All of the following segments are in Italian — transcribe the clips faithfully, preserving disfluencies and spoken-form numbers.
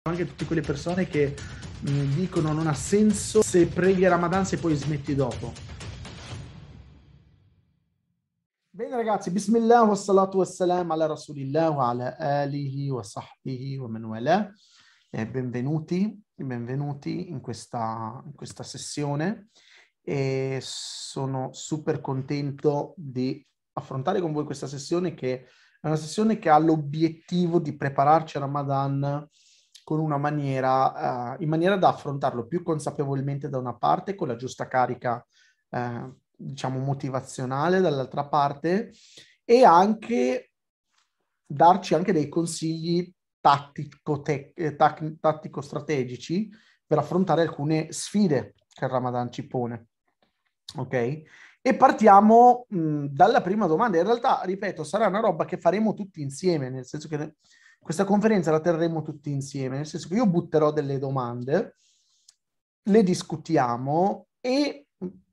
anche tutte quelle persone che mh, dicono non ha senso se preghi a Ramadan se poi smetti dopo. Bene ragazzi, bismillah wa salatu wa salam ala rasulillah wa ala alihi wa sahbihi wa man wala. Eh, benvenuti, benvenuti in questa, in questa sessione e sono super contento di affrontare con voi questa sessione, che è una sessione che ha l'obiettivo di prepararci a Ramadan con una maniera, uh, in maniera da affrontarlo più consapevolmente da una parte, con la giusta carica, uh, diciamo, motivazionale dall'altra parte, e anche darci anche dei consigli tattico, te- eh, tac- tattico-strategici per affrontare alcune sfide che il Ramadan ci pone. Ok? E partiamo mh, dalla prima domanda. In realtà, ripeto, sarà una roba che faremo tutti insieme, nel senso che questa conferenza la terremo tutti insieme, nel senso che io butterò delle domande, le discutiamo e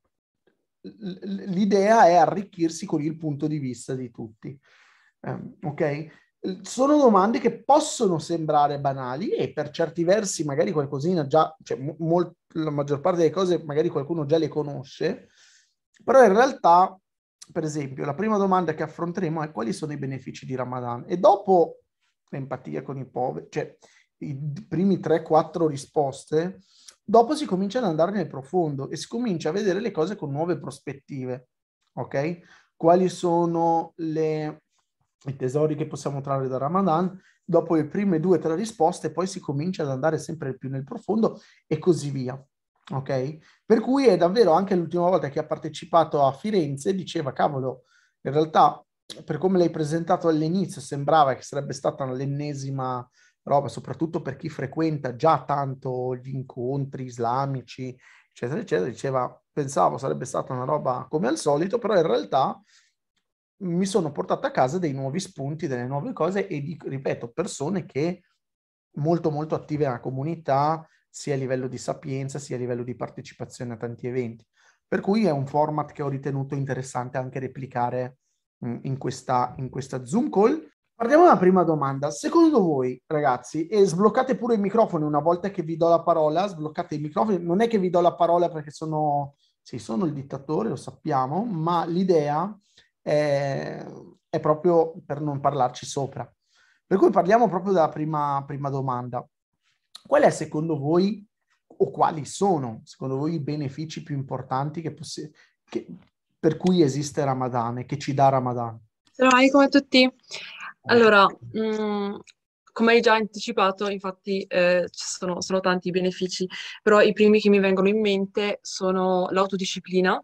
l'idea è arricchirsi con il punto di vista di tutti. Um, ok? Sono domande che possono sembrare banali e per certi versi magari qualcosina già, cioè mo- la maggior parte delle cose magari qualcuno già le conosce, però in realtà, per esempio, la prima domanda che affronteremo è: quali sono i benefici di Ramadan? E dopo l'empatia con i poveri, cioè i primi tre quattro risposte, dopo si comincia ad andare nel profondo e si comincia a vedere le cose con nuove prospettive, ok? Quali sono le, i tesori che possiamo trarre da Ramadan? Dopo le prime due o tre risposte, poi si comincia ad andare sempre più nel profondo e così via, ok? Per cui è davvero, anche l'ultima volta che ha partecipato a Firenze, diceva, cavolo, in realtà, per come l'hai presentato all'inizio, sembrava che sarebbe stata l'ennesima roba, soprattutto per chi frequenta già tanto gli incontri islamici, eccetera, eccetera. Diceva, pensavo sarebbe stata una roba come al solito, però in realtà mi sono portato a casa dei nuovi spunti, delle nuove cose e, di, ripeto, persone che molto molto attive nella comunità, sia a livello di sapienza, sia a livello di partecipazione a tanti eventi. Per cui è un format che ho ritenuto interessante anche replicare mh, in questa, in questa Zoom call. Partiamo dalla prima domanda. Secondo voi, ragazzi, e sbloccate pure i microfoni una volta che vi do la parola, sbloccate i microfoni, non è che vi do la parola perché sono, sì, sono il dittatore, lo sappiamo, ma l'idea è, è proprio per non parlarci sopra. Per cui parliamo proprio della prima, prima domanda. Qual è secondo voi, o quali sono secondo voi i benefici più importanti che possi- che, per cui esiste Ramadan e che ci dà Ramadan? Ciao, Mai, come a tutti? Allora, mh, come hai già anticipato, infatti eh, ci sono, sono tanti i benefici, però i primi che mi vengono in mente sono l'autodisciplina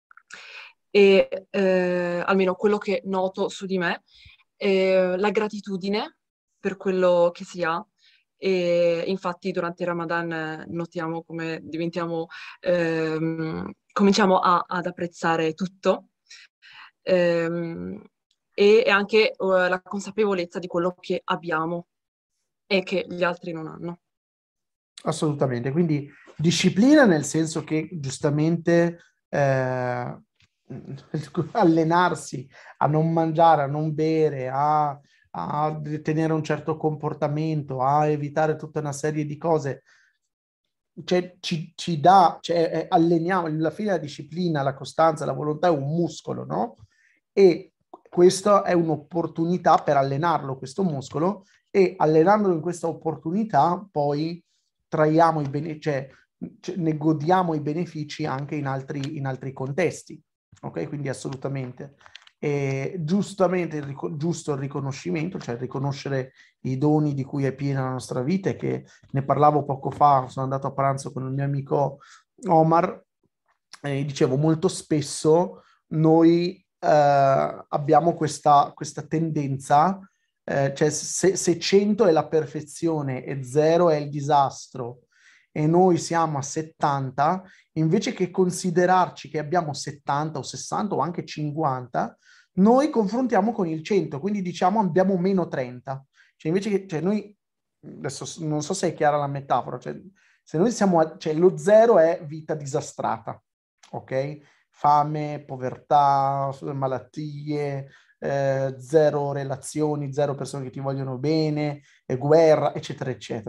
e eh, almeno quello che noto su di me, eh, la gratitudine per quello che si ha. E infatti durante il Ramadan eh, notiamo come diventiamo, ehm, cominciamo a- ad apprezzare tutto. Ehm, e, e anche eh, la consapevolezza di quello che abbiamo e che gli altri non hanno. Assolutamente, quindi disciplina nel senso che giustamente eh, allenarsi a non mangiare, a non bere, a, a tenere un certo comportamento, a evitare tutta una serie di cose, cioè, ci, ci dà, cioè, eh, alleniamo, alla fine la disciplina, la costanza, la volontà è un muscolo, no? E questa è un'opportunità per allenarlo, questo muscolo, e allenandolo in questa opportunità poi traiamo i benefici, cioè, cioè, ne godiamo i benefici anche in altri, in altri contesti, ok? Quindi assolutamente. E giustamente il, ric- giusto il riconoscimento, cioè riconoscere i doni di cui è piena la nostra vita, e che ne parlavo poco fa, sono andato a pranzo con il mio amico Omar e dicevo molto spesso noi eh, abbiamo questa, questa tendenza, eh, cioè se, se cento è la perfezione e zero è il disastro e noi siamo a settanta, invece che considerarci che abbiamo settanta o sessanta o anche cinquanta, noi confrontiamo con il cento, quindi diciamo abbiamo meno trenta. Cioè invece che, cioè noi, adesso non so se è chiara la metafora, cioè se noi siamo, a, cioè lo zero è vita disastrata, ok? Fame, povertà, malattie, eh, zero relazioni, zero persone che ti vogliono bene, eh, guerra, eccetera, eccetera.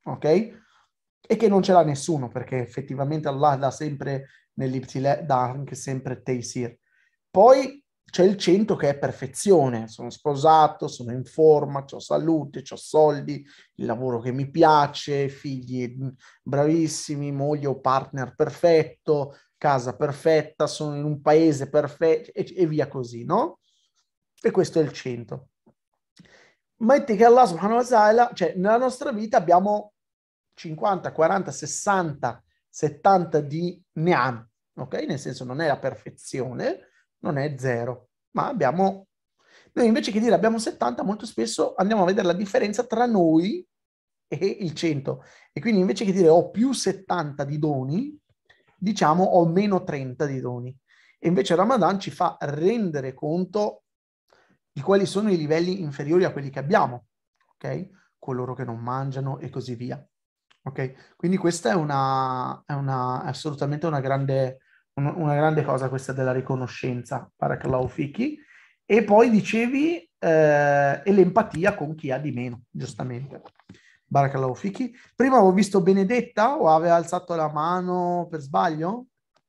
ok? E che non ce l'ha nessuno, perché effettivamente Allah dà sempre nell'ibtile, dà anche sempre teisir. Poi c'è il cento che è perfezione, sono sposato, sono in forma, ho salute, ho soldi, il lavoro che mi piace, figli bravissimi, moglie o partner perfetto, casa perfetta, sono in un paese perfetto e, e via così, no? E questo è il cento. Metti che Allah subhanahu wa ta'ala, cioè nella nostra vita abbiamo cinquanta, quaranta, sessanta, settanta di ni'am, ok? Nel senso non è la perfezione, non è zero, ma abbiamo, noi invece che dire abbiamo settanta, molto spesso andiamo a vedere la differenza tra noi e il cento. E quindi invece che dire ho più settanta di doni, diciamo ho meno trenta di doni. E invece Ramadan ci fa rendere conto di quali sono i livelli inferiori a quelli che abbiamo, ok? Coloro che non mangiano e così via. Ok? Quindi questa è una, è una è assolutamente una grande, una, una grande cosa questa della riconoscenza, Barakallahu fiki. E poi dicevi, eh, e l'empatia con chi ha di meno, giustamente. Barakallahu fiki. Prima avevo visto Benedetta o aveva alzato la mano per sbaglio?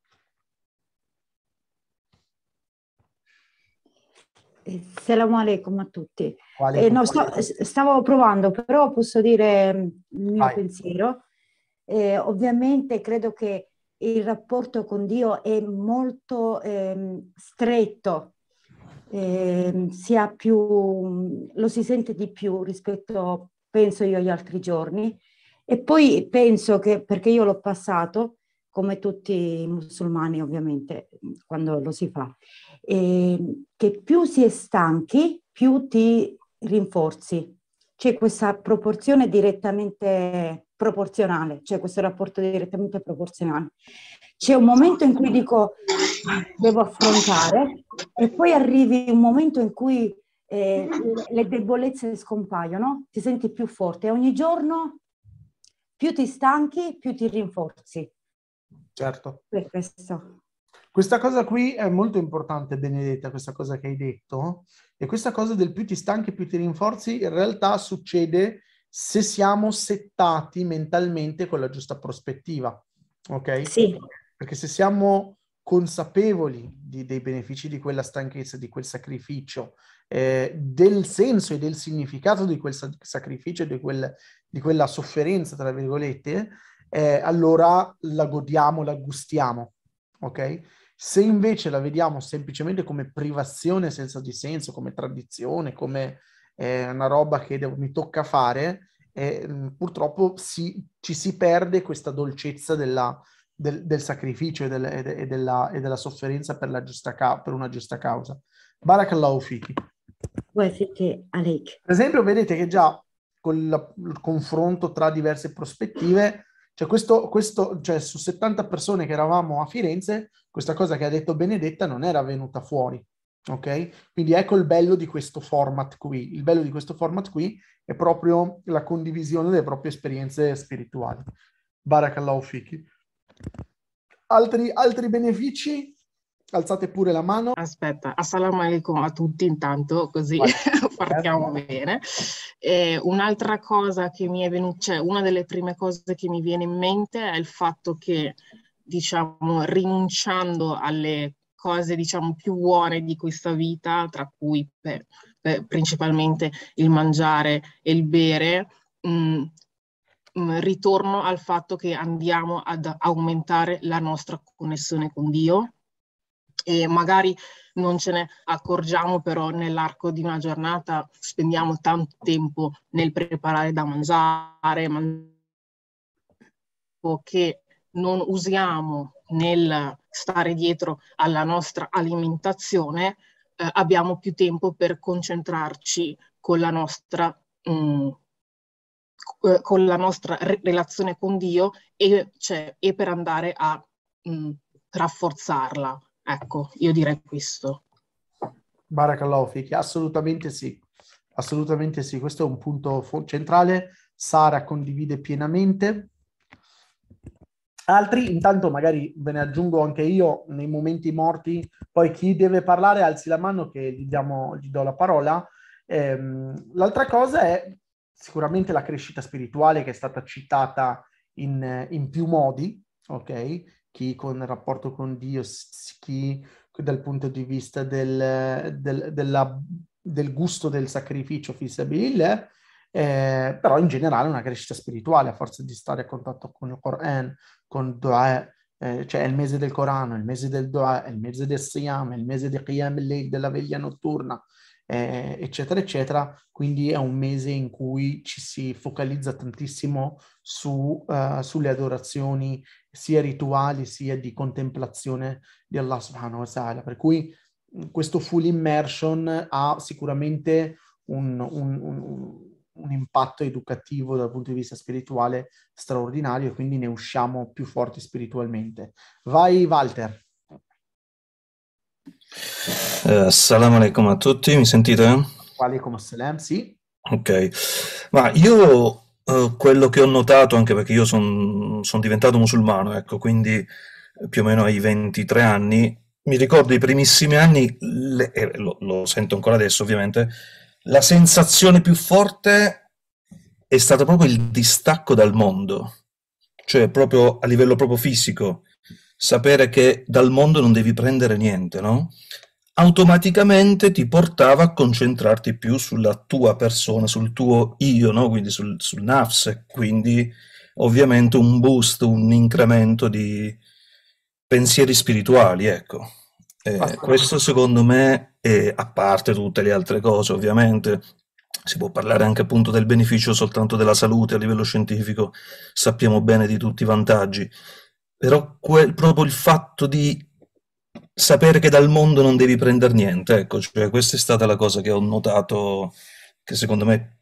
Assalamu alaikum a tutti. Quale Eh, no, sto- stavo provando, però posso dire mm, il mio Vai. pensiero. Eh, ovviamente credo che il rapporto con Dio è molto ehm, stretto, ehm, sia più, lo si sente di più rispetto, penso io, agli altri giorni. E poi penso che, perché io l'ho passato, come tutti i musulmani ovviamente, quando lo si fa, eh, che più si è stanchi, più ti rinforzi. C'è questa proporzione direttamente proporzionale, c'è questo rapporto direttamente proporzionale. C'è un momento in cui dico devo affrontare e poi arrivi un momento in cui eh, le debolezze scompaiono, ti senti più forte e ogni giorno più ti stanchi, più ti rinforzi. Certo. Per questo. Questa cosa qui è molto importante, Benedetta, questa cosa che hai detto. E questa cosa del più ti stanchi, più ti rinforzi, in realtà succede se siamo settati mentalmente con la giusta prospettiva. Ok? Sì. Perché se siamo consapevoli di, dei benefici di quella stanchezza, di quel sacrificio, eh, del senso e del significato di quel sacrificio, di, quel, di quella sofferenza, tra virgolette, eh, allora la godiamo, la gustiamo. Ok? Se invece la vediamo semplicemente come privazione senza di senso, come tradizione, come eh, una roba che devo, mi tocca fare, eh, purtroppo si, ci si perde questa dolcezza della, del, del sacrificio e, del, e, della, e della sofferenza per, la giusta ca- per una giusta causa. Barakallahu fiki. Per esempio, vedete che già con la, il confronto tra diverse prospettive, cioè, questo, questo, cioè su settanta persone che eravamo a Firenze, questa cosa che ha detto Benedetta non era venuta fuori, ok? Quindi ecco il bello di questo format qui. Il bello di questo format qui è proprio la condivisione delle proprie esperienze spirituali. Barakallahu fiki. Altri, altri benefici? Alzate pure la mano. Aspetta, assalamu alaikum a tutti intanto, così partiamo bene. E un'altra cosa che mi è venuta, cioè una delle prime cose che mi viene in mente è il fatto che, diciamo, rinunciando alle cose, diciamo, più buone di questa vita, tra cui beh, beh, principalmente il mangiare e il bere, mh, mh, ritorno al fatto che andiamo ad aumentare la nostra connessione con Dio. E magari non ce ne accorgiamo, però nell'arco di una giornata spendiamo tanto tempo nel preparare da mangiare, man- che non usiamo nel stare dietro alla nostra alimentazione, eh, abbiamo più tempo per concentrarci con la nostra, mh, con la nostra re- relazione con Dio e, cioè, e per andare a mh, rafforzarla. Ecco, io direi questo. Barakallahu fiki, assolutamente sì, assolutamente sì, questo è un punto fo- centrale, Sara condivide pienamente. Altri, intanto magari ve ne aggiungo anche io nei momenti morti, poi chi deve parlare alzi la mano che gli, diamo, gli do la parola. Ehm, l'altra cosa è sicuramente la crescita spirituale che è stata citata in, in più modi, ok? Chi con il rapporto con Dio, chi dal punto di vista del, del, della, del gusto del sacrificio fi sabilillah, eh, però in generale una crescita spirituale a forza di stare a contatto con il Coran, con Dua, eh, cioè è il mese del Corano, è il mese del Dua, è il mese del Siyam, è il mese di Qiyam al-Layl, della veglia notturna, eh, eccetera, eccetera. Quindi è un mese in cui ci si focalizza tantissimo su, uh, sulle adorazioni sia rituali sia di contemplazione di Allah subhanahu wa ta'ala. Per cui questo full immersion ha sicuramente un, un, un, un impatto educativo dal punto di vista spirituale straordinario, e quindi ne usciamo più forti spiritualmente. Vai Walter. Uh, assalamu alaikum a tutti, mi sentite? Walaikum assalam, sì. Ok, ma io uh, quello che ho notato, anche perché io sono son diventato musulmano, ecco, quindi più o meno ai ventitré anni, mi ricordo i primissimi anni, le, eh, lo, lo sento ancora adesso ovviamente, la sensazione più forte è stata proprio il distacco dal mondo, cioè proprio a livello proprio fisico, sapere che dal mondo non devi prendere niente, no? Automaticamente ti portava a concentrarti più sulla tua persona, sul tuo io, no? Quindi sul, sul nafs, quindi ovviamente un boost, un incremento di pensieri spirituali, ecco. Eh, questo secondo me, è, a parte tutte le altre cose ovviamente, si può parlare anche appunto del beneficio soltanto della salute a livello scientifico, sappiamo bene di tutti i vantaggi, però quel, proprio il fatto di sapere che dal mondo non devi prendere niente, ecco, cioè questa è stata la cosa che ho notato, che secondo me,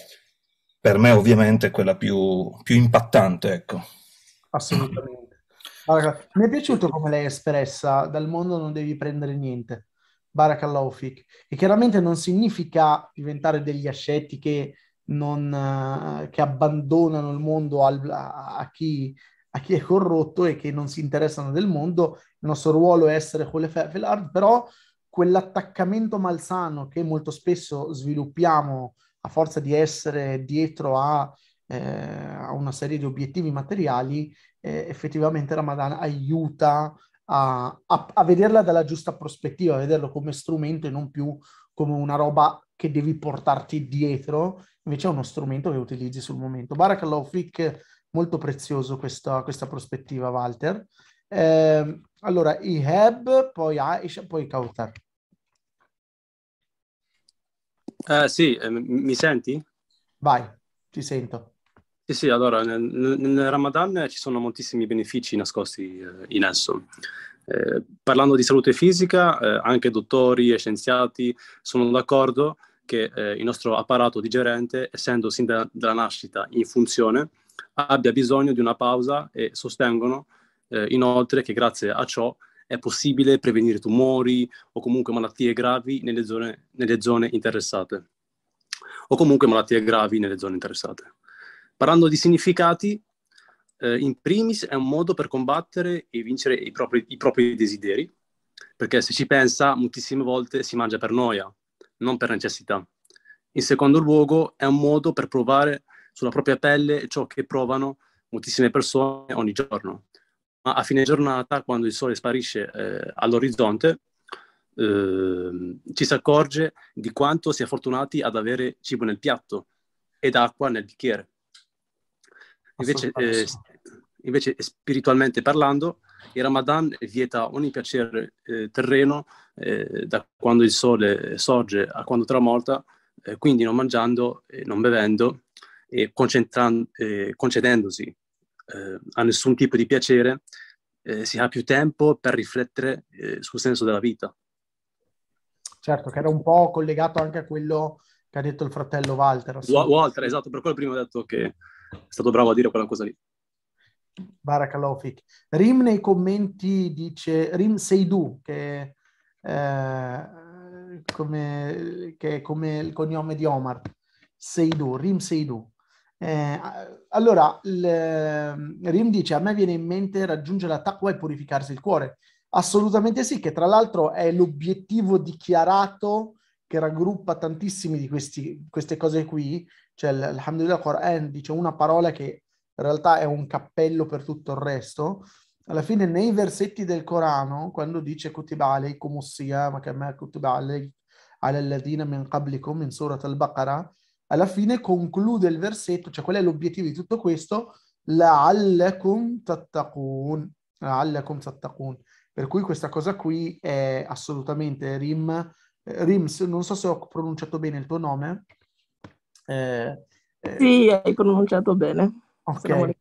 per me ovviamente è quella più, più impattante, ecco. Assolutamente. Guarda, mi è piaciuto come l'hai espressa, dal mondo non devi prendere niente. Barakallahu fik. E chiaramente non significa diventare degli ascetti che, non, uh, che abbandonano il mondo al, a, a chi a chi è corrotto e che non si interessano del mondo. Il nostro ruolo è essere khulafa fil ard, però quell'attaccamento malsano che molto spesso sviluppiamo a forza di essere dietro a, eh, a una serie di obiettivi materiali, eh, effettivamente Ramadan aiuta a, a, a vederla dalla giusta prospettiva, a vederlo come strumento e non più come una roba che devi portarti dietro, invece è uno strumento che utilizzi sul momento. Barakallahu fik. Molto prezioso questa, questa prospettiva, Walter. Eh, allora, Ihab, poi Aisha, poi Kautar. Eh, sì, eh, mi senti? Vai, ti sento. Sì, sì, allora, nel, nel Ramadan ci sono moltissimi benefici nascosti eh, in esso. Eh, parlando di salute fisica, eh, anche dottori e scienziati sono d'accordo che eh, il nostro apparato digerente, essendo sin da, dalla nascita in funzione, abbia bisogno di una pausa, e sostengono eh, inoltre che grazie a ciò è possibile prevenire tumori o comunque malattie gravi nelle zone, nelle zone interessate, o comunque malattie gravi nelle zone interessate. Parlando di significati, eh, in primis è un modo per combattere e vincere i propri, i propri desideri, perché se ci pensa moltissime volte si mangia per noia, non per necessità. In secondo luogo è un modo per provare sulla propria pelle ciò che provano moltissime persone ogni giorno. Ma a fine giornata, quando il sole sparisce eh, all'orizzonte, eh, ci si accorge di quanto si è fortunati ad avere cibo nel piatto ed acqua nel bicchiere. Invece, eh, invece spiritualmente parlando, il Ramadan vieta ogni piacere eh, terreno eh, da quando il sole sorge a quando tramonta, eh, quindi non mangiando e non bevendo, e eh, concedendosi eh, a nessun tipo di piacere, eh, si ha più tempo per riflettere eh, sul senso della vita. Certo, che era un po' collegato anche a quello che ha detto il fratello Walter. Walter, esatto, per quello prima ho detto che è stato bravo a dire quella cosa lì. Barakallahu fik. Rim nei commenti dice, Rim Seidu, che, eh, come, che è come il cognome di Omar, Seidu, Rim Seidu. Eh, allora, il, Rim dice, a me viene in mente raggiungere la taqwa e purificarsi il cuore. Assolutamente sì, che tra l'altro è l'obiettivo dichiarato che raggruppa tantissimi di questi, queste cose qui, cioè l'Alhamdulillah Quran dice una parola che in realtà è un cappello per tutto il resto. Alla fine nei versetti del Corano, quando dice Kutiba alaykum as-siyam kama kutiba ala alladhina min qablikum in Surat al-Baqarah, alla fine conclude il versetto, cioè qual è l'obiettivo di tutto questo? La'allakum tattaqun, la'allakum tattaqun. Per cui questa cosa qui è assolutamente Rim, Rims, non so se ho pronunciato bene il tuo nome. Eh, eh, sì, hai pronunciato bene. Ok.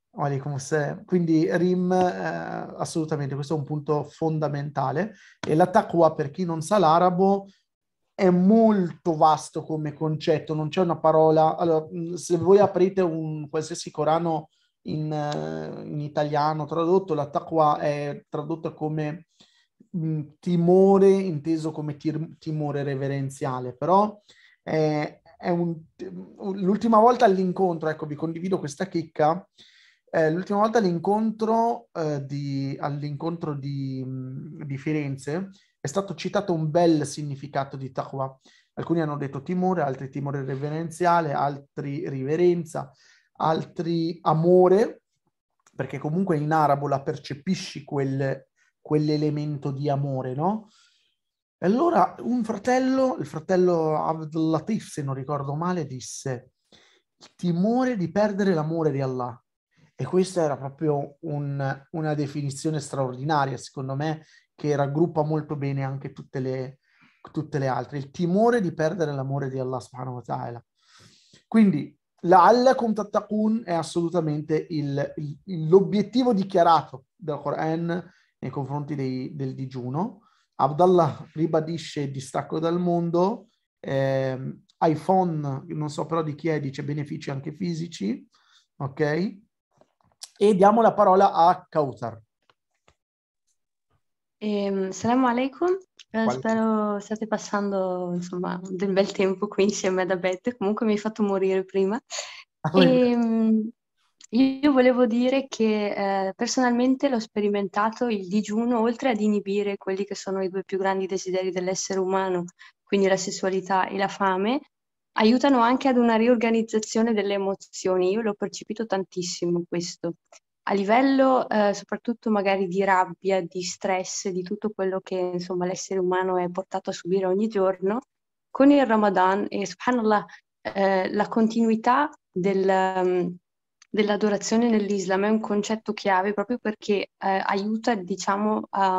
Quindi Rim, eh, assolutamente, questo è un punto fondamentale. E la taqwa, per chi non sa l'arabo, è molto vasto come concetto, non c'è una parola. Allora, se voi aprite un qualsiasi Corano in, in italiano tradotto, la taqwa è tradotta come mh, timore, inteso come tir- timore reverenziale, però è, è un, l'ultima volta all'incontro, ecco, vi condivido questa chicca. Eh, l'ultima volta all'incontro, eh, di, all'incontro di, di Firenze è stato citato un bel significato di taqwa. Alcuni hanno detto timore, altri timore reverenziale, altri riverenza, altri amore, perché comunque in arabo la percepisci quel, quell'elemento di amore, no? E allora un fratello, il fratello Abdul Latif, se non ricordo male, disse il timore di perdere l'amore di Allah. E questa era proprio un, una definizione straordinaria, secondo me, che raggruppa molto bene anche tutte le, tutte le altre. Il timore di perdere l'amore di Allah subhanahu wa ta'ala. Quindi, la'allakum tattaqun è assolutamente il, il, l'obiettivo dichiarato dal Quran nei confronti dei, del digiuno. Abdallah ribadisce distacco dal mondo, eh, iPhone, non so però di chi è, dice benefici anche fisici, ok? E diamo la parola a Kauthar. Eh, Salam alaikum, eh, spero stiate passando insomma del bel tempo qui insieme ad Abed, comunque mi hai fatto morire prima. E, um, io volevo dire che eh, personalmente l'ho sperimentato il digiuno, oltre ad inibire quelli che sono i due più grandi desideri dell'essere umano, quindi la sessualità e la fame, aiutano anche ad una riorganizzazione delle emozioni. Io l'ho percepito tantissimo questo. A livello eh, soprattutto magari di rabbia, di stress, di tutto quello che insomma l'essere umano è portato a subire ogni giorno, con il Ramadan e subhanallah eh, la continuità del, um, dell'adorazione nell'Islam è un concetto chiave proprio perché eh, aiuta diciamo a,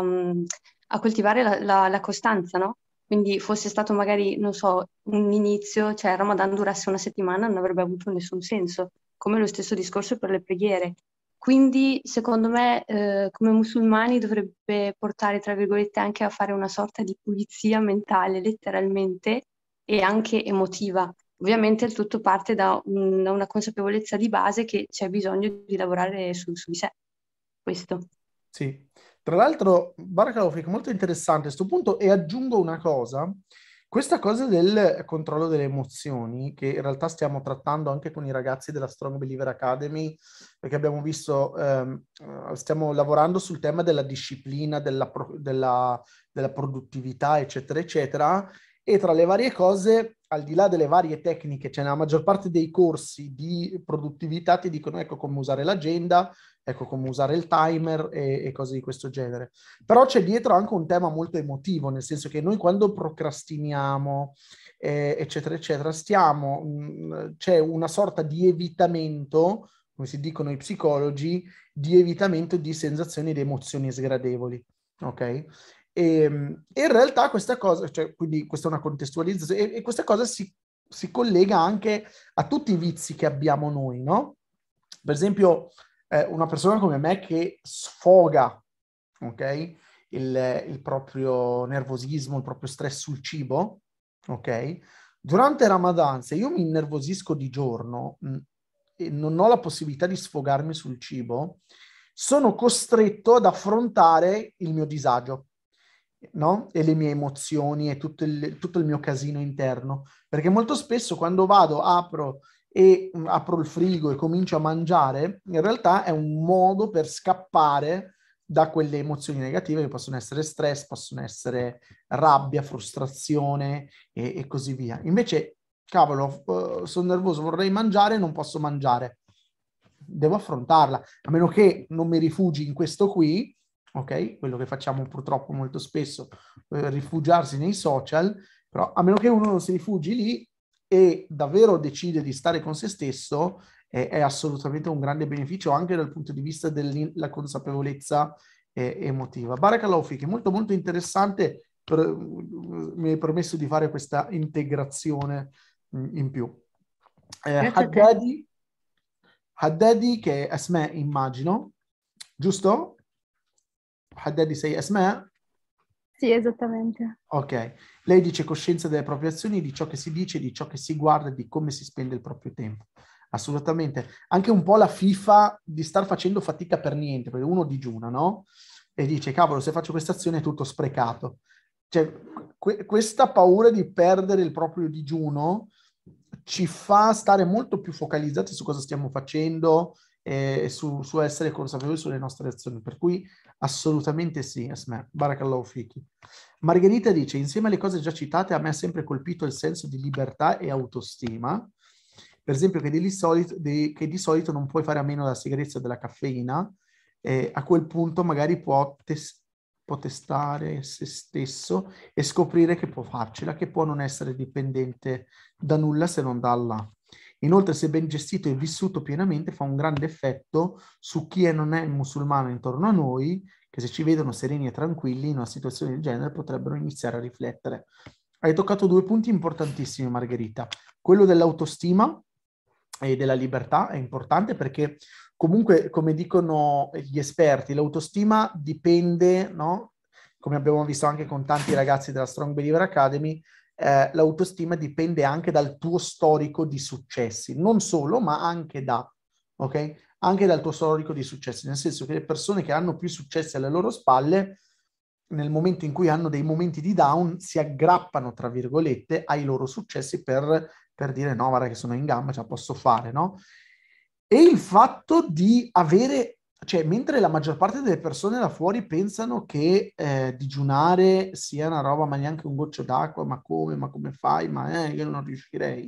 a coltivare la, la, la costanza, no? Quindi fosse stato magari, non so, un inizio, cioè il Ramadan durasse una settimana non avrebbe avuto nessun senso, come lo stesso discorso per le preghiere. Quindi, secondo me, eh, come musulmani dovrebbe portare, tra virgolette, anche a fare una sorta di pulizia mentale, letteralmente, e anche emotiva. Ovviamente il tutto parte da, un, da una consapevolezza di base che c'è bisogno di lavorare su, su di sé. Questo. Sì. Tra l'altro, Barakallahu Fik, molto interessante a questo punto, e aggiungo una cosa. Questa cosa del controllo delle emozioni, che in realtà stiamo trattando anche con i ragazzi della Strong Believer Academy, perché abbiamo visto, ehm, stiamo lavorando sul tema della disciplina, della, pro, della, della produttività, eccetera, eccetera, e tra le varie cose, al di là delle varie tecniche, cioè nella maggior parte dei corsi di produttività ti dicono ecco come usare l'agenda, ecco come usare il timer e, e cose di questo genere. Però c'è dietro anche un tema molto emotivo, nel senso che noi quando procrastiniamo, eh, eccetera, eccetera, stiamo, mh, c'è una sorta di evitamento, come si dicono i psicologi, di evitamento di sensazioni ed emozioni sgradevoli, ok? E, e in realtà questa cosa, cioè, quindi questa è una contestualizzazione, e, e questa cosa si, si collega anche a tutti i vizi che abbiamo noi, no? Per esempio, una persona come me che sfoga, ok, il, il proprio nervosismo, il proprio stress sul cibo, ok, durante Ramadan, se io mi innervosisco di giorno mh, e non ho la possibilità di sfogarmi sul cibo, sono costretto ad affrontare il mio disagio, no? E le mie emozioni e tutto il, tutto il mio casino interno, perché molto spesso quando vado, apro e apro il frigo e comincio a mangiare, in realtà è un modo per scappare da quelle emozioni negative che possono essere stress, possono essere rabbia, frustrazione e, e così via. Invece, cavolo, uh, sono nervoso, vorrei mangiare, non posso mangiare. Devo affrontarla, a meno che non mi rifugi in questo qui, ok? Quello che facciamo purtroppo molto spesso, eh, rifugiarsi nei social, però a meno che uno non si rifugi lì e davvero decide di stare con se stesso, eh, è assolutamente un grande beneficio anche dal punto di vista della consapevolezza eh, emotiva. Barakallahu fiki, molto molto interessante, per, mi hai permesso di fare questa integrazione mh, in più. Eh, Haddadi, Haddadi che è Asma, immagino, giusto? Haddadi sei Asma? Sì, esattamente. Ok. Lei dice coscienza delle proprie azioni, di ciò che si dice, di ciò che si guarda, di come si spende il proprio tempo. Assolutamente. Anche un po' la fifa di star facendo fatica per niente, perché uno digiuna, no? E dice, cavolo, se faccio questa azione è tutto sprecato. Cioè, que- questa paura di perdere il proprio digiuno ci fa stare molto più focalizzati su cosa stiamo facendo e su, su essere consapevoli sulle nostre azioni. Per cui assolutamente sì, Asma. Barakallahu fiki. Margherita dice, insieme alle cose già citate, a me ha sempre colpito il senso di libertà e autostima. Per esempio che di solito, di, che di solito non puoi fare a meno della sigaretta o della caffeina, eh, a quel punto magari può, tes- può testare se stesso e scoprire che può farcela, che può non essere dipendente da nulla se non da Allah. Inoltre, se ben gestito e vissuto pienamente, fa un grande effetto su chi non è musulmano intorno a noi, che se ci vedono sereni e tranquilli in una situazione del genere potrebbero iniziare a riflettere. Hai toccato due punti importantissimi, Margherita. Quello dell'autostima e della libertà è importante perché comunque, come dicono gli esperti, l'autostima dipende, no? Come abbiamo visto anche con tanti ragazzi della Strong Believer Academy, eh, l'autostima dipende anche dal tuo storico di successi, non solo, ma anche da, ok? Anche dal tuo storico di successi, nel senso che le persone che hanno più successi alle loro spalle, nel momento in cui hanno dei momenti di down, si aggrappano, tra virgolette, ai loro successi per, per dire no, guarda che sono in gamba, ce la posso fare, no? E il fatto di avere, cioè, mentre la maggior parte delle persone da fuori pensano che eh, digiunare sia una roba, ma neanche un goccio d'acqua, ma come, ma come fai, ma eh, io non riuscirei.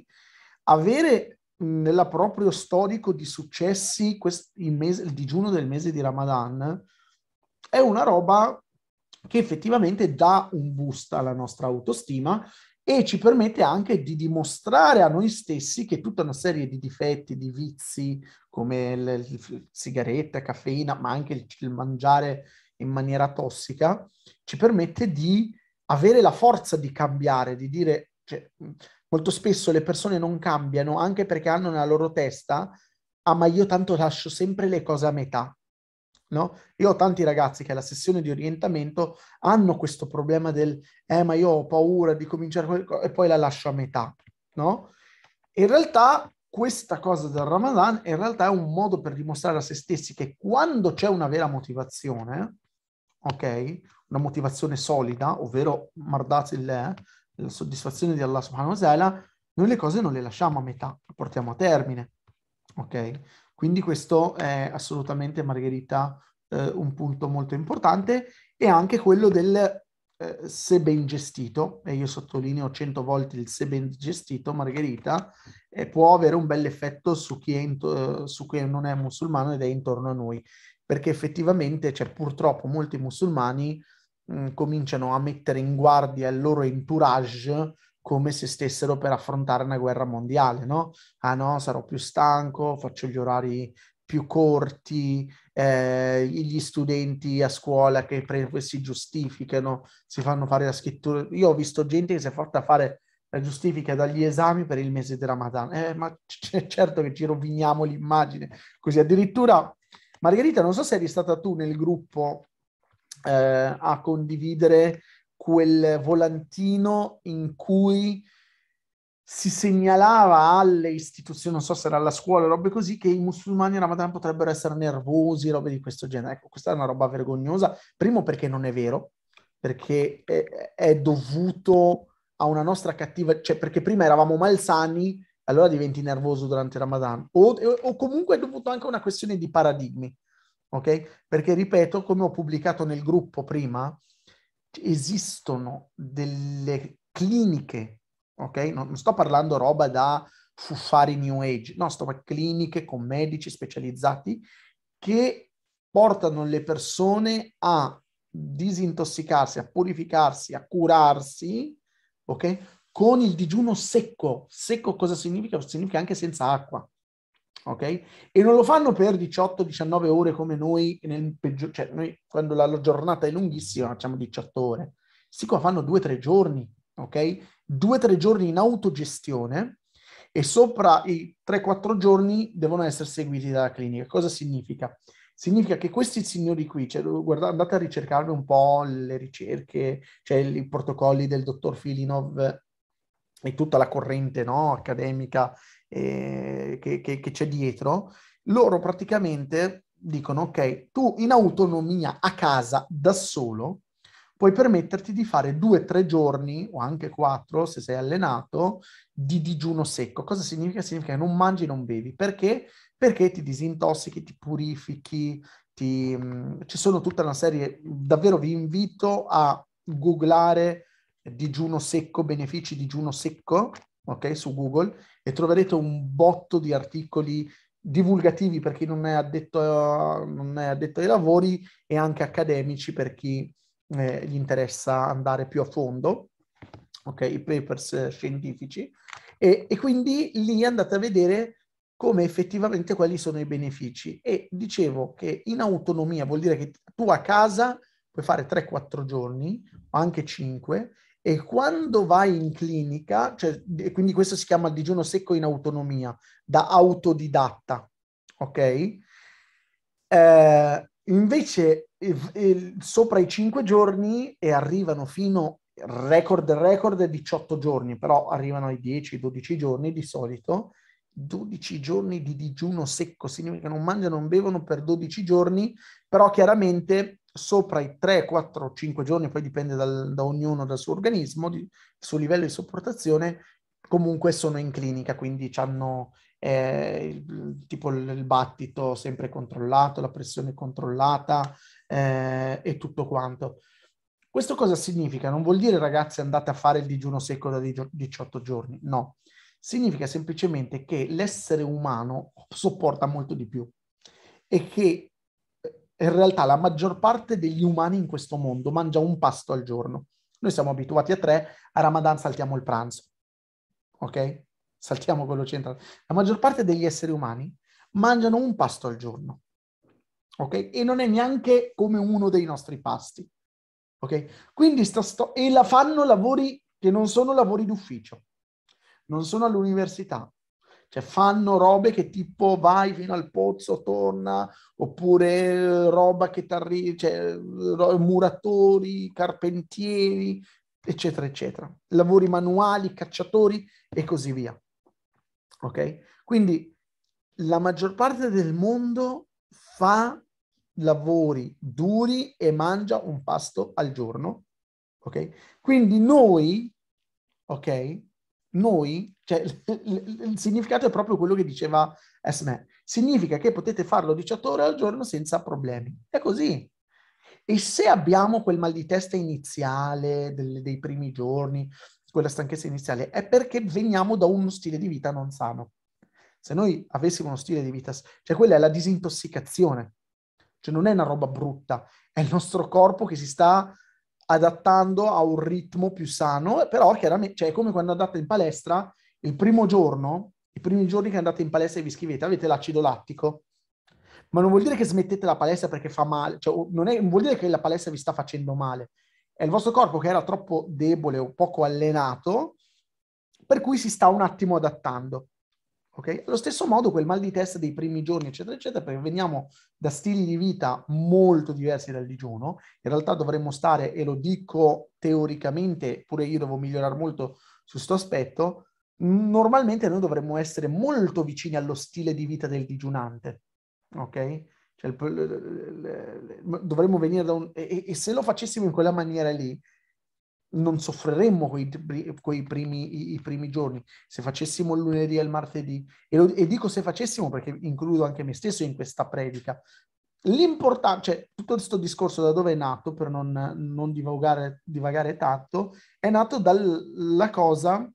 Avere nella proprio storico di successi quest- il, mese, il digiuno del mese di Ramadan è una roba che effettivamente dà un boost alla nostra autostima e ci permette anche di dimostrare a noi stessi che tutta una serie di difetti, di vizi, come il, il sigaretta, caffeina, ma anche il, il mangiare in maniera tossica, ci permette di avere la forza di cambiare, di dire, cioè, molto spesso le persone non cambiano anche perché hanno nella loro testa, ah ma io tanto lascio sempre le cose a metà. No? Io ho tanti ragazzi che alla sessione di orientamento hanno questo problema del eh ma io ho paura di cominciare e poi la lascio a metà, no? In realtà questa cosa del Ramadan in realtà è un modo per dimostrare a se stessi che quando c'è una vera motivazione, ok? Una motivazione solida, ovvero mardazillah, la soddisfazione di Allah subhanahu wa ta'ala, noi le cose non le lasciamo a metà, le portiamo a termine, ok? Quindi questo è assolutamente, Margherita, eh, un punto molto importante, e anche quello del eh, se ben gestito, e io sottolineo cento volte il se ben gestito, Margherita, eh, può avere un bel effetto su chi, è into- eh, su chi non è musulmano ed è intorno a noi, perché effettivamente, cioè, purtroppo molti musulmani mh, cominciano a mettere in guardia il loro entourage come se stessero per affrontare una guerra mondiale, no? Ah no, sarò più stanco, faccio gli orari più corti, eh, gli studenti a scuola che pre- si giustificano, si fanno fare la scrittura. Io ho visto gente che si è fatta fare la giustifica dagli esami per il mese di Ramadan. Eh, ma c- certo che ci roviniamo l'immagine. Così addirittura, Margherita, non so se eri stata tu nel gruppo eh, a condividere quel volantino in cui si segnalava alle istituzioni, non so se era alla scuola, robe così, che i musulmani a Ramadan potrebbero essere nervosi, robe di questo genere. Ecco, questa è una roba vergognosa, primo perché non è vero, perché è, è dovuto a una nostra cattiva, cioè perché prima eravamo malsani, allora diventi nervoso durante Ramadan, o, o comunque è dovuto anche a una questione di paradigmi, ok? Perché, ripeto, come ho pubblicato nel gruppo prima, esistono delle cliniche, ok? Non, non sto parlando roba da fuffari New Age, no, sto parlando cliniche con medici specializzati che portano le persone a disintossicarsi, a purificarsi, a curarsi, ok? Con il digiuno secco. Secco cosa significa? Significa anche senza acqua, ok? E non lo fanno per diciotto diciannove ore come noi, nel peggio- cioè noi quando la giornata è lunghissima facciamo diciotto ore. Sì, qua fanno due tre giorni, ok? due tre giorni in autogestione e sopra i tre quattro giorni devono essere seguiti dalla clinica. Cosa significa? Significa che questi signori qui, cioè, guardate, andate a ricercarvi un po' le ricerche, cioè i protocolli del dottor Filinov e tutta la corrente, no, accademica eh, che, che, che c'è dietro. Loro praticamente dicono, ok, tu in autonomia a casa da solo puoi permetterti di fare due, tre giorni o anche quattro, se sei allenato, di digiuno secco. Cosa significa? Significa che non mangi, non bevi. Perché? Perché ti disintossichi, ti purifichi, ti, mh, ci sono tutta una serie, davvero vi invito a googlare digiuno secco, benefici digiuno secco, ok, su Google, e troverete un botto di articoli divulgativi per chi non è addetto, a, non è addetto ai lavori e anche accademici per chi eh, gli interessa andare più a fondo, ok, i papers eh, scientifici, e, e quindi lì andate a vedere come effettivamente quali sono i benefici. E dicevo che in autonomia vuol dire che tu a casa puoi fare tre quattro giorni, o anche cinque, e quando vai in clinica, cioè, quindi questo si chiama il digiuno secco in autonomia, da autodidatta, ok? Eh, invece eh, eh, sopra i cinque giorni e arrivano fino, record, record è diciotto giorni, però arrivano ai dieci dodici giorni di solito, dodici giorni di digiuno secco, significa che non mangiano, non bevono per dodici giorni, però chiaramente sopra i tre, quattro, cinque giorni, poi dipende dal, da ognuno, dal suo organismo, di, il suo livello di sopportazione, comunque sono in clinica, quindi hanno eh, il, tipo il, il battito sempre controllato, la pressione controllata eh, e tutto quanto. Questo cosa significa? Non vuol dire, ragazzi, andate a fare il digiuno secco da diciotto giorni, no. Significa semplicemente che l'essere umano sopporta molto di più e che in realtà la maggior parte degli umani in questo mondo mangia un pasto al giorno. Noi siamo abituati a tre, a Ramadan saltiamo il pranzo, ok? Saltiamo quello centrale. La maggior parte degli esseri umani mangiano un pasto al giorno, ok? E non è neanche come uno dei nostri pasti, ok? Quindi sto, sto, e la fanno lavori che non sono lavori d'ufficio, non sono all'università, cioè fanno robe che tipo vai fino al pozzo, torna, oppure roba che ti arriva, cioè muratori, carpentieri, eccetera, eccetera. Lavori manuali, cacciatori e così via. Ok? Quindi la maggior parte del mondo fa lavori duri e mangia un pasto al giorno. Ok? Quindi noi, ok? Noi, cioè il, il significato è proprio quello che diceva Esme, significa che potete farlo diciotto ore al giorno senza problemi. È così. E se abbiamo quel mal di testa iniziale del, dei primi giorni, quella stanchezza iniziale, è perché veniamo da uno stile di vita non sano. Se noi avessimo uno stile di vita, cioè quella è la disintossicazione, cioè non è una roba brutta, è il nostro corpo che si sta adattando a un ritmo più sano, però chiaramente, cioè è come quando andate in palestra, il primo giorno, i primi giorni che andate in palestra e vi iscrivete, avete l'acido lattico, ma non vuol dire che smettete la palestra perché fa male, cioè non, è, non vuol dire che la palestra vi sta facendo male, è il vostro corpo che era troppo debole o poco allenato, per cui si sta un attimo adattando. Okay? Allo stesso modo quel mal di testa dei primi giorni, eccetera, eccetera, perché veniamo da stili di vita molto diversi dal digiuno, in realtà dovremmo stare, e lo dico teoricamente, pure io devo migliorare molto su questo aspetto, normalmente noi dovremmo essere molto vicini allo stile di vita del digiunante, ok? Cioè, dovremmo venire da un... E, e se lo facessimo in quella maniera lì, non soffriremmo quei, quei primi, i, i primi giorni. Se facessimo il lunedì e il martedì, e, lo, e dico se facessimo perché includo anche me stesso in questa predica, l'importante, cioè tutto questo discorso da dove è nato, per non, non divagare, divagare tanto, è nato dalla cosa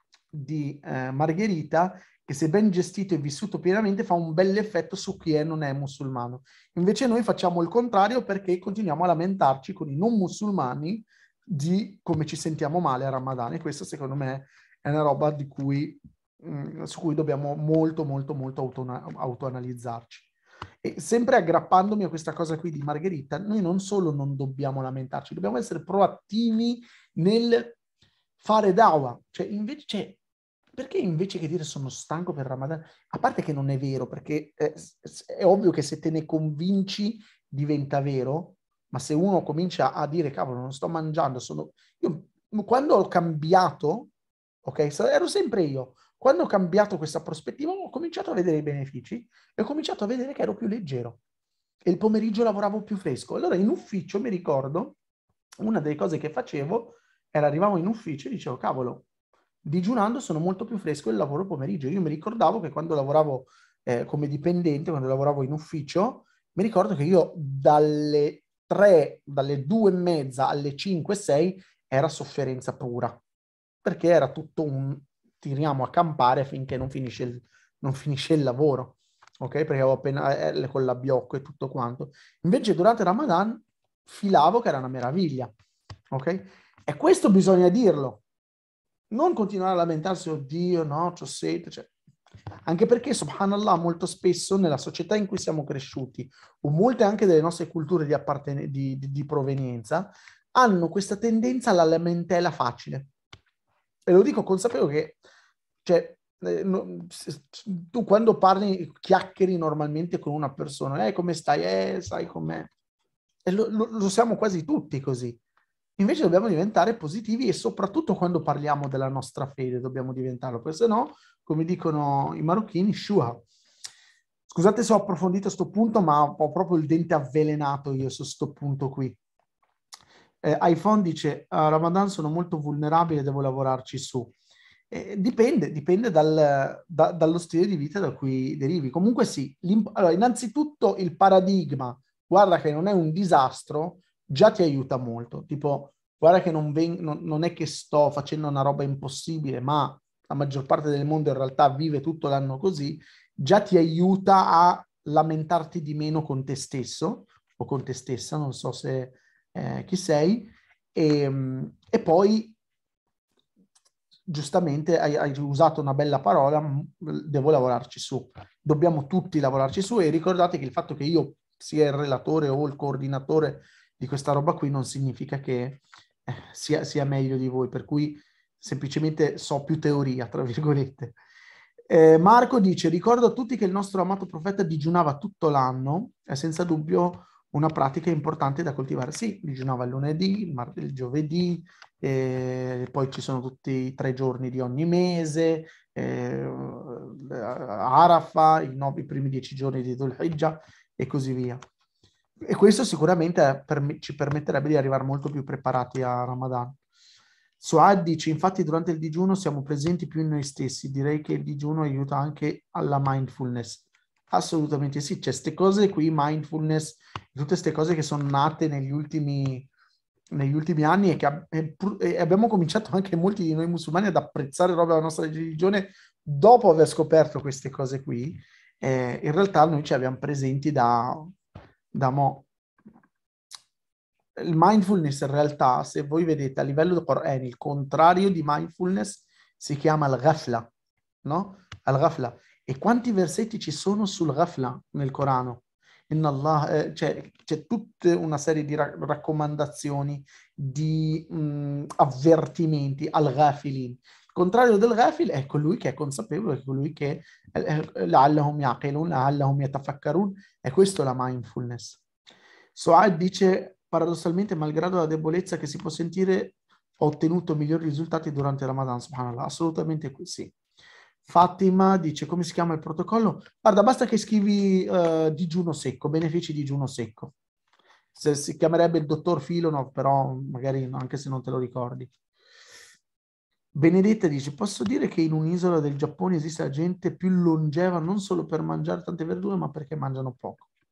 di eh, Margherita, che se ben gestito e vissuto pienamente fa un bel effetto su chi è non è musulmano. Invece noi facciamo il contrario perché continuiamo a lamentarci con i non musulmani di come ci sentiamo male a Ramadan, e questo secondo me è una roba di cui, mh, su cui dobbiamo molto molto molto auto, autoanalizzarci. E sempre aggrappandomi a questa cosa qui di Margherita, noi non solo non dobbiamo lamentarci, dobbiamo essere proattivi nel fare da'wah, cioè invece, cioè, perché invece che dire sono stanco per Ramadan, a parte che non è vero, perché è, è ovvio che se te ne convinci diventa vero, ma se uno comincia a dire cavolo non sto mangiando, sono... Io quando ho cambiato, ok, ero sempre io, quando ho cambiato questa prospettiva ho cominciato a vedere i benefici e ho cominciato a vedere che ero più leggero e il pomeriggio lavoravo più fresco. Allora in ufficio mi ricordo, una delle cose che facevo era arrivavo in ufficio e dicevo cavolo, digiunando sono molto più fresco il lavoro pomeriggio. Io mi ricordavo che quando lavoravo eh, come dipendente, quando lavoravo in ufficio, mi ricordo che io dalle tre, dalle due e mezza alle cinque, sei era sofferenza pura, perché era tutto un tiriamo a campare finché non finisce il, non finisce il lavoro, ok? Perché avevo appena eh, con l'abbiocco e tutto quanto. Invece durante Ramadan filavo che era una meraviglia, ok? E questo bisogna dirlo. Non continuare a lamentarsi, oddio, no, c'ho sete, cioè. Anche perché, subhanallah, molto spesso nella società in cui siamo cresciuti, o molte anche delle nostre culture di, apparten- di, di, di provenienza, hanno questa tendenza alla lamentela facile. E lo dico consapevole che, cioè, eh, no, se, tu quando parli, chiacchieri normalmente con una persona, eh, come stai? Eh, sai com'è? E lo, lo, lo siamo quasi tutti così. Invece dobbiamo diventare positivi e soprattutto quando parliamo della nostra fede dobbiamo diventarlo, perché se no, come dicono i marocchini, shua. Scusate se ho approfondito questo punto, ma ho proprio il dente avvelenato io su questo punto qui. Eh, iPhone dice, a Ramadan sono molto vulnerabile, devo lavorarci su. Eh, dipende, dipende dal, da, dallo stile di vita da cui derivi. Comunque sì, allora, innanzitutto il paradigma, guarda che non è un disastro, già ti aiuta molto. Tipo, guarda che non, ven- non, non è che sto facendo una roba impossibile, ma la maggior parte del mondo in realtà vive tutto l'anno così, già ti aiuta a lamentarti di meno con te stesso o con te stessa, non so se eh, chi sei, e, e poi giustamente hai, hai usato una bella parola, devo lavorarci su. Dobbiamo tutti lavorarci su e ricordate che il fatto che io sia il relatore o il coordinatore di questa roba qui non significa che eh, sia, sia meglio di voi, per cui semplicemente so più teoria, tra virgolette. Eh, Marco dice, ricordo a tutti che il nostro amato profeta digiunava tutto l'anno, è senza dubbio una pratica importante da coltivare. Sì, digiunava il lunedì, il, mar- il giovedì, eh, poi ci sono tutti i tre giorni di ogni mese, eh, Arafah, i, nove, i primi dieci giorni di Dhul Hijjah e così via. E questo sicuramente per, ci permetterebbe di arrivare molto più preparati a Ramadan. Suad dice, infatti durante il digiuno siamo presenti più in noi stessi, direi che il digiuno aiuta anche alla mindfulness. Assolutamente sì, c'è queste cose qui, mindfulness, tutte queste cose che sono nate negli ultimi, negli ultimi anni e che e, e abbiamo cominciato anche molti di noi musulmani ad apprezzare proprio la nostra religione dopo aver scoperto queste cose qui. Eh, in realtà noi ci abbiamo presenti da, da mo'. Il mindfulness in realtà, se voi vedete a livello del Corano, il contrario di mindfulness si chiama al-ghafla, no? Al-ghafla. E quanti versetti ci sono sul ghafla nel Corano? In Allah, eh, c'è, c'è tutta una serie di ra- raccomandazioni, di mh, avvertimenti al-ghafilin. Il contrario del ghafil è colui che è consapevole, è colui che la'allahum yaqilun, la'allahum yatafakkarun, è questo la mindfulness. Suad dice, paradossalmente, malgrado la debolezza che si può sentire, ho ottenuto migliori risultati durante Ramadan, subhanallah. Assolutamente sì. Fatima dice, come si chiama il protocollo? Guarda, basta che scrivi uh, digiuno secco, benefici digiuno secco. Se, si chiamerebbe il dottor Filonov, però magari anche se non te lo ricordi. Benedetta dice, posso dire che in un'isola del Giappone esiste la gente più longeva non solo per mangiare tante verdure, ma perché mangiano poco.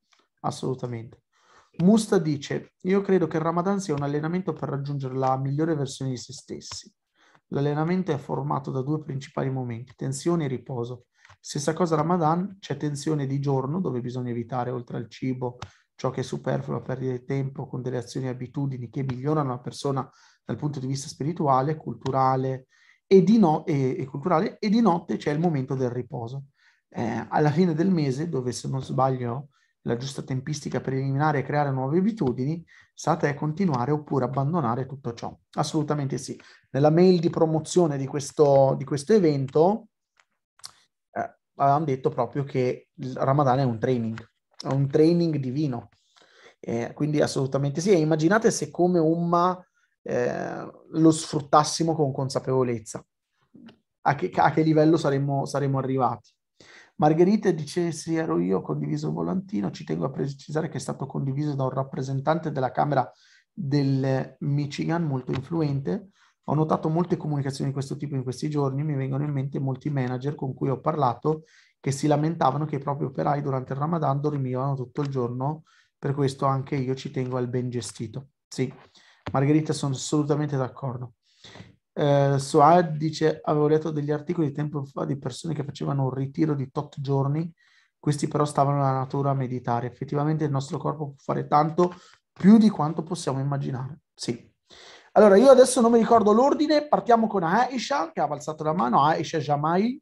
assolutamente. Musta dice, io credo che il Ramadan sia un allenamento per raggiungere la migliore versione di se stessi. L'allenamento è formato da due principali momenti, tensione e riposo. Stessa cosa Ramadan, c'è tensione di giorno, dove bisogna evitare, oltre al cibo, ciò che è superfluo, perdere tempo con delle azioni e abitudini che migliorano la persona dal punto di vista spirituale, culturale e di, no- e, e culturale, e di notte c'è il momento del riposo. Eh, alla fine del mese, dove se non sbaglio la giusta tempistica per eliminare e creare nuove abitudini, sa a te continuare oppure abbandonare tutto ciò. Assolutamente sì. Nella mail di promozione di questo, di questo evento eh, avevamo detto proprio che il Ramadan è un training, è un training divino. Eh, quindi assolutamente sì. E immaginate se come umma eh, lo sfruttassimo con consapevolezza. A che, a che livello saremmo, saremmo arrivati. Margherita dice, sì, ero io, ho condiviso il volantino, ci tengo a precisare che è stato condiviso da un rappresentante della Camera del Michigan, molto influente. Ho notato molte comunicazioni di questo tipo in questi giorni, mi vengono in mente molti manager con cui ho parlato che si lamentavano che i propri operai durante il Ramadan dormivano tutto il giorno, per questo anche io ci tengo al ben gestito. Sì, Margherita, sono assolutamente d'accordo. Uh, Suad dice, avevo letto degli articoli di tempo fa di persone che facevano un ritiro di tot giorni, questi però stavano nella natura a meditare. Effettivamente il nostro corpo può fare tanto più di quanto possiamo immaginare. Sì. Allora, io adesso non mi ricordo l'ordine, partiamo con Aisha, che ha alzato la mano. Aisha Jamai.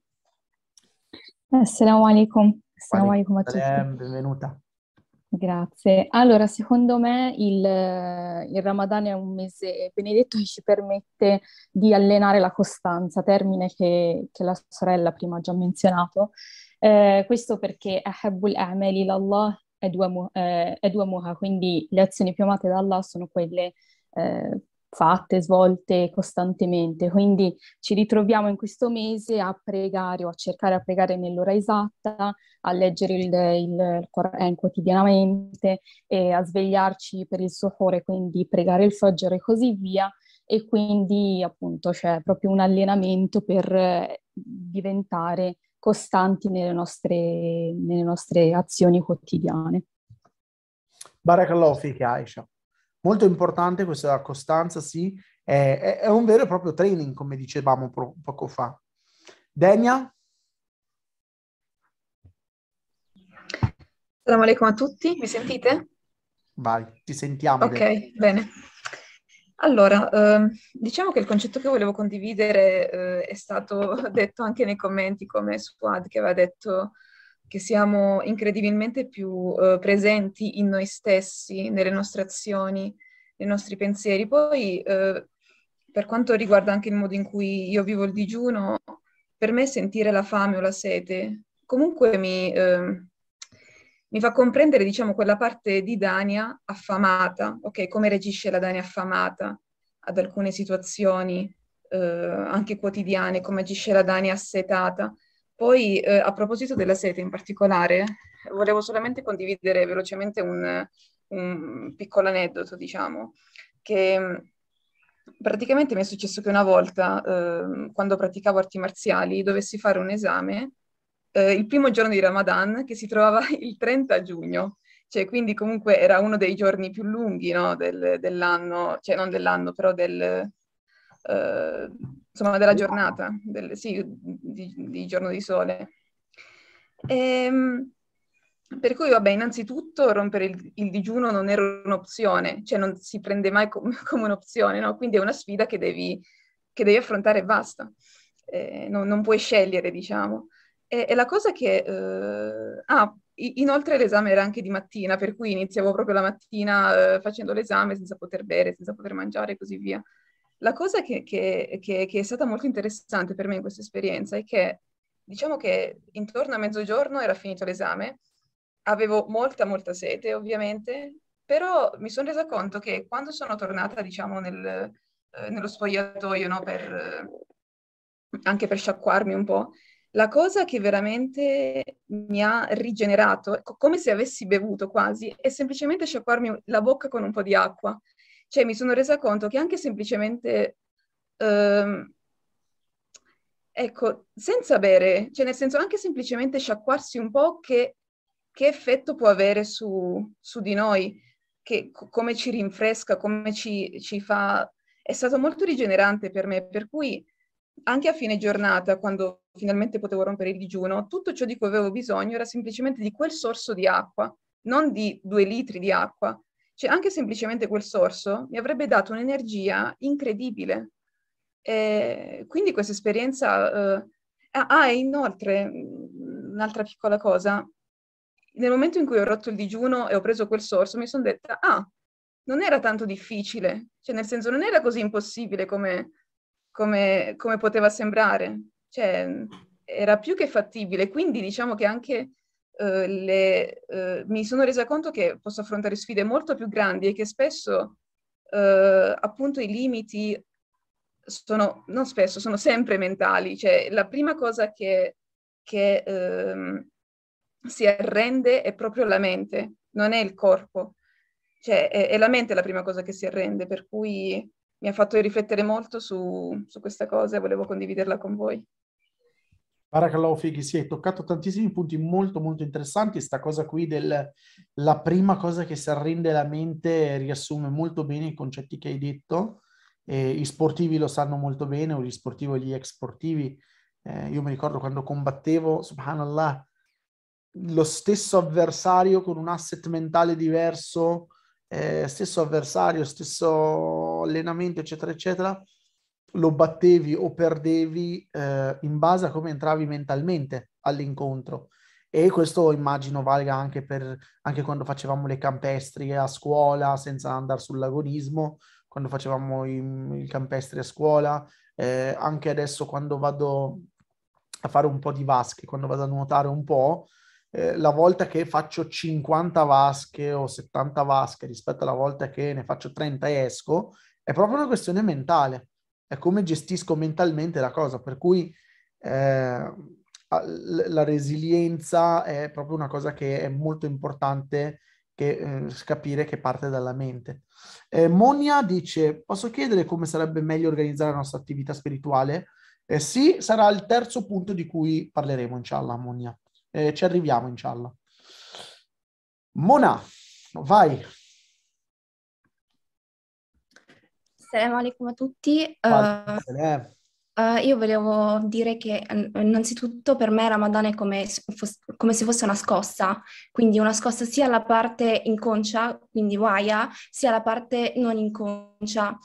Assalamu alaikum. Assalamu alaikum a tutti. Benvenuta. Grazie. Allora, secondo me il, il Ramadan è un mese benedetto che ci permette di allenare la costanza, termine che, che la sorella prima ha già menzionato. Eh, questo perché ahabbul a'mali ilallah adwamuha, quindi le azioni più amate da Allah sono quelle eh, fatte, svolte costantemente, quindi ci ritroviamo in questo mese a pregare o a cercare a pregare nell'ora esatta, a leggere il, il Quran quotidianamente e a svegliarci per il suhoor, quindi pregare il Fajr e così via, e quindi appunto c'è proprio un allenamento per eh, diventare costanti nelle nostre, nelle nostre azioni quotidiane. Barakallahu fik, Aisha. Molto importante questa costanza, sì, è, è, è un vero e proprio training, come dicevamo pro, poco fa. Denia? Assalamu alaikum a tutti, mi sentite? Vai, ti sentiamo. Ok, Denia. bene. Allora, eh, diciamo che il concetto che volevo condividere eh, è stato detto anche nei commenti, come Suad, che aveva detto che siamo incredibilmente più eh, presenti in noi stessi, nelle nostre azioni, nei nostri pensieri. Poi, eh, per quanto riguarda anche il modo in cui io vivo il digiuno, per me sentire la fame o la sete comunque mi, eh, mi fa comprendere, diciamo, quella parte di Dania affamata, ok? Come reagisce la Dania affamata ad alcune situazioni, eh, anche quotidiane, come agisce la Dania assetata. Poi, eh, a proposito della sete in particolare, volevo solamente condividere velocemente un, un piccolo aneddoto, diciamo, che praticamente mi è successo che una volta, eh, quando praticavo arti marziali, dovessi fare un esame eh, il primo giorno di Ramadan, che si trovava il trenta giugno, cioè quindi comunque era uno dei giorni più lunghi, no, del, dell'anno, cioè non dell'anno, però del... Uh, insomma della giornata, del, sì, di, di giorno di sole. E, per cui, vabbè, innanzitutto rompere il, il digiuno non era un'opzione, cioè non si prende mai com- come un'opzione, no? Quindi è una sfida che devi, che devi affrontare e basta. Eh, non, non puoi scegliere, diciamo. E, e la cosa che... Uh, ah, inoltre l'esame era anche di mattina, per cui iniziavo proprio la mattina uh, facendo l'esame senza poter bere, senza poter mangiare e così via. La cosa che, che, che, che è stata molto interessante per me in questa esperienza è che, diciamo che intorno a mezzogiorno era finito l'esame, avevo molta, molta sete ovviamente, però mi sono resa conto che quando sono tornata, diciamo, nel, eh, nello spogliatoio, no, per, eh, anche per sciacquarmi un po', la cosa che veramente mi ha rigenerato, come se avessi bevuto quasi, è semplicemente sciacquarmi la bocca con un po' di acqua. Cioè mi sono resa conto che anche semplicemente, ehm, ecco, senza bere, cioè nel senso anche semplicemente sciacquarsi un po', che che effetto può avere su, su di noi, che, come ci rinfresca, come ci, ci fa... È stato molto rigenerante per me, per cui anche a fine giornata, quando finalmente potevo rompere il digiuno, tutto ciò di cui avevo bisogno era semplicemente di quel sorso di acqua, non di due litri di acqua. Cioè, anche semplicemente quel sorso mi avrebbe dato un'energia incredibile. E quindi questa esperienza... Eh... Ah, e inoltre, un'altra piccola cosa. Nel momento in cui ho rotto il digiuno e ho preso quel sorso, mi sono detta, ah, non era tanto difficile. Cioè, nel senso, non era così impossibile come, come, come poteva sembrare. Cioè, era più che fattibile. Quindi diciamo che anche eh, le, eh, mi sono resa conto che posso affrontare sfide molto più grandi e che spesso, eh, appunto, i limiti sono, non spesso, sono sempre mentali. Cioè, la prima cosa che, che ehm, si arrende è proprio la mente, non è il corpo. Cioè, è, è la mente la prima cosa che si arrende, per cui mi ha fatto riflettere molto su, su questa cosa e volevo condividerla con voi. Barakallahu Fiki, sì, hai toccato tantissimi punti molto molto interessanti. Sta cosa qui del la prima cosa che si arrende la mente riassume molto bene i concetti che hai detto. E gli sportivi lo sanno molto bene, o gli sportivi o gli ex sportivi. Eh, io mi ricordo quando combattevo, subhanallah, lo stesso avversario con un asset mentale diverso, eh, stesso avversario, stesso allenamento, eccetera, eccetera, lo battevi o perdevi eh, in base a come entravi mentalmente all'incontro. E questo immagino valga anche per anche quando facevamo le campestri a scuola, senza andare sull'agonismo, quando facevamo i, i campestri a scuola, eh, anche adesso quando vado a fare un po' di vasche, quando vado a nuotare un po', eh, la volta che faccio cinquanta vasche o settanta vasche rispetto alla volta che ne faccio trenta e esco, è proprio una questione mentale, è come gestisco mentalmente la cosa, per cui eh, la resilienza è proprio una cosa che è molto importante che, eh, capire che parte dalla mente. Eh, Monia dice, posso chiedere come sarebbe meglio organizzare la nostra attività spirituale? Eh, sì, sarà il terzo punto di cui parleremo, inshallah, Monia. Eh, ci arriviamo, inshallah. Mona, vai. Assalamu alaikum a tutti. Uh, Uh, io volevo dire che innanzitutto per me Ramadan è come, come se fosse una scossa, quindi una scossa sia alla parte inconscia, quindi waya, sia alla parte non inconscia.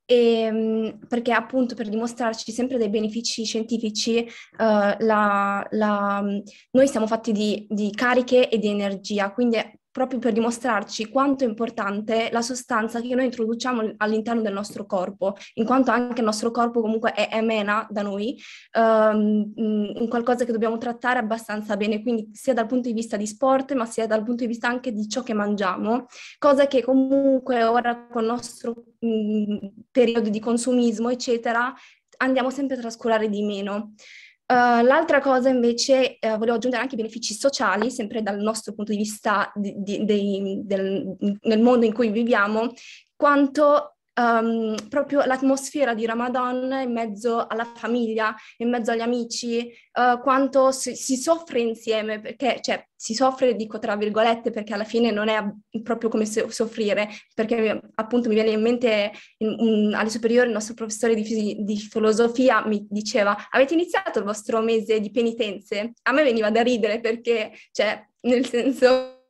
E, perché appunto per dimostrarci sempre dei benefici scientifici, uh, la, la, noi siamo fatti di, di cariche e di energia, quindi proprio per dimostrarci quanto è importante la sostanza che noi introduciamo all'interno del nostro corpo, in quanto anche il nostro corpo comunque è emena da noi, um, in qualcosa che dobbiamo trattare abbastanza bene, quindi sia dal punto di vista di sport, ma sia dal punto di vista anche di ciò che mangiamo, cosa che comunque ora con il nostro mh, periodo di consumismo, eccetera, andiamo sempre a trascurare di meno. Uh, l'altra cosa invece, uh, volevo aggiungere anche i benefici sociali, sempre dal nostro punto di vista di, di, di, del, nel mondo in cui viviamo, quanto um, proprio l'atmosfera di Ramadan in mezzo alla famiglia, in mezzo agli amici, uh, quanto si, si soffre insieme, perché cioè, si soffre, dico tra virgolette, perché alla fine non è proprio come so- soffrire, perché appunto mi viene in mente in, in, alle superiori il nostro professore di, di filosofia mi diceva: avete iniziato il vostro mese di penitenze? A me veniva da ridere perché, cioè, nel senso...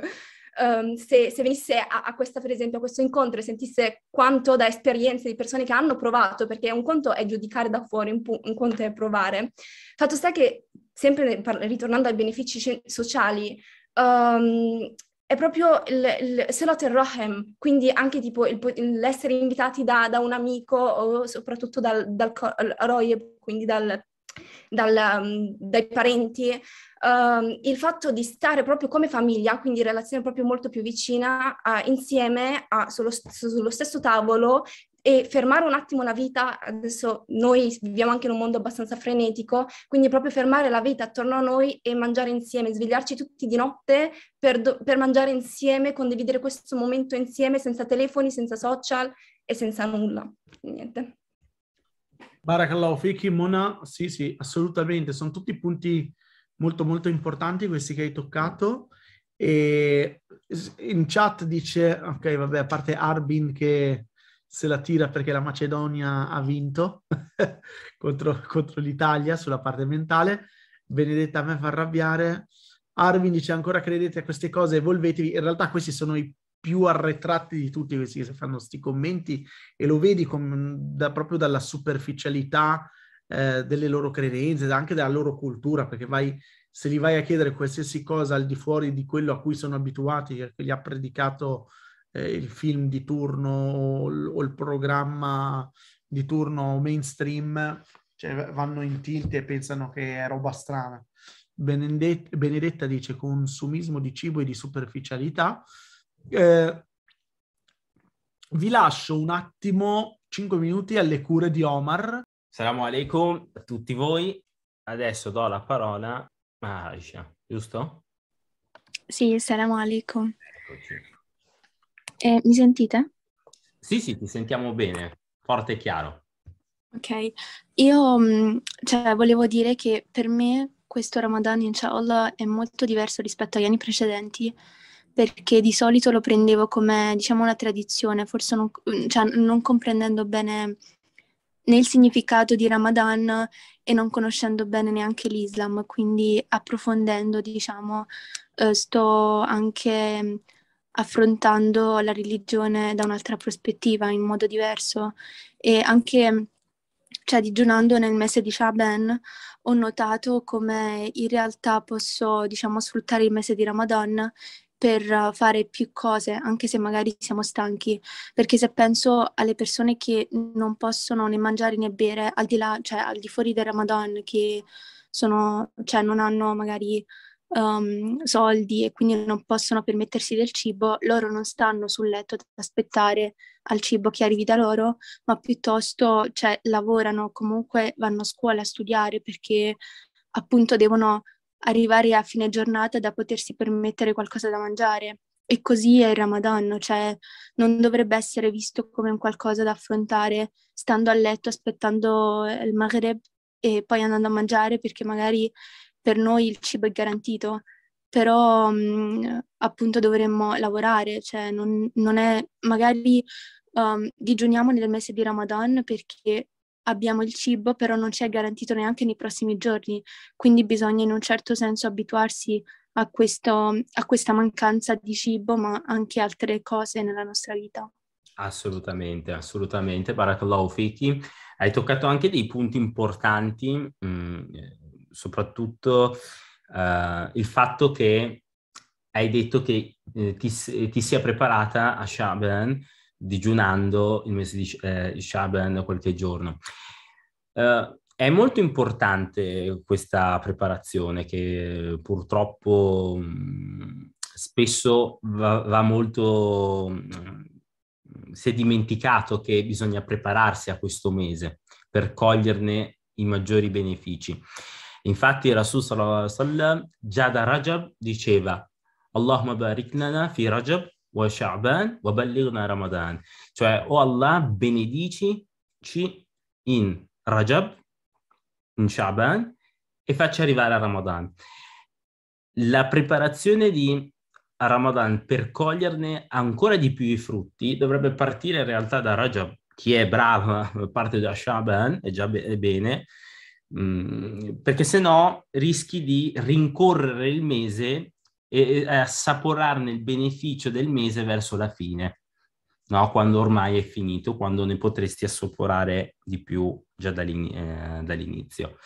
Um, se, se venisse a, a questa, per esempio, a questo incontro e sentisse quanto da esperienze di persone che hanno provato, perché un conto è giudicare da fuori, un, pu- un conto è provare. Fatto sta che, sempre par- ritornando ai benefici sociali, um, è proprio il, il Selat al-Rahem, quindi anche tipo il, l'essere invitati da, da un amico o soprattutto dal, dal Roye, quindi dal... Dal, um, dai parenti, um, il fatto di stare proprio come famiglia, quindi relazione proprio molto più vicina, uh, insieme a, sullo, sullo stesso tavolo, e fermare un attimo la vita. Adesso noi viviamo anche in un mondo abbastanza frenetico, quindi proprio fermare la vita attorno a noi e mangiare insieme, svegliarci tutti di notte per, do- per mangiare insieme, condividere questo momento insieme senza telefoni, senza social e senza nulla, niente. Barakallahu Fiki, Mona, sì sì, assolutamente, sono tutti punti molto molto importanti questi che hai toccato, E in chat dice, ok, vabbè, a parte Arbin che se la tira perché la Macedonia ha vinto contro, contro l'Italia sulla parte mentale. Benedetta, a me fa arrabbiare. Arvin dice, ancora credete a queste cose, evolvetevi. In realtà questi sono i più arretrati di tutti questi che fanno sti commenti, e lo vedi com- da, proprio dalla superficialità eh, delle loro credenze, anche della loro cultura, perché vai, se gli vai a chiedere qualsiasi cosa al di fuori di quello a cui sono abituati, che gli ha predicato eh, il film di turno o, l- o il programma di turno mainstream, cioè vanno in tilt e pensano che è roba strana. Benedetta, Benedetta dice consumismo di cibo e di superficialità. Eh, vi lascio un attimo, cinque minuti, alle cure di Omar. Assalamu alaikum a tutti voi. Adesso do la parola a Aisha, giusto? Sì, assalamu alaikum. Eccoci. Eh, mi sentite? Sì, sì, ti sentiamo bene, forte e chiaro. Ok, io mh, cioè, volevo dire che per me questo Ramadan, inshallah, è molto diverso rispetto agli anni precedenti, perché di solito lo prendevo come, diciamo, una tradizione, forse non, cioè, non comprendendo bene né il significato di Ramadan e non conoscendo bene neanche l'Islam, quindi approfondendo, diciamo, eh, sto anche affrontando la religione da un'altra prospettiva, in modo diverso, e anche, cioè, digiunando nel mese di Sha'ban ho notato come in realtà posso, diciamo, sfruttare il mese di Ramadan per fare più cose, anche se magari siamo stanchi, perché se penso alle persone che non possono né mangiare né bere al di là, cioè al di fuori del Ramadan, che sono, cioè non hanno magari um, soldi e quindi non possono permettersi del cibo, loro non stanno sul letto ad aspettare al cibo che arrivi da loro, ma piuttosto, cioè, lavorano, comunque vanno a scuola a studiare, perché appunto devono arrivare a fine giornata da potersi permettere qualcosa da mangiare. E così è il Ramadan, cioè non dovrebbe essere visto come un qualcosa da affrontare stando a letto aspettando il Maghreb e poi andando a mangiare, perché magari per noi il cibo è garantito, però mh, appunto dovremmo lavorare, cioè non, non è, magari um, digiuniamo nel mese di Ramadan perché abbiamo il cibo, però non ci è garantito neanche nei prossimi giorni, quindi bisogna in un certo senso abituarsi a, questo, a questa mancanza di cibo, ma anche altre cose nella nostra vita. Assolutamente, assolutamente. Barakallahu fiki. Hai toccato anche dei punti importanti, mh, soprattutto uh, il fatto che hai detto che eh, ti, ti sia preparata a Sha'ban digiunando il mese di eh, Sha'ban qualche giorno. Uh, è molto importante questa preparazione, che purtroppo mh, spesso va, va molto... Mh, si è dimenticato che bisogna prepararsi a questo mese per coglierne i maggiori benefici. Infatti Rasul sallallahu alaihi wasallam già da Rajab diceva Allahumma barik lana fi Rajab wa Sha'ban wa ballighna Ramadan, cioè o oh Allah benedici in Rajab, in Sha'ban, e facci arrivare a Ramadan. La preparazione di Ramadan per coglierne ancora di più i frutti dovrebbe partire in realtà da Rajab. Chi è bravo parte da Sha'ban, è già be- bene, mh, perché se no rischi di rincorrere il mese e, e assaporarne il beneficio del mese verso la fine, no? Quando ormai è finito, quando ne potresti assaporare di più già dall'in- eh, dall'inizio.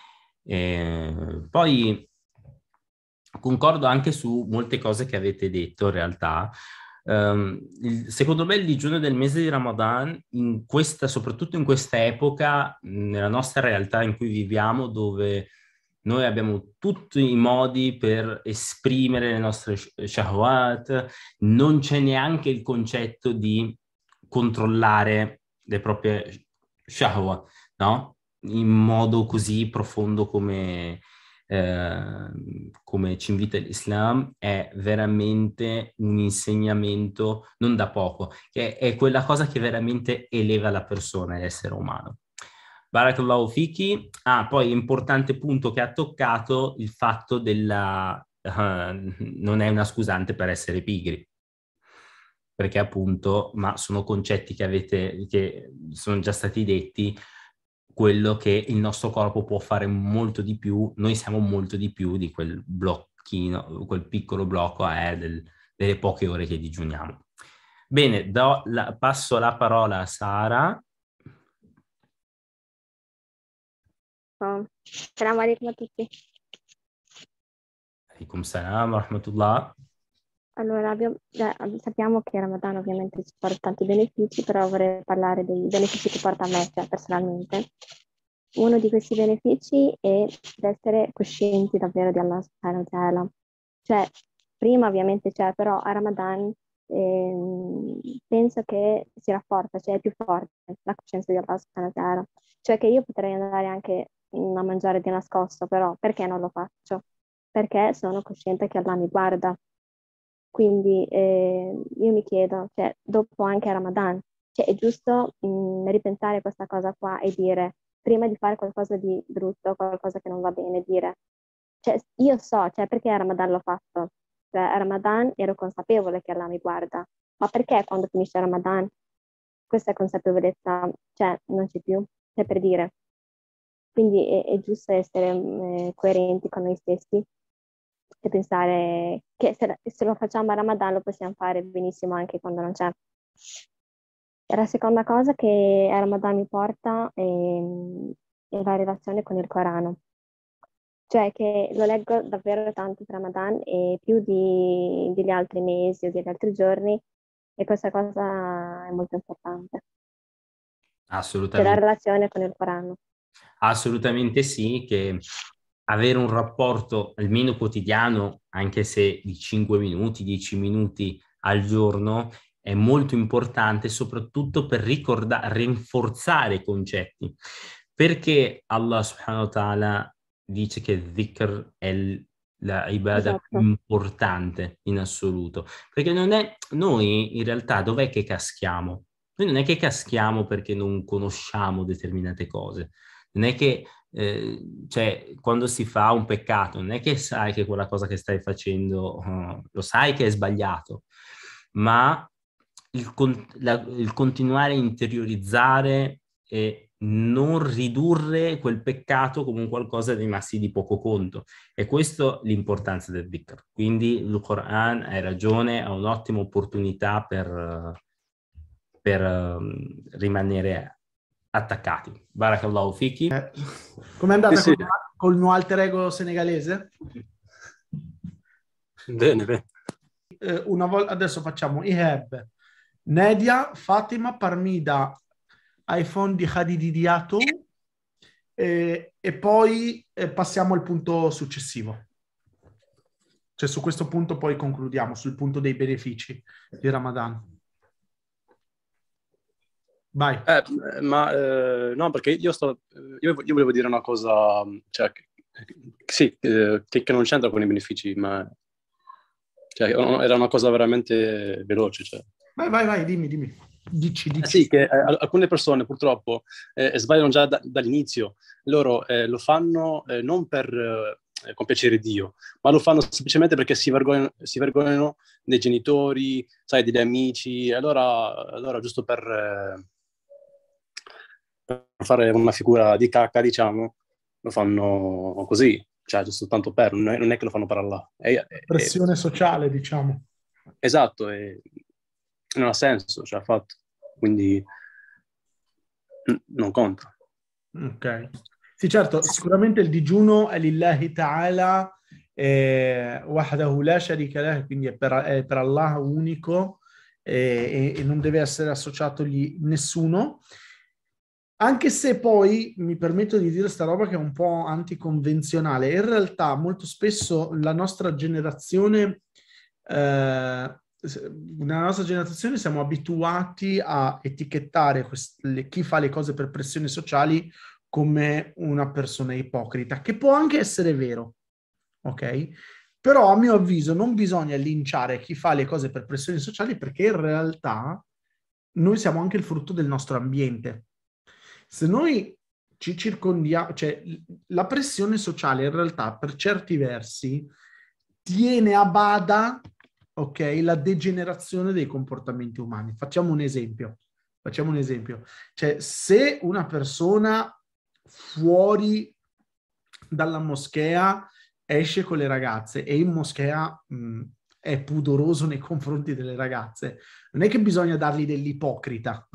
E poi concordo anche su molte cose che avete detto in realtà. Um, il, secondo me il digiuno del mese di Ramadan, in questa, soprattutto in questa epoca, nella nostra realtà in cui viviamo, dove noi abbiamo tutti i modi per esprimere le nostre shahwat, non c'è neanche il concetto di controllare le proprie shahwat, no? In modo così profondo come... Eh, come ci invita l'Islam, è veramente un insegnamento non da poco, che è quella cosa che veramente eleva la persona, l'essere umano. Barakallahu fiki. Ah, poi importante punto che ha toccato, il fatto della uh, non è una scusante per essere pigri, perché appunto, ma sono concetti che avete, che sono già stati detti, quello che il nostro corpo può fare molto di più, noi siamo molto di più di quel blocchino, quel piccolo blocco eh, del, delle poche ore che digiuniamo. Bene, do la, passo la parola a Sara. Oh. Salam alaikum a tutti. Alaikum salam wa rahmatullah. Allora, abbiamo, già, sappiamo che Ramadan ovviamente ci porta tanti benefici, però vorrei parlare dei benefici che porta a me, cioè personalmente. Uno di questi benefici è essere coscienti davvero di Allah subhanahu wa ta'ala. Cioè, prima ovviamente c'è, però a Ramadan ehm, penso che si rafforza, cioè è più forte la coscienza di Allah subhanahu wa ta'ala. Cioè che io potrei andare anche a mangiare di nascosto, però perché non lo faccio? Perché sono cosciente che Allah mi guarda. Quindi eh, io mi chiedo, cioè, dopo anche a Ramadan, cioè, è giusto mh, ripensare questa cosa qua e dire, prima di fare qualcosa di brutto, qualcosa che non va bene, dire, cioè, io so, cioè, perché a Ramadan l'ho fatto? Cioè, a Ramadan ero consapevole che Allah mi guarda, ma perché quando finisce Ramadan questa consapevolezza, cioè, non c'è più? Cioè, per dire. Quindi è, è giusto essere eh, coerenti con noi stessi e pensare che se, se lo facciamo a Ramadan lo possiamo fare benissimo anche quando non c'è. E la seconda cosa che a Ramadan mi porta è, è la relazione con il Corano. Cioè che lo leggo davvero tanto per Ramadan e più di, degli altri mesi o degli altri giorni, e questa cosa è molto importante. Assolutamente. C'è la relazione con il Corano. Assolutamente sì, che avere un rapporto almeno quotidiano, anche se di cinque minuti, dieci minuti al giorno, è molto importante, soprattutto per ricordare, rinforzare i concetti. Perché Allah subhanahu wa ta'ala dice che dhikr è la ibadah Esatto. più importante in assoluto? Perché non è, noi in realtà dov'è che caschiamo? Noi non è che caschiamo perché non conosciamo determinate cose. Non è che, eh, cioè, quando si fa un peccato, non è che sai che quella cosa che stai facendo, uh, lo sai che è sbagliato, ma il, con- la- il continuare a interiorizzare e non ridurre quel peccato come un qualcosa di massi di poco conto. E questo è l'importanza del dhikr. Quindi il Quran, hai ragione, è un'ottima opportunità per, per um, rimanere attaccati. Barakallahu fiki. Eh, com'è andata Sì, sì. col, col mio alter ego senegalese? Bene, bene. Eh, una volta, adesso facciamo Iheb, Nedia, Fatima, Parmida, iPhone di Khadididiato eh, e poi eh, passiamo al punto successivo. Cioè su questo punto poi concludiamo, sul punto dei benefici di Ramadan. Vai. Eh, ma eh, no, perché io sto io, io volevo dire una cosa, cioè, che, sì, eh, che, che non c'entra con i benefici, ma cioè, era una cosa veramente veloce. Cioè. Vai, vai, vai, dimmi, dimmi. Dici, dici. Eh sì, che eh, alcune persone purtroppo eh, sbagliano già da, dall'inizio. Loro eh, lo fanno eh, non per eh, compiacere Dio, ma lo fanno semplicemente perché si vergognano, si vergognano dei genitori, sai, degli amici. Allora, allora giusto per... Eh, per fare una figura di cacca, diciamo, lo fanno così, cioè giusto tanto per, non è, non è che lo fanno per Allah. È, è, Pressione è, sociale, diciamo. Esatto, è, non ha senso, cioè fatto, quindi n- non conta. Ok. Sì, certo, sicuramente il digiuno è lillahi ta'ala, eh, wahdahu la sharika lah, quindi è per, è per Allah unico eh, e, e non deve essere associato a nessuno. Anche se poi mi permetto di dire sta roba che è un po' anticonvenzionale, in realtà molto spesso la nostra generazione, eh, nella nostra generazione siamo abituati a etichettare quest- le, chi fa le cose per pressioni sociali come una persona ipocrita, che può anche essere vero, ok? Però a mio avviso non bisogna linciare chi fa le cose per pressioni sociali, perché in realtà noi siamo anche il frutto del nostro ambiente. Se noi ci circondiamo, cioè la pressione sociale in realtà per certi versi tiene a bada, ok, la degenerazione dei comportamenti umani. Facciamo un esempio. Facciamo un esempio. Cioè, se una persona fuori dalla moschea esce con le ragazze e in moschea mh, è pudoroso nei confronti delle ragazze, non è che bisogna dargli dell'ipocrita,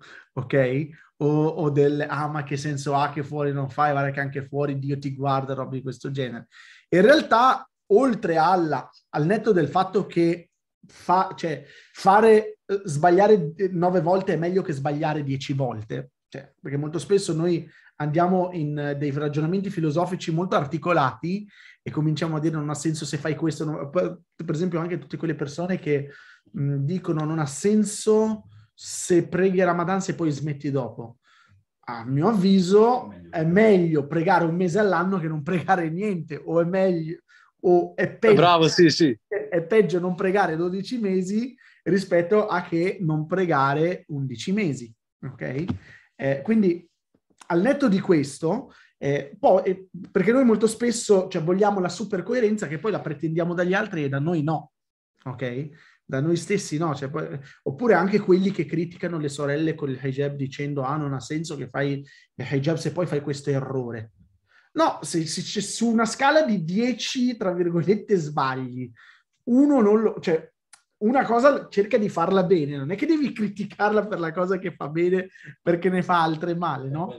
ok? O, o del, ah, ma che senso ha che fuori non fai, guarda che anche fuori Dio ti guarda, roba di questo genere. In realtà, oltre alla, al netto del fatto che fa, cioè, fare, eh, sbagliare nove volte è meglio che sbagliare dieci volte, cioè, perché molto spesso noi andiamo in dei ragionamenti filosofici molto articolati e cominciamo a dire non ha senso se fai questo. Non... Per esempio anche tutte quelle persone che mh, dicono non ha senso se preghi a Ramadan se poi smetti dopo. A mio avviso è meglio pregare un mese all'anno che non pregare niente, o è meglio, o è peggio, bravo, sì, sì. È peggio non pregare dodici mesi rispetto a che non pregare undici mesi, ok? Eh, quindi al netto di questo, eh, poi, eh, perché noi molto spesso cioè, vogliamo la super coerenza che poi la pretendiamo dagli altri e da noi no, ok? Da noi stessi no, cioè, poi, oppure anche quelli che criticano le sorelle con il hijab dicendo ah non ha senso che fai il hijab se poi fai questo errore. No, se, se, se su una scala di dieci, tra virgolette, sbagli, uno non lo... cioè, una cosa cerca di farla bene, non è che devi criticarla per la cosa che fa bene perché ne fa altre male, no?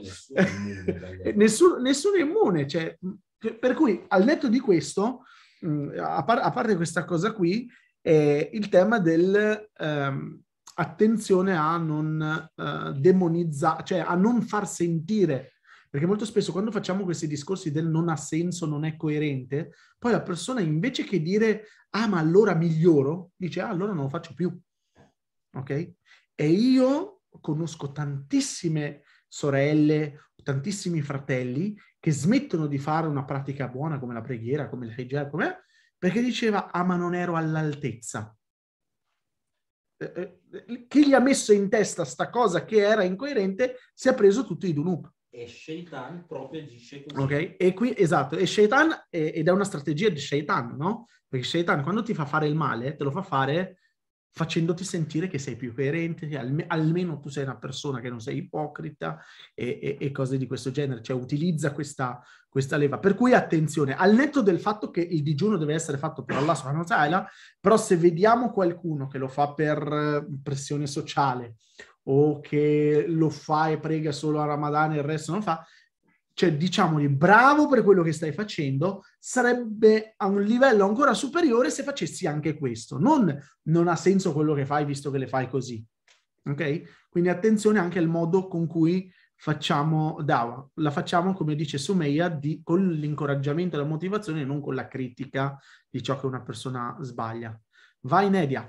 nessuno, nessuno è immune, cioè, per cui al netto di questo, a, par- a parte questa cosa qui, è il tema del ehm, attenzione a non eh, demonizzare, cioè a non far sentire, perché molto spesso quando facciamo questi discorsi del non ha senso, non è coerente, poi la persona invece che dire ah ma allora miglioro, dice ah allora non lo faccio più, ok? E io conosco tantissime sorelle, tantissimi fratelli che smettono di fare una pratica buona come la preghiera, come il hijab, come perché diceva ah ma non ero all'altezza. Eh, eh, chi gli ha messo in testa sta cosa che era incoerente si è preso tutti i dunub. E Shaitan proprio agisce così. Ok, e qui, esatto, e Shaitan, è, ed è una strategia di Shaitan, no? Perché Shaitan quando ti fa fare il male, te lo fa fare facendoti sentire che sei più coerente, che alme, almeno tu sei una persona che non sei ipocrita e, e, e cose di questo genere, cioè utilizza questa, questa leva. Per cui attenzione, al netto del fatto che il digiuno deve essere fatto per Allah subhanahu wa ta'ala, però se vediamo qualcuno che lo fa per pressione sociale, o che lo fa e prega solo a Ramadan e il resto non fa, cioè diciamogli bravo per quello che stai facendo, sarebbe a un livello ancora superiore se facessi anche questo, non non ha senso quello che fai visto che le fai così, ok? Quindi attenzione anche al modo con cui facciamo dawa, la facciamo come dice Sumeia di, con l'incoraggiamento e la motivazione e non con la critica di ciò che una persona sbaglia. Vai Nedia.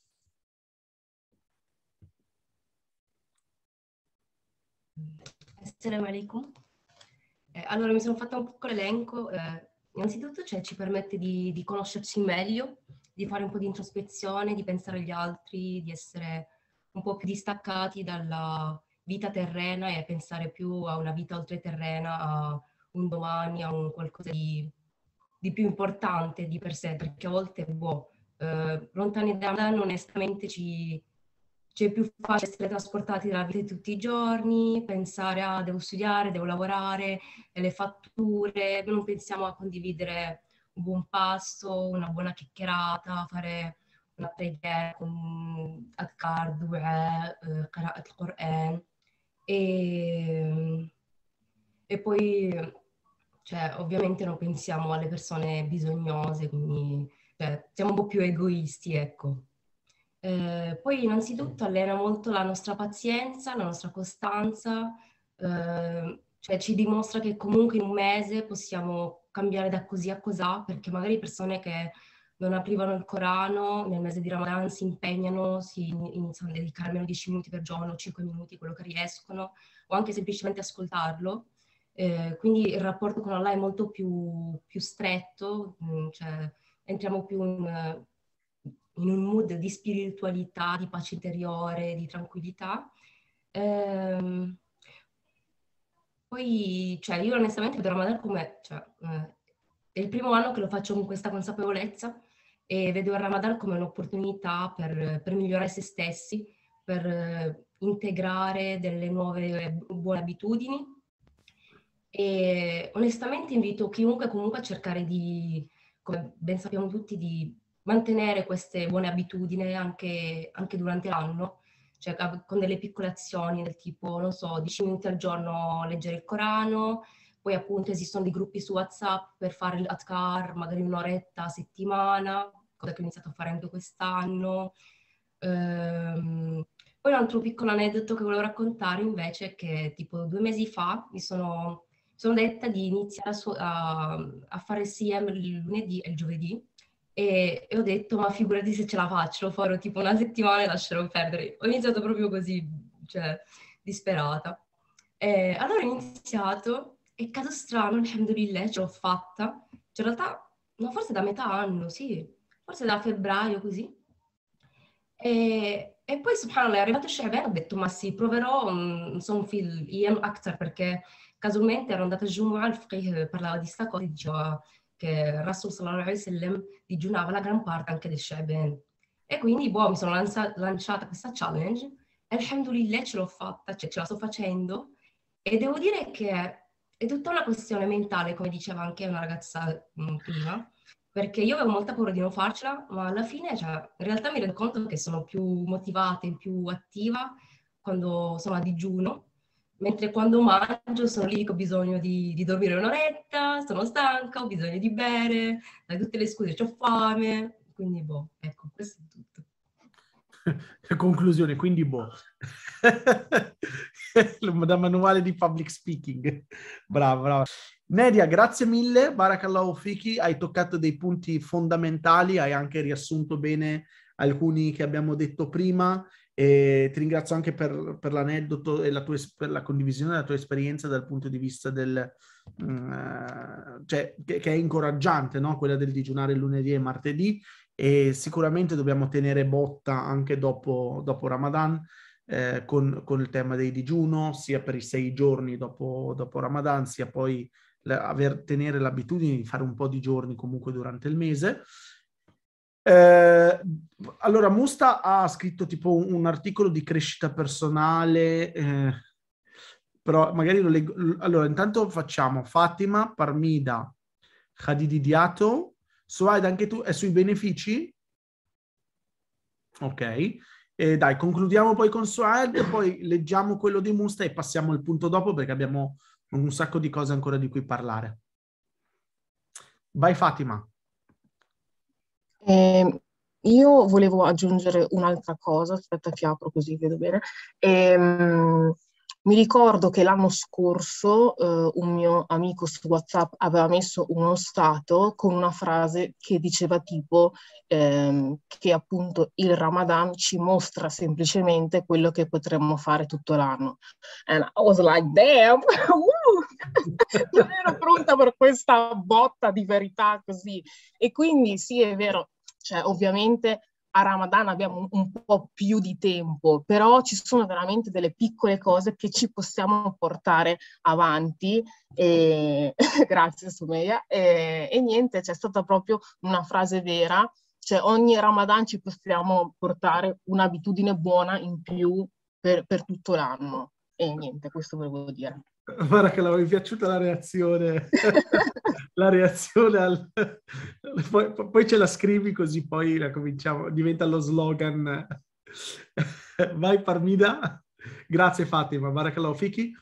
Assalamu alaikum. Eh, allora mi sono fatta un piccolo elenco. Eh, innanzitutto cioè, ci permette di, di conoscerci meglio, di fare un po' di introspezione, di pensare agli altri, di essere un po' più distaccati dalla vita terrena e pensare più a una vita oltreterrena, a un domani, a un qualcosa di, di più importante di per sé, perché a volte, boh, eh, lontani da noi, onestamente ci... C'è più facile essere trasportati dalla vita di tutti i giorni, pensare a devo studiare, devo lavorare, le fatture, non pensiamo a condividere un buon pasto, una buona chiacchierata, fare una preghiera con adhkar, dua, qira'at al-Qur'an. E, e poi, cioè, ovviamente non pensiamo alle persone bisognose, quindi cioè, siamo un po' più egoisti, ecco. Eh, poi innanzitutto allena molto la nostra pazienza, la nostra costanza, eh, cioè ci dimostra che comunque in un mese possiamo cambiare da così a cosà, perché magari persone che non aprivano il Corano nel mese di Ramadan si impegnano, si iniziano a dedicare almeno dieci minuti per giorno, cinque minuti, quello che riescono, o anche semplicemente ascoltarlo. Eh, quindi il rapporto con Allah è molto più, più stretto, mh, cioè entriamo più in... in un mood di spiritualità, di pace interiore, di tranquillità. Ehm, poi, cioè, io onestamente vedo Ramadan come, cioè, eh, è il primo anno che lo faccio con questa consapevolezza e vedo il Ramadan come un'opportunità per, per migliorare se stessi, per eh, integrare delle nuove buone abitudini. E onestamente invito chiunque comunque a cercare di, come ben sappiamo tutti, di mantenere queste buone abitudini anche, anche durante l'anno, cioè con delle piccole azioni del tipo, non so, dieci minuti al giorno leggere il Corano, poi appunto esistono dei gruppi su WhatsApp per fare l'adhkar, magari un'oretta a settimana, cosa che ho iniziato a fare anche quest'anno. Ehm, poi un altro piccolo aneddoto che volevo raccontare invece è che tipo due mesi fa mi sono, sono detta di iniziare a, su- a, a fare il S I M il lunedì e il giovedì e, e ho detto ma figurati se ce la faccio, lo farò tipo una settimana e lascerò perdere. Ho iniziato proprio così, cioè disperata. E allora ho iniziato e caso strano, alhamdulillah, ce l'ho fatta. Cioè, in realtà, no, forse da metà anno, sì, forse da febbraio così. E, e poi, subhanallah, è arrivato Sha'ban, ho detto, ma sì, proverò, mm, sono fil Iem Akhtar, perché casualmente ero andata a Jumu'ah, il fiqh parlava di sta cosa, e diceva che Rasul sallallahu alaihi wasallam digiunava la gran parte anche del Sha'ban. E quindi, boh, mi sono lanza- lanciata questa challenge, e alhamdulillah ce l'ho fatta, cioè ce la sto facendo, e devo dire che è tutta una questione mentale, come diceva anche una ragazza mh, prima, perché io avevo molta paura di non farcela, ma alla fine, cioè, in realtà mi rendo conto che sono più motivata e più attiva quando sono a digiuno, mentre quando mangio sono lì che ho bisogno di, di dormire un'oretta, sono stanca, ho bisogno di bere, dai tutte le scuse, ho fame, quindi boh, ecco, questo è tutto. Conclusione, quindi boh. Da manuale di public speaking. Bravo, bravo. Nedia, grazie mille, Barakallahu Fiki, hai toccato dei punti fondamentali, hai anche riassunto bene alcuni che abbiamo detto prima e ti ringrazio anche per, per l'aneddoto e la tua, per la condivisione della tua esperienza dal punto di vista del uh, cioè che, che è incoraggiante, no? Quella del digiunare lunedì e martedì, e sicuramente dobbiamo tenere botta anche dopo, dopo Ramadan eh, con, con il tema dei digiuno, sia per i sei giorni dopo, dopo Ramadan, sia poi la, aver, tenere l'abitudine di fare un po' di giorni comunque durante il mese. Eh, allora, Musta ha scritto tipo un, un articolo di crescita personale, eh, però magari lo leggo. Allora, intanto facciamo Fatima, Parmida, Khadidiato. Suaid, anche tu, è sui benefici? Ok. E dai, concludiamo poi con Suaid, poi leggiamo quello di Musta e passiamo al punto dopo perché abbiamo un sacco di cose ancora di cui parlare. Vai Fatima. Eh, io volevo aggiungere un'altra cosa, aspetta che apro così vedo bene. Ehm, mi ricordo che l'anno scorso eh, un mio amico su WhatsApp aveva messo uno stato con una frase che diceva tipo ehm, che appunto il Ramadan ci mostra semplicemente quello che potremmo fare tutto l'anno. And I was like, damn! Non ero pronta per questa botta di verità così. E quindi sì, è vero, cioè ovviamente a Ramadan abbiamo un po' più di tempo, però ci sono veramente delle piccole cose che ci possiamo portare avanti. E... Grazie Sumeia. E... e niente, c'è stata proprio una frase vera, cioè ogni Ramadan ci possiamo portare un'abitudine buona in più per, per tutto l'anno. E niente, questo volevo dire. Guarda che mi è piaciuta la reazione, la reazione al... poi, poi ce la scrivi così poi la cominciamo, diventa lo slogan. Vai Parmida, grazie Fatima, Barakallahu Fiki.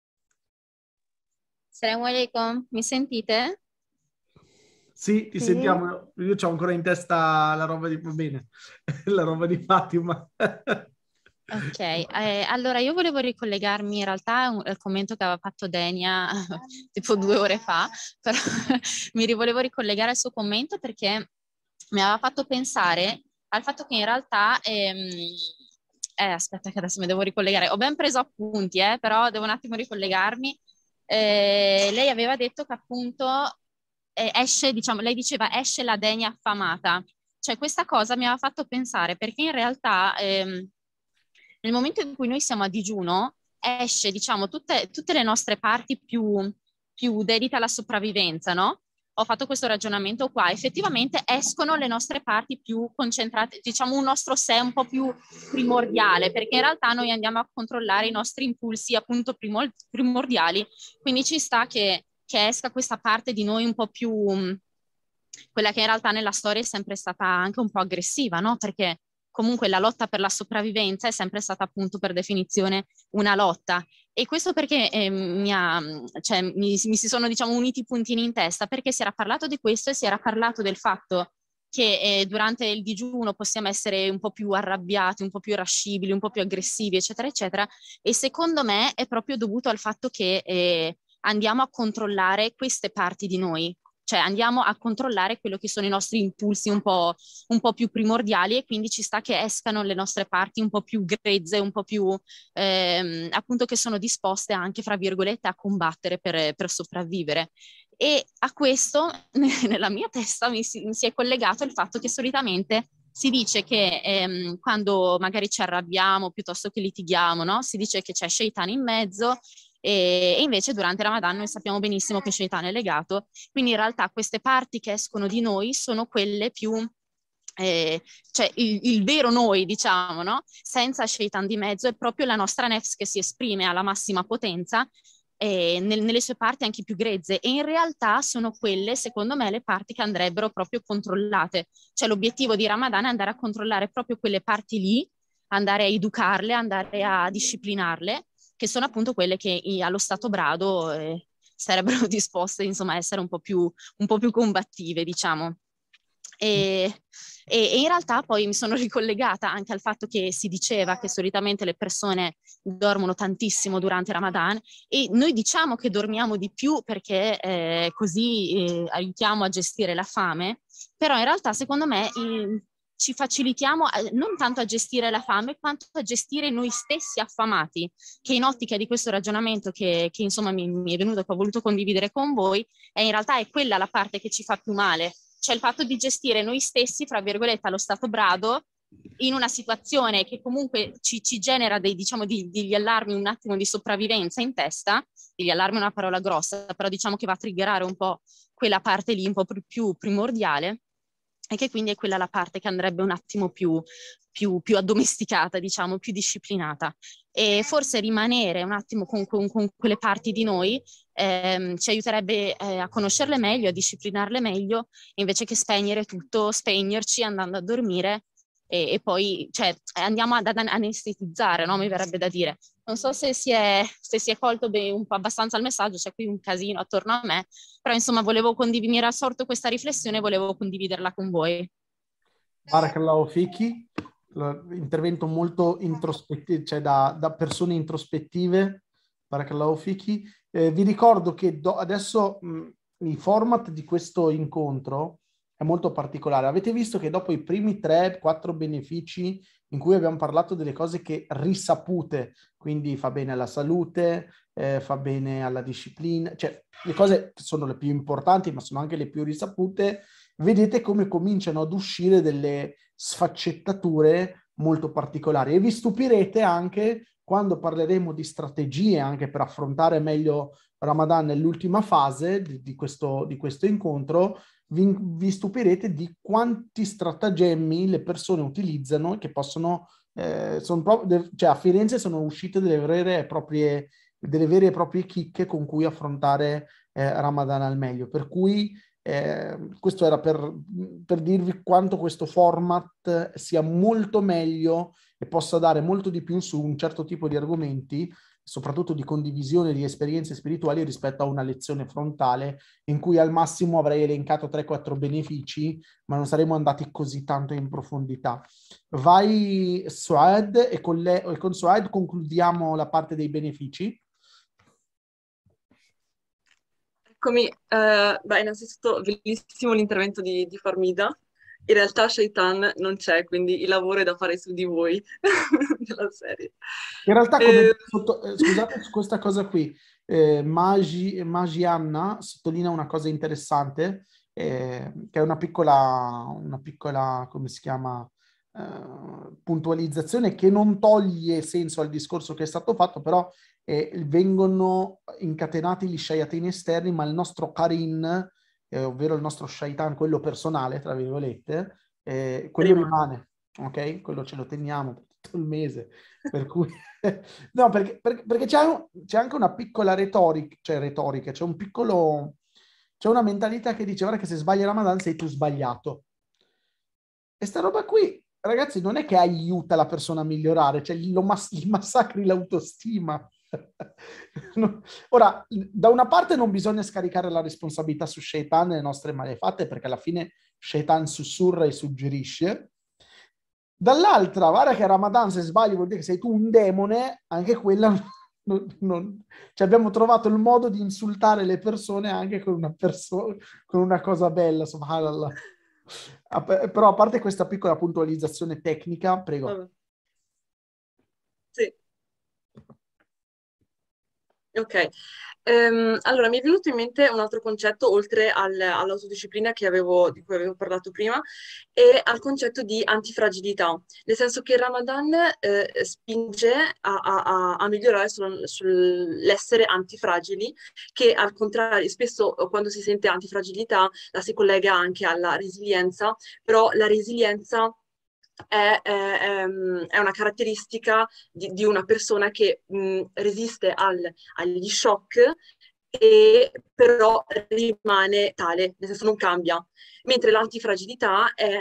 Assalamu alaikum, mi sentite? Sì, ti sì. sentiamo, io c'ho ancora in testa la roba di, va bene, la roba di Fatima. Ok, eh, allora io volevo ricollegarmi in realtà al un, commento che aveva fatto Denia tipo due ore fa, però mi volevo ricollegare al suo commento perché mi aveva fatto pensare al fatto che in realtà, ehm, eh, aspetta che adesso mi devo ricollegare, ho ben preso appunti, eh, però devo un attimo ricollegarmi. Eh, lei aveva detto che appunto eh, esce, diciamo, lei diceva esce la Denia affamata, cioè questa cosa mi aveva fatto pensare perché in realtà... Ehm, nel momento in cui noi siamo a digiuno, esce, diciamo, tutte, tutte le nostre parti più, più dedite alla sopravvivenza, no? ho fatto questo ragionamento qua, effettivamente escono le nostre parti più concentrate, diciamo un nostro sé un po' più primordiale, perché in realtà noi andiamo a controllare i nostri impulsi appunto primor- primordiali, quindi ci sta che, che esca questa parte di noi un po' più, mh, quella che in realtà nella storia è sempre stata anche un po' aggressiva, no? Perché comunque la lotta per la sopravvivenza è sempre stata appunto per definizione una lotta. E questo perché eh, mi, ha, cioè, mi, mi si sono diciamo uniti i puntini in testa, perché si era parlato di questo e si era parlato del fatto che eh, durante il digiuno possiamo essere un po' più arrabbiati, un po' più irascibili, un po' più aggressivi, eccetera, eccetera. E secondo me è proprio dovuto al fatto che eh, andiamo a controllare queste parti di noi, cioè andiamo a controllare quello che sono i nostri impulsi un po', un po' più primordiali, e quindi ci sta che escano le nostre parti un po' più grezze, un po' più ehm, appunto che sono disposte anche, fra virgolette, a combattere per, per sopravvivere. E a questo nella mia testa mi si, mi si è collegato il fatto che solitamente si dice che ehm, quando magari ci arrabbiamo piuttosto che litighiamo, no? Si dice che c'è Shaitan in mezzo, e invece durante Ramadan noi sappiamo benissimo che Shaitan è legato, quindi in realtà queste parti che escono di noi sono quelle più, eh, cioè il, il vero noi, diciamo, no? Senza Shaitan di mezzo, è proprio la nostra nefs che si esprime alla massima potenza eh, nel, nelle sue parti anche più grezze, e in realtà sono quelle, secondo me, le parti che andrebbero proprio controllate. Cioè l'obiettivo di Ramadan è andare a controllare proprio quelle parti lì, andare a educarle, andare a disciplinarle, che sono appunto quelle che allo stato brado eh, sarebbero disposte, insomma, a essere un po' più, un po' più combattive, diciamo. E, e, e in realtà poi mi sono ricollegata anche al fatto che si diceva che solitamente le persone dormono tantissimo durante Ramadan, e noi diciamo che dormiamo di più perché eh, così eh, aiutiamo a gestire la fame, però in realtà secondo me eh, ci facilitiamo a, non tanto a gestire la fame quanto a gestire noi stessi affamati, che in ottica di questo ragionamento che, che insomma mi, mi è venuto, che ho voluto condividere con voi, è in realtà è quella la parte che ci fa più male, cioè il fatto di gestire noi stessi, fra virgolette, allo stato brado, in una situazione che comunque ci, ci genera dei, diciamo, di, degli allarmi, un attimo di sopravvivenza in testa. Degli allarmi è una parola grossa, però diciamo che va a triggerare un po' quella parte lì un po' più primordiale, e che quindi è quella la parte che andrebbe un attimo più, più, più addomesticata, diciamo, più disciplinata. E forse rimanere un attimo con, con, con quelle parti di noi ehm, ci aiuterebbe eh, a conoscerle meglio, a disciplinarle meglio, invece che spegnere tutto, spegnerci andando a dormire e, e poi cioè, andiamo ad, ad anestetizzare, no? Mi verrebbe da dire. Non so se si è, se si è colto bene, un po' abbastanza il messaggio, c'è qui un casino attorno a me, però insomma volevo condividere, mi era sorto questa riflessione e volevo condividerla con voi. Barakallahu Fiki, intervento molto introspettivo, cioè da, da persone introspettive. Barakallahu Fiki. Eh, vi ricordo che do, adesso mh, il format di questo incontro è molto particolare. Avete visto che dopo i primi tre quattro benefici in cui abbiamo parlato delle cose che risapute, quindi fa bene alla salute, eh, fa bene alla disciplina, cioè le cose che sono le più importanti ma sono anche le più risapute, vedete come cominciano ad uscire delle sfaccettature molto particolari, e vi stupirete anche quando parleremo di strategie anche per affrontare meglio Ramadan nell'ultima fase di, di, questo, di questo incontro. Vi, vi stupirete di quanti stratagemmi le persone utilizzano, che possono, eh, sono proprio, cioè a Firenze sono uscite delle vere e proprie, delle vere e proprie chicche con cui affrontare eh, Ramadan al meglio. Per cui eh, questo era per, per dirvi quanto questo format sia molto meglio e possa dare molto di più su un certo tipo di argomenti, soprattutto di condivisione di esperienze spirituali, rispetto a una lezione frontale in cui al massimo avrei elencato tre quattro benefici, ma non saremmo andati così tanto in profondità. Vai Suad, e con, le, e con Suad concludiamo la parte dei benefici. Eccomi, eh, beh, innanzitutto bellissimo l'intervento di, di Farmida. In realtà Shaitan non c'è, quindi il lavoro è da fare su di voi della serie. In realtà, come Eh, sotto, eh, scusate su questa cosa qui, eh, Magi, Magianna sottolinea una cosa interessante, eh, che è una piccola, una piccola, come si chiama, eh, puntualizzazione che non toglie senso al discorso che è stato fatto, però eh, vengono incatenati gli shayatin esterni, ma il nostro Karin eh, ovvero il nostro shaitan, quello personale, tra virgolette, eh, quello rimane, ok? Quello ce lo teniamo per tutto il mese, per cui... no, perché, perché, perché c'è, c'è anche una piccola retorica, cioè retorica, c'è un piccolo... c'è una mentalità che dice, guarda che se sbagli Ramadan sei tu sbagliato. E sta roba qui, ragazzi, non è che aiuta la persona a migliorare, cioè gli, lo mass- gli massacri l'autostima. No. Ora, da una parte non bisogna scaricare la responsabilità su Shaitan e le nostre malefatte, perché alla fine Shaitan sussurra e suggerisce. Dall'altra, guarda che a Ramadan se sbagli vuol dire che sei tu un demone, anche quella... Non, non... Cioè abbiamo trovato il modo di insultare le persone anche con una, perso- con una cosa bella, subhanallah. Però a parte questa piccola puntualizzazione tecnica, prego. Vabbè. Sì. Ok, Ehm, allora mi è venuto in mente un altro concetto oltre al- all'autodisciplina che avevo, di cui avevo parlato prima e al concetto di antifragilità, nel senso che il Ramadan eh, spinge a, a- a- a migliorare sul- sull'essere antifragili, che al contrario spesso eh, quando si sente antifragilità la si collega anche alla resilienza, però la resilienza è, è- è- è una caratteristica di, di una persona che mh, resiste al- agli shock e però rimane tale, nel senso non cambia. Mentre l'antifragilità è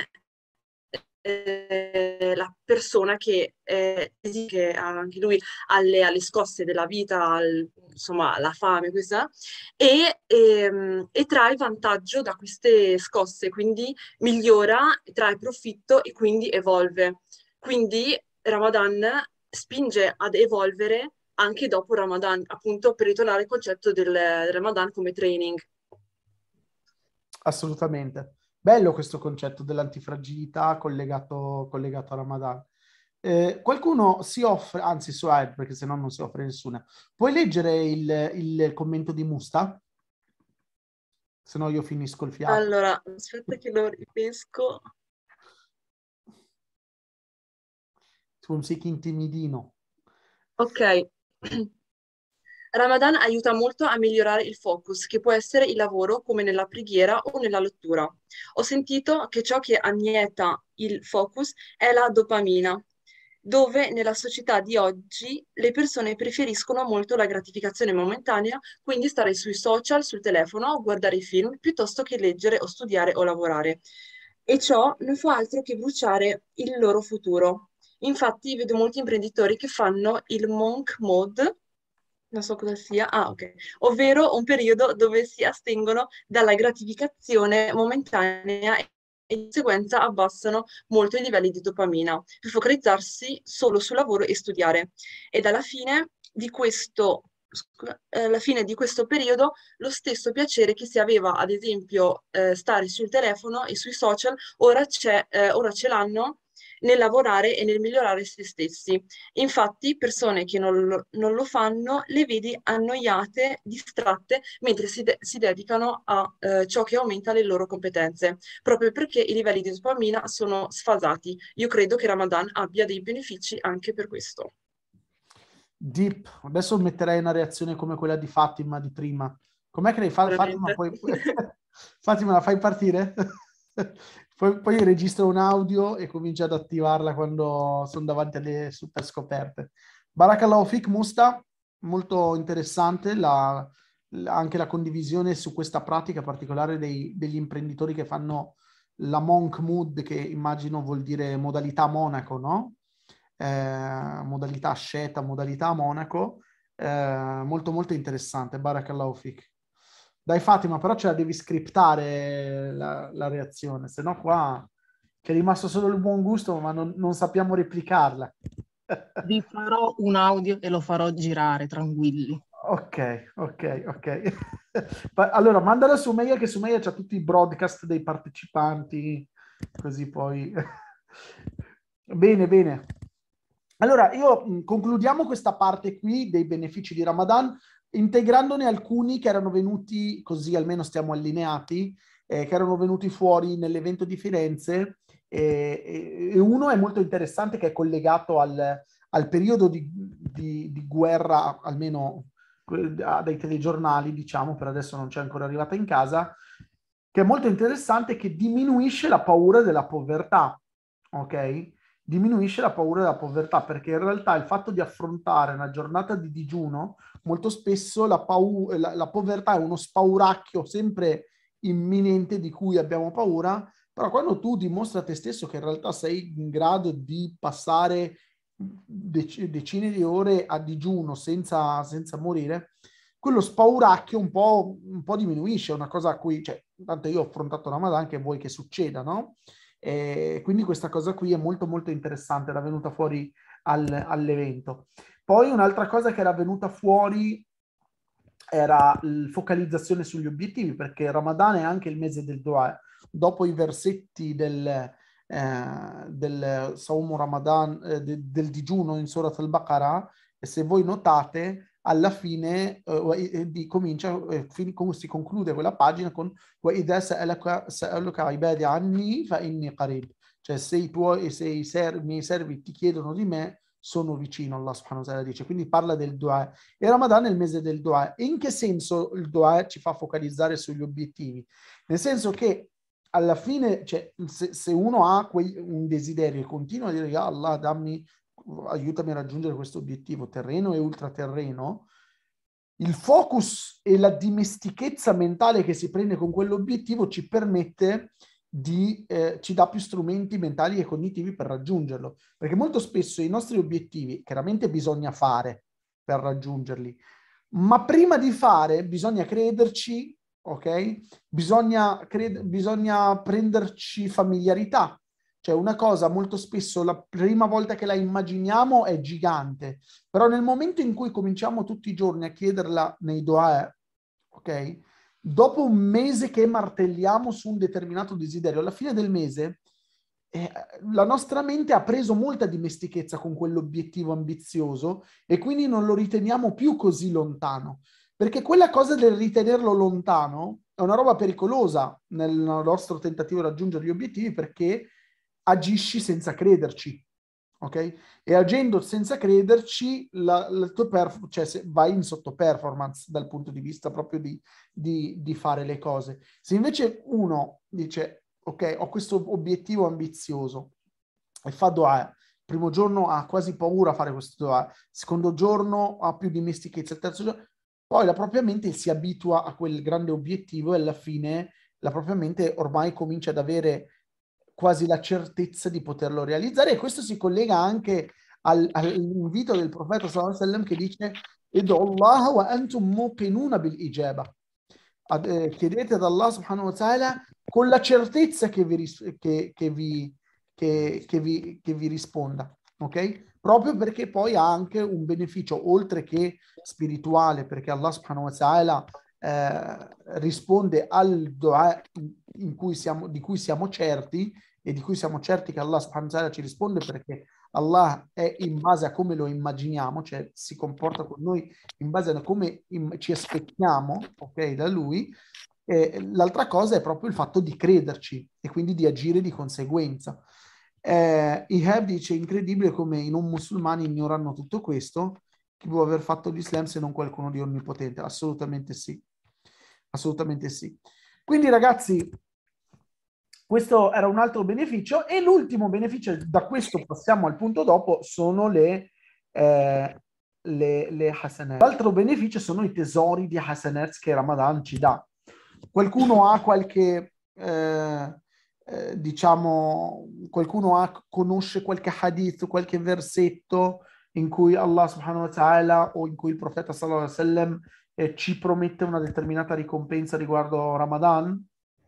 eh, la persona che, eh, che ha anche lui alle, alle scosse della vita, al- insomma alla fame, questa, e, ehm, e trae vantaggio da queste scosse, quindi migliora, trae profitto e quindi evolve. Quindi Ramadan spinge ad evolvere anche dopo Ramadan, appunto per ritornare al concetto del, del Ramadan come training. Assolutamente. Bello questo concetto dell'antifragilità collegato, collegato a Ramadan. Eh, qualcuno si offre, anzi Suhaib, perché se no non si offre nessuna. Puoi leggere il, il commento di Musta? Se no io finisco il fiato. Allora, aspetta che lo ripesco. Tu sei intimidino. Ok. Ramadan aiuta molto a migliorare il focus, che può essere il lavoro come nella preghiera o nella lettura. Ho sentito che ciò che annienta il focus è la dopamina, dove nella società di oggi le persone preferiscono molto la gratificazione momentanea, quindi stare sui social, sul telefono, o guardare i film, piuttosto che leggere o studiare o lavorare. E ciò non fa altro che bruciare il loro futuro. Infatti vedo molti imprenditori che fanno il monk mode, non so cosa sia, ah ok, ovvero un periodo dove si astengono dalla gratificazione momentanea e di conseguenza abbassano molto i livelli di dopamina per focalizzarsi solo sul lavoro e studiare. Ed alla fine di questo, scusa, eh, alla fine di questo periodo lo stesso piacere che si aveva, ad esempio, eh, stare sul telefono e sui social, ora c'è, eh, ora ce l'hanno nel lavorare e nel migliorare se stessi. Infatti, persone che non lo, non lo fanno le vedi annoiate, distratte, mentre si, de- si dedicano a eh, ciò che aumenta le loro competenze, proprio perché i livelli di dopamina sono sfasati. Io credo che Ramadan abbia dei benefici anche per questo. Deep. Adesso metterei una reazione come quella di Fatima di prima. Com'è che lei fa? Fatima, poi... Fatima, la fai partire? Poi, poi registro un audio e comincio ad attivarla quando sono davanti alle super scoperte. Barakallahu Fik, Musta, molto interessante la, la, anche la condivisione su questa pratica particolare dei, degli imprenditori che fanno la monk mood, che immagino vuol dire modalità monaco, no? Eh, modalità asceta, modalità monaco. Eh, molto molto interessante. Barakallahu Fik. Dai Fatima, però ce la devi scriptare la, la reazione, se no qua c'è rimasto solo il buon gusto, ma non, non sappiamo replicarla. Vi farò un audio e lo farò girare, tranquilli. Ok, ok, ok. Allora, mandala su Meia, che su Meia c'ha tutti i broadcast dei partecipanti, così poi... Bene, bene. Allora, io concludiamo questa parte qui dei benefici di Ramadan, integrandone alcuni che erano venuti, così almeno stiamo allineati, eh, che erano venuti fuori nell'evento di Firenze, eh, e uno è molto interessante che è collegato al, al periodo di, di, di guerra, almeno dai telegiornali, diciamo, per adesso non c'è ancora arrivata in casa, che è molto interessante, che diminuisce la paura della povertà, ok? Diminuisce la paura della povertà, perché in realtà il fatto di affrontare una giornata di digiuno, molto spesso la, pau- la, la povertà è uno spauracchio sempre imminente di cui abbiamo paura, però quando tu dimostri a te stesso che in realtà sei in grado di passare dec- decine di ore a digiuno senza, senza morire, quello spauracchio un po', un po' diminuisce, è una cosa a cui, cioè, tanto io ho affrontato Ramadan, che vuoi che succeda, no? E quindi questa cosa qui è molto molto interessante, era venuta fuori al, all'evento. Poi un'altra cosa che era venuta fuori era la focalizzazione sugli obiettivi, perché Ramadan è anche il mese del Dua. Dopo i versetti del, eh, del Saum Ramadan, eh, de, del digiuno in Surat al-Baqarah, e se voi notate, alla fine eh, di, comincia, eh, fin, si conclude quella pagina con وَإِذَا سَأَلَكَ سَأَلُكَ عِبَادِي عَنِّي فَإِنِّي قَرِيب, cioè se i tuoi, se i, servi, i miei servi ti chiedono di me, sono vicino, Allah subhanahu wa ta'ala dice. Quindi parla del dua. E Ramadan è il mese del dua. E in che senso il dua ci fa focalizzare sugli obiettivi? Nel senso che alla fine, cioè, se, se uno ha quei, un desiderio e continua a dire ya Allah, dammi, aiutami a raggiungere questo obiettivo terreno e ultraterreno, il focus e la dimestichezza mentale che si prende con quell'obiettivo ci permette di, eh, ci dà più strumenti mentali e cognitivi per raggiungerlo, perché molto spesso i nostri obiettivi chiaramente bisogna fare per raggiungerli, ma prima di fare bisogna crederci, ok? Bisogna, cred- bisogna prenderci familiarità. Cioè una cosa molto spesso la prima volta che la immaginiamo è gigante, però nel momento in cui cominciamo tutti i giorni a chiederla nei dua, ok? Dopo un mese che martelliamo su un determinato desiderio, alla fine del mese eh, la nostra mente ha preso molta dimestichezza con quell'obiettivo ambizioso e quindi non lo riteniamo più così lontano. Perché quella cosa del ritenerlo lontano è una roba pericolosa nel nostro tentativo di raggiungere gli obiettivi, perché agisci senza crederci, ok? E agendo senza crederci, la, la tua perf- cioè se vai in sottoperformance dal punto di vista proprio di, di, di fare le cose. Se invece uno dice, ok, ho questo obiettivo ambizioso e fa dua, il primo giorno ha quasi paura a fare questo dua, il secondo giorno ha più dimestichezza, il terzo giorno, poi la propria mente si abitua a quel grande obiettivo e alla fine la propria mente ormai comincia ad avere quasi la certezza di poterlo realizzare, e questo si collega anche al, all'invito del profeta sallallahu alaihi wasallam che dice Edu Allah wa antum muqinuna bil ijaba, eh, chiedete ad Allah subhanahu wa ta'ala con la certezza che vi, che, che vi, che, che vi, che vi risponda, ok? Proprio perché poi ha anche un beneficio oltre che spirituale, perché Allah subhanahu wa ta'ala Eh, risponde al dua in cui siamo, di cui siamo certi, e di cui siamo certi che Allah subhanahu wa ta'ala ci risponde, perché Allah è in base a come lo immaginiamo, cioè si comporta con noi in base a come im- ci aspettiamo, ok, da lui. E l'altra cosa è proprio il fatto di crederci e quindi di agire di conseguenza. Eh, Ihab dice, incredibile come i non musulmani ignorano tutto questo. Chi può aver fatto l'Islam se non qualcuno di onnipotente? Assolutamente sì. Assolutamente sì. Quindi ragazzi, questo era un altro beneficio, e l'ultimo beneficio, da questo passiamo al punto dopo, sono le, eh, le, le hasanat. L'altro beneficio sono i tesori di hasanat che Ramadan ci dà. Qualcuno ha qualche, eh, eh, diciamo, qualcuno ha, conosce qualche hadith, qualche versetto in cui Allah subhanahu wa ta'ala o in cui il profeta sallallahu alaihi wasallam eh, ci promette una determinata ricompensa riguardo Ramadan?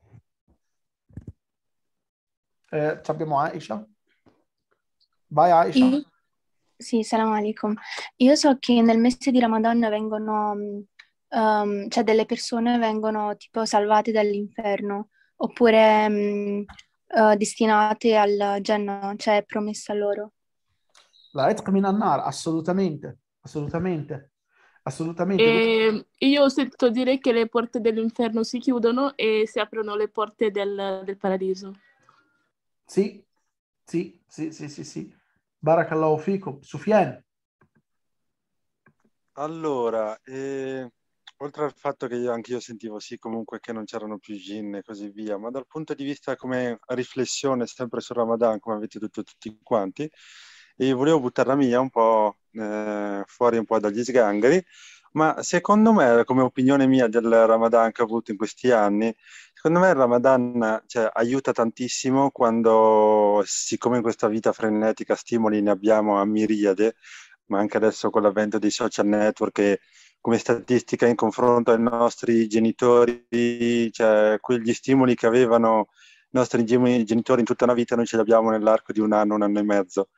Eh, abbiamo Aisha. Vai Aisha. Io, sì, salam alaikum. Io so che nel mese di Ramadan vengono, um, cioè delle persone vengono tipo salvate dall'inferno, oppure um, uh, destinate al Jannah, cioè è promessa a loro. La etq min an-nar, assolutamente, assolutamente, assolutamente. E io ho sentito dire che le porte dell'inferno si chiudono e si aprono le porte del, del paradiso. Sì, sì, sì, sì, sì, sì. Barakallahu fikum. Sufyan. Allora, eh, oltre al fatto che io anche io sentivo sì comunque che non c'erano più gin e così via, ma dal punto di vista come riflessione sempre sul Ramadan, come avete detto tutti quanti, e volevo buttarla mia un po' eh, fuori un po' dagli sgangheri, ma secondo me, come opinione mia del Ramadan che ho avuto in questi anni, secondo me il Ramadan, cioè, aiuta tantissimo quando, siccome in questa vita frenetica stimoli ne abbiamo a miriade, ma anche adesso con l'avvento dei social network e come statistica in confronto ai nostri genitori, cioè quegli stimoli che avevano i nostri gen- genitori in tutta una vita, noi ce li abbiamo nell'arco di un anno, un anno e mezzo.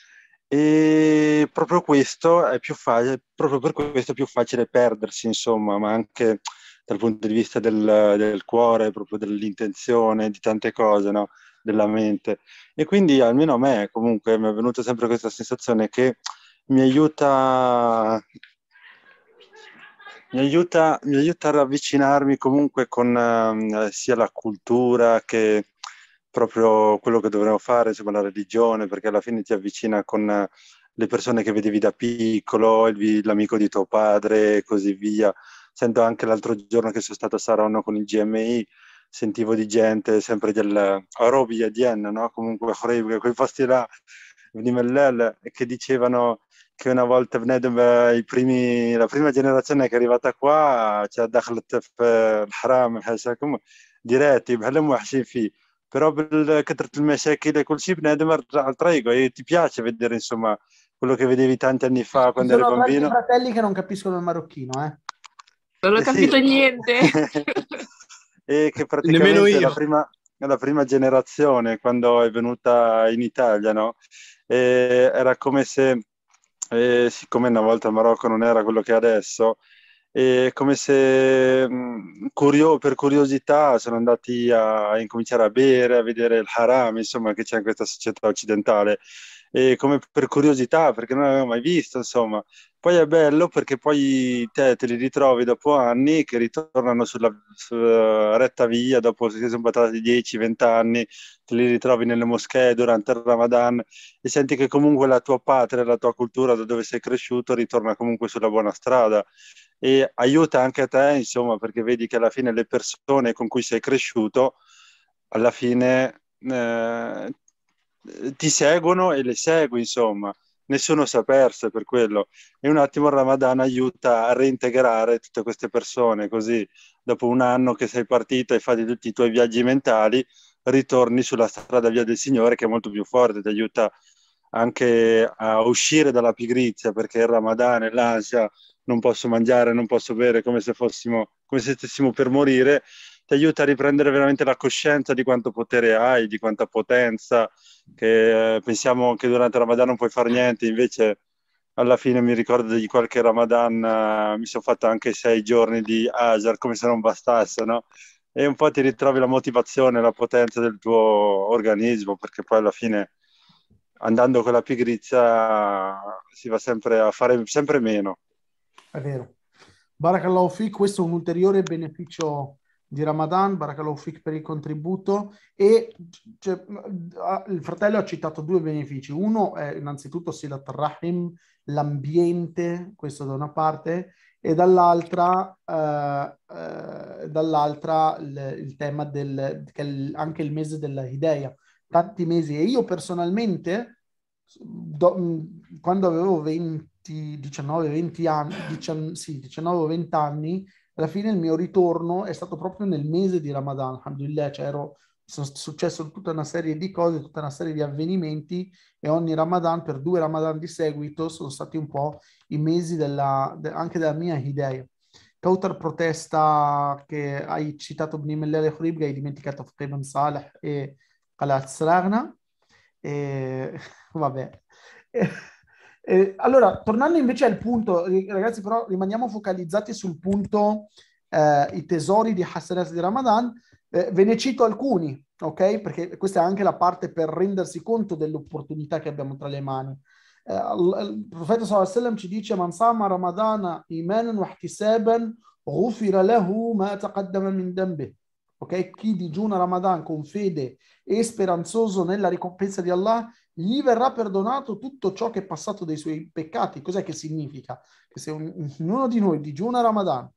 E proprio questo è più facile, proprio per questo è più facile perdersi, insomma, ma anche dal punto di vista del, del cuore, proprio dell'intenzione, di tante cose, no? Della mente. E quindi almeno a me comunque mi è venuta sempre questa sensazione che mi aiuta, mi aiuta, mi aiuta ad avvicinarmi comunque con eh, sia la cultura che proprio quello che dovremmo fare, insomma la religione, perché alla fine ti avvicina con eh, le persone che vedevi da piccolo, il- l'amico di tuo padre e così via. Sento anche l'altro giorno che sono stato a Saronno con il G M I, sentivo di gente sempre del Arobi e Dien, no? Comunque Khoreib, quei posti là, di Mellel, che dicevano che una volta Bnedem, eh, i primi, la prima generazione che è arrivata qua, cioè, دخلت في الحرام حاشاكم diretti, بحالهم وحشين فيه. Però per كثرة المشاكل e col cibo بنادم رجع al traigo e ti piace vedere insomma quello che vedevi tanti anni fa Ci quando eri sono tanti bambino. fratelli che non capiscono il marocchino, eh. Non ho Eh sì. capito niente. E che Nemmeno praticamente la io. prima, la prima generazione, quando è venuta in Italia, no? E era come se, eh, siccome una volta il Marocco non era quello che è adesso, è come se mh, curio- per curiosità sono andati a, a incominciare a bere, a vedere il haram, insomma, che c'è in questa società occidentale. E come per curiosità, perché non l'avevo mai visto, insomma. Poi è bello perché poi te te li ritrovi dopo anni che ritornano sulla, sulla retta via, dopo che sono passati dieci venti anni, te li ritrovi nelle moschee durante il Ramadan e senti che comunque la tua patria, la tua cultura, da dove sei cresciuto, ritorna comunque sulla buona strada e aiuta anche a te, insomma, perché vedi che alla fine le persone con cui sei cresciuto, alla fine eh, ti seguono e le segui, insomma. Nessuno si è perso per quello. E un attimo il Ramadan aiuta a reintegrare tutte queste persone, così dopo un anno che sei partito e fai tutti i tuoi viaggi mentali, ritorni sulla strada via del Signore che è molto più forte, ti aiuta anche a uscire dalla pigrizia, perché il Ramadan e l'ansia, non posso mangiare, non posso bere, come se fossimo, come se stessimo per morire, ti aiuta a riprendere veramente la coscienza di quanto potere hai, di quanta potenza, che eh, pensiamo che durante il Ramadan non puoi fare niente, invece alla fine mi ricordo di qualche Ramadan, eh, mi sono fatto anche sei giorni di Hajar, come se non bastasse, no? E un po' ti ritrovi la motivazione, la potenza del tuo organismo, perché poi alla fine, andando con la pigrizia, si va sempre a fare sempre meno. È vero. Barakallahu Fik, questo è un ulteriore beneficio di Ramadan. Barakallahu Fik per il contributo. E cioè, il fratello ha citato due benefici. Uno è innanzitutto Silat Rahim, l'ambiente, questo da una parte, e dall'altra, eh, eh, dall'altra il, il tema del che è anche il mese della Hidayah. Tanti mesi. E io personalmente, do, quando avevo venti, diciannove venti anni, diciannove, sì, diciannove venti anni, alla fine il mio ritorno è stato proprio nel mese di Ramadan, alhamdulillah, cioè ero, sono successo tutta una serie di cose, tutta una serie di avvenimenti e ogni Ramadan, per due Ramadan di seguito, sono stati un po' i mesi della, de, anche della mia Hidayah. Kautar protesta che hai citato Bni Mellal Khurib, che hai dimenticato Fqih Saleh e Qalat Sragna. E vabbè. E, e, allora, tornando invece al punto, ragazzi, però rimaniamo focalizzati sul punto eh, i tesori di Hasanat di Ramadan. Eh, ve ne cito alcuni, ok? Perché questa è anche la parte per rendersi conto dell'opportunità che abbiamo tra le mani. Eh, il profeta sallallahu alaihi wasallam ci dice: Man sama Ramadana imanan wa ihtisaban ghufira lahu ma taqaddama min dhanbihi. Ok? Chi digiuna Ramadan con fede e speranzoso nella ricompensa di Allah, gli verrà perdonato tutto ciò che è passato dei suoi peccati. Cos'è che significa? Che se ognuno di noi digiuna Ramadan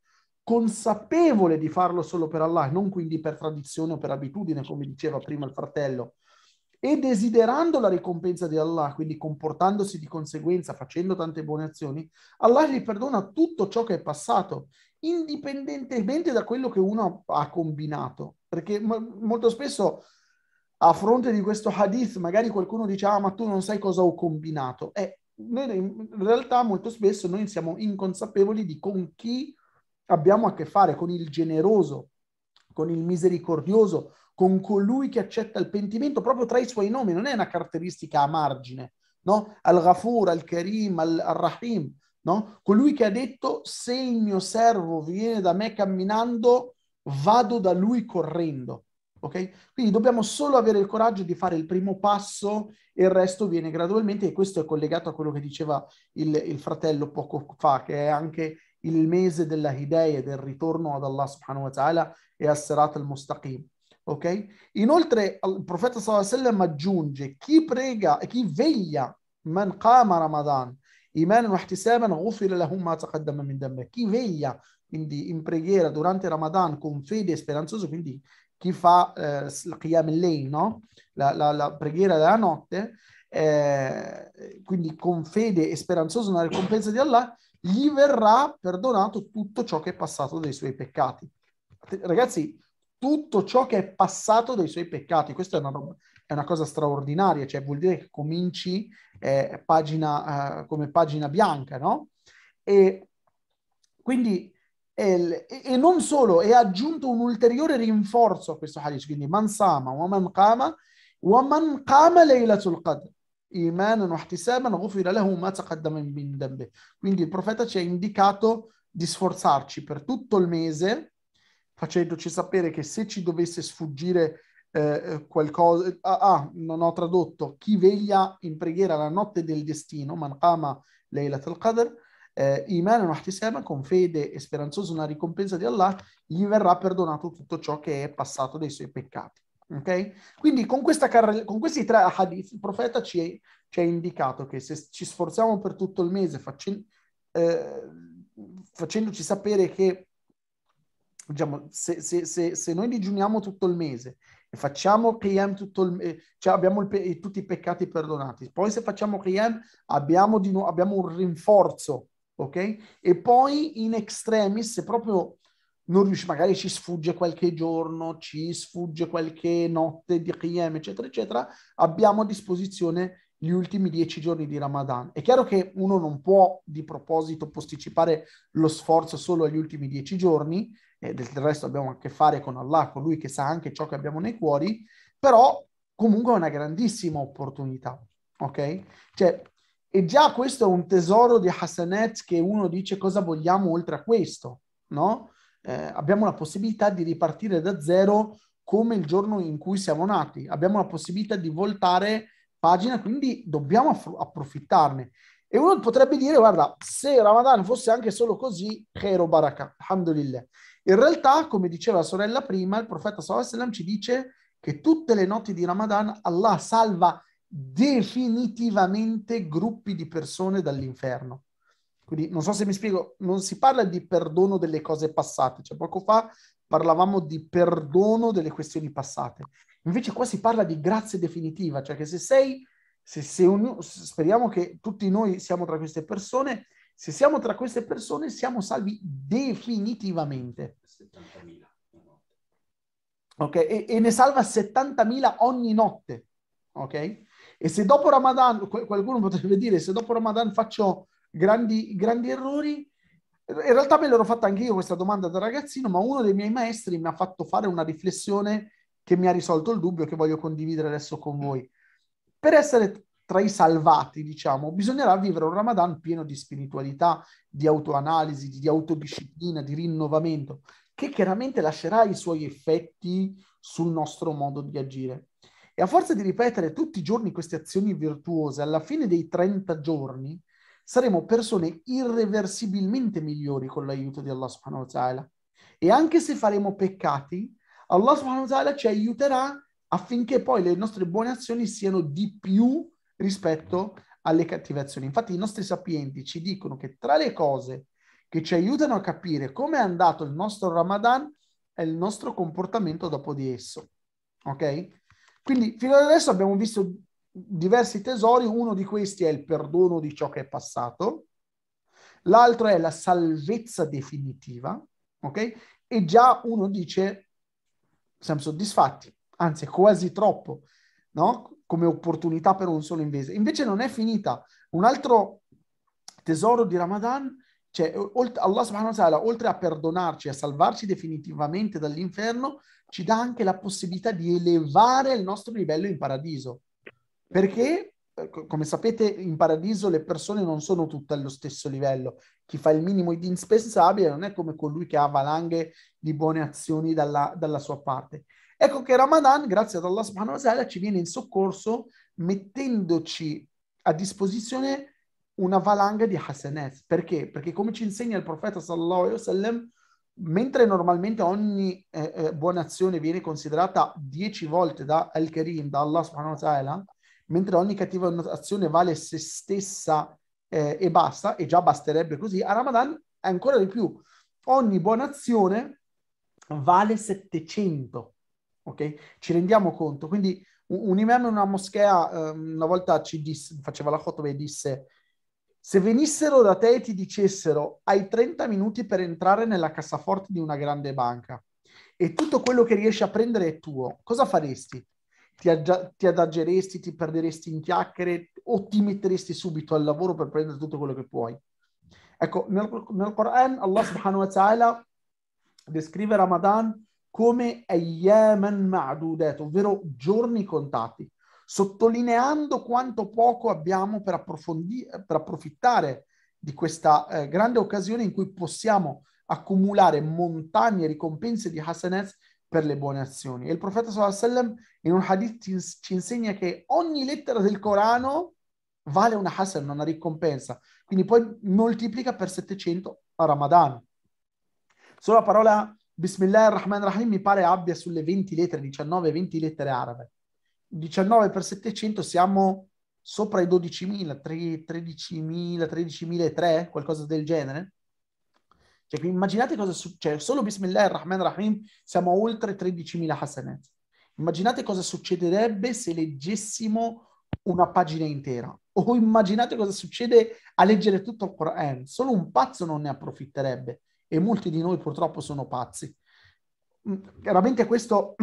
consapevole di farlo solo per Allah, non quindi per tradizione o per abitudine, come diceva prima il fratello, e desiderando la ricompensa di Allah, quindi comportandosi di conseguenza, facendo tante buone azioni, Allah gli perdona tutto ciò che è passato, indipendentemente da quello che uno ha combinato. Perché m- molto spesso, a fronte di questo hadith, magari qualcuno dice, ah, ma tu non sai cosa ho combinato. Eh, noi in realtà molto spesso noi siamo inconsapevoli di con chi abbiamo a che fare, con il generoso, con il misericordioso, con colui che accetta il pentimento proprio tra i suoi nomi. Non è una caratteristica a margine, no? Al-Ghafur, Al-Karim, Al-Rahim, no? Colui che ha detto, se il mio servo viene da me camminando, vado da lui correndo. Ok? Quindi dobbiamo solo avere il coraggio di fare il primo passo e il resto viene gradualmente, e questo è collegato a quello che diceva il, il fratello poco fa, che è anche il mese della hidayah, del ritorno ad Allah subhanahu wa ta'ala e a Sirat al-Mustaqim. Ok? Inoltre il profeta sallallahu alaihi wasallam aggiunge, chi prega e chi veglia, man qama Ramadan imanan wa ihtisaban ghufira lahu ma taqaddama min dhanbi. Chi veglia quindi in preghiera durante Ramadan con fede e speranzoso, quindi chi fa eh, Qiyam al-Layl, no? La, la, la preghiera della notte, eh, quindi con fede e speranzoso nella ricompensa di Allah, gli verrà perdonato tutto ciò che è passato dai suoi peccati. Ragazzi, tutto ciò che è passato dai suoi peccati, questa è una, roba, è una cosa straordinaria, cioè vuol dire che cominci eh, pagina, eh, come pagina bianca, no? E quindi E, e non solo, è aggiunto un ulteriore rinforzo a questo hadith, quindi man sama wa man qama wa man qama laylatul qadr imanan wa ihtisaban ghufira lahu ma taqaddama min dhanbi. Quindi il profeta ci ha indicato di sforzarci per tutto il mese, facendoci sapere che se ci dovesse sfuggire eh, qualcosa, ah, ah, non ho tradotto, chi veglia in preghiera la notte del destino, man qama laylatul qadr, Eh, iman wa ihtisaba, con fede e speranzoso una ricompensa di Allah, gli verrà perdonato tutto ciò che è passato dei suoi peccati. Ok? Quindi con, questa car- con questi tre hadith il profeta ci, ci ha indicato che se ci sforziamo per tutto il mese facen- eh, facendoci sapere che, diciamo, se, se, se, se noi digiuniamo tutto il mese e facciamo Qiyam tutto il mese, cioè abbiamo il pe- tutti i peccati perdonati, poi se facciamo Qiyam abbiamo, di nu- abbiamo un rinforzo. Ok? E poi in extremis, se proprio non riesci, magari ci sfugge qualche giorno, ci sfugge qualche notte di Qiyam, eccetera, eccetera, abbiamo a disposizione gli ultimi dieci giorni di Ramadan. È chiaro che uno non può di proposito posticipare lo sforzo solo agli ultimi dieci giorni, e del resto abbiamo a che fare con Allah, con Lui che sa anche ciò che abbiamo nei cuori, però comunque è una grandissima opportunità. Ok? Cioè, e già questo è un tesoro di hasanet, che uno dice cosa vogliamo oltre a questo, no? Eh, abbiamo la possibilità di ripartire da zero come il giorno in cui siamo nati. Abbiamo la possibilità di voltare pagina, quindi dobbiamo aff- approfittarne. E uno potrebbe dire, guarda, se Ramadan fosse anche solo così, khairu baraka, alhamdulillah. In realtà, come diceva la sorella prima, il profeta sallallahu alaihi wasallam ci dice che tutte le notti di Ramadan Allah salva definitivamente gruppi di persone dall'inferno. Quindi non so se mi spiego, non si parla di perdono delle cose passate, cioè poco fa parlavamo di perdono delle questioni passate, invece qua si parla di grazia definitiva, cioè che se sei, se, se un, speriamo che tutti noi siamo tra queste persone, se siamo tra queste persone siamo salvi definitivamente. settantamila. Ok, e, e ne salva settantamila ogni notte, ok? E se dopo Ramadan, qualcuno potrebbe dire, se dopo Ramadan faccio grandi, grandi errori, in realtà me l'ero fatta anche io questa domanda da ragazzino, ma uno dei miei maestri mi ha fatto fare una riflessione che mi ha risolto il dubbio, che voglio condividere adesso con voi. Per essere tra i salvati, diciamo, bisognerà vivere un Ramadan pieno di spiritualità, di autoanalisi, di autodisciplina, di rinnovamento, che chiaramente lascerà i suoi effetti sul nostro modo di agire. E a forza di ripetere tutti i giorni queste azioni virtuose, alla fine dei trenta giorni saremo persone irreversibilmente migliori con l'aiuto di Allah subhanahu wa ta'ala. E anche se faremo peccati, Allah subhanahu wa ta'ala ci aiuterà affinché poi le nostre buone azioni siano di più rispetto alle cattive azioni. Infatti i nostri sapienti ci dicono che tra le cose che ci aiutano a capire come è andato il nostro Ramadan e il nostro comportamento dopo di esso. Ok? Quindi fino ad adesso abbiamo visto diversi tesori, uno di questi è il perdono di ciò che è passato, l'altro è la salvezza definitiva, ok? E già uno dice siamo soddisfatti, anzi quasi troppo, no? Come opportunità per un solo invece. Invece non è finita. Un altro tesoro di Ramadan, cioè Allah subhanahu wa ta'ala, oltre a perdonarci, a salvarci definitivamente dall'inferno, ci dà anche la possibilità di elevare il nostro livello in paradiso. Perché, come sapete, in paradiso le persone non sono tutte allo stesso livello. Chi fa il minimo di indispensabile non è come colui che ha valanghe di buone azioni dalla, dalla sua parte. Ecco che Ramadan, grazie ad Allah subhanahu wa ta'ala, ci viene in soccorso mettendoci a disposizione una valanga di hasanat. Perché? Perché come ci insegna il profeta sallallahu alaihi wasallam, mentre normalmente ogni eh, eh, buona azione viene considerata dieci volte da Al-Karim, da Allah subhanahu wa ta'ala, mentre ogni cattiva azione vale se stessa eh, e basta, e già basterebbe così, a Ramadan è ancora di più. Ogni buona azione vale settecento, ok? Ci rendiamo conto? Quindi un, un imam in una moschea eh, una volta ci disse, faceva la khutbah e disse: se venissero da te e ti dicessero hai trenta minuti per entrare nella cassaforte di una grande banca e tutto quello che riesci a prendere è tuo, cosa faresti? Ti, aggia- ti adageresti, ti perderesti in chiacchiere o ti metteresti subito al lavoro per prendere tutto quello che puoi? Ecco, nel, nel Quran Allah subhanahu wa ta'ala descrive Ramadan come ayyaman ma'dudat, ovvero giorni contati, sottolineando quanto poco abbiamo per, approfondire, per approfittare di questa eh, grande occasione in cui possiamo accumulare montagne e ricompense di hasanat per le buone azioni. E il profeta sallallahu alaihi wasallam in un hadith ci, ci insegna che ogni lettera del Corano vale una hasan, una ricompensa. Quindi poi moltiplica per settecento a Ramadan. Solo la parola Bismillah ar-Rahman ar-Rahim mi pare abbia sulle venti lettere, diciannove venti lettere arabe. diciannove per settecento siamo sopra i dodicimila, tredicimila, tredicimilatré, qualcosa del genere. Cioè, immaginate cosa succede, solo Bismillah ar-Rahman ar-Rahim siamo a oltre tredicimila hasanat. Immaginate cosa succederebbe se leggessimo una pagina intera, o immaginate cosa succede a leggere tutto il Quran. Solo un pazzo non ne approfitterebbe e molti di noi purtroppo sono pazzi. Chiaramente questo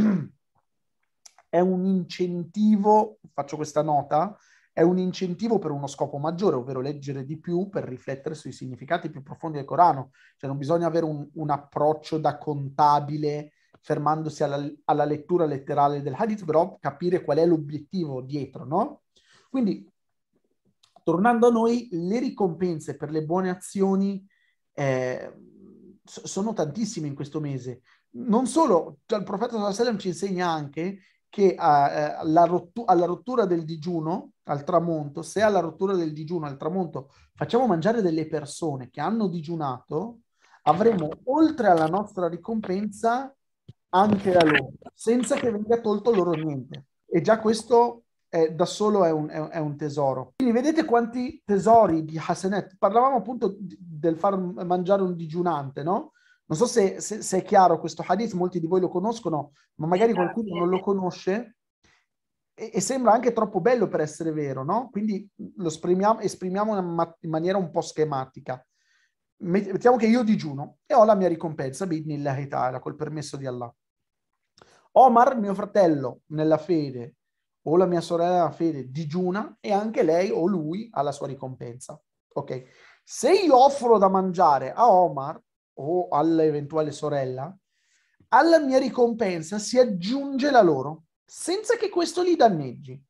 è un incentivo, faccio questa nota, è un incentivo per uno scopo maggiore, ovvero leggere di più per riflettere sui significati più profondi del Corano. Cioè non bisogna avere un, un approccio da contabile fermandosi alla, alla lettura letterale del hadith, però capire qual è l'obiettivo dietro, no? Quindi, tornando a noi, le ricompense per le buone azioni eh, sono tantissime in questo mese. Non solo, cioè il profeta sallallahu alaihi wasallam ci insegna anche che uh, la rottu- alla rottura del digiuno, al tramonto, se alla rottura del digiuno, al tramonto, facciamo mangiare delle persone che hanno digiunato, avremo oltre alla nostra ricompensa anche a loro, senza che venga tolto loro niente. E già questo è, da solo è un, è, è un tesoro. Quindi vedete quanti tesori di hasanat. Parlavamo appunto di, del far mangiare un digiunante, no? Non so se, se, se è chiaro questo hadith, molti di voi lo conoscono, ma magari qualcuno non lo conosce e, e sembra anche troppo bello per essere vero, no? Quindi lo esprimiamo, esprimiamo in maniera un po' schematica. Mettiamo che io digiuno e ho la mia ricompensa, bi'idhnillahi ta'ala, col permesso di Allah. Omar, mio fratello, nella fede, o la mia sorella nella fede, digiuna e anche lei o lui ha la sua ricompensa. Ok? Se io offro da mangiare a Omar o all'eventuale sorella, alla mia ricompensa si aggiunge la loro, senza che questo li danneggi.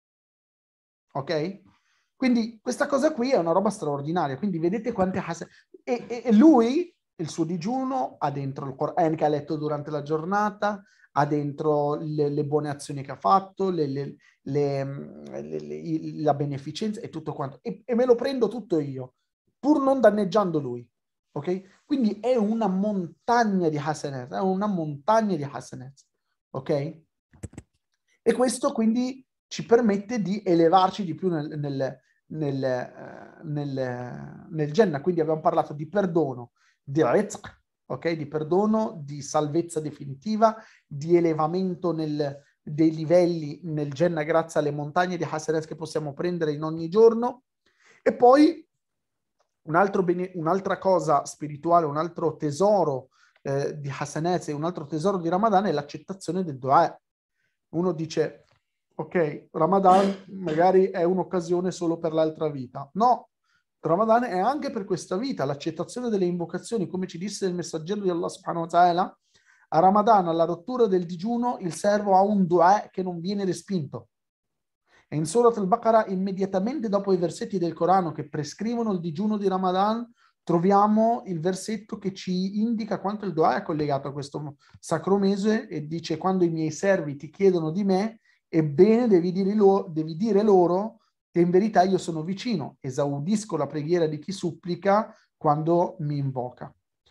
Ok? Quindi questa cosa qui è una roba straordinaria. Quindi vedete quante hasanat. E, e, e lui, il suo digiuno, ha dentro il Quran che ha letto durante la giornata, ha dentro le, le buone azioni che ha fatto, le, le, le, le, le, la beneficenza e tutto quanto. E, e me lo prendo tutto io, pur non danneggiando lui. Ok? Quindi è una montagna di hasanat, è una montagna di hasanat. Ok? E questo quindi ci permette di elevarci di più nel, nel, nel, eh, nel, nel Jannah. Quindi abbiamo parlato di perdono, di itq, ok? Di perdono, di salvezza definitiva, di elevamento nel, dei livelli nel Jannah grazie alle montagne di hasanat che possiamo prendere in ogni giorno. E poi un altro bene, un'altra cosa spirituale, un altro tesoro eh, di hasanat e un altro tesoro di Ramadan è l'accettazione del dua. Uno dice, ok, Ramadan magari è un'occasione solo per l'altra vita. No, Ramadan è anche per questa vita, l'accettazione delle invocazioni, come ci disse il messaggero di Allah subhanahu wa ta'ala, a Ramadan, alla rottura del digiuno, il servo ha un dua che non viene respinto. E in Surat al-Baqarah, immediatamente dopo i versetti del Corano che prescrivono il digiuno di Ramadan, troviamo il versetto che ci indica quanto il dua è collegato a questo sacro mese e dice: quando i miei servi ti chiedono di me, ebbene devi dire, lo, devi dire loro che in verità io sono vicino, esaudisco la preghiera di chi supplica quando mi invoca.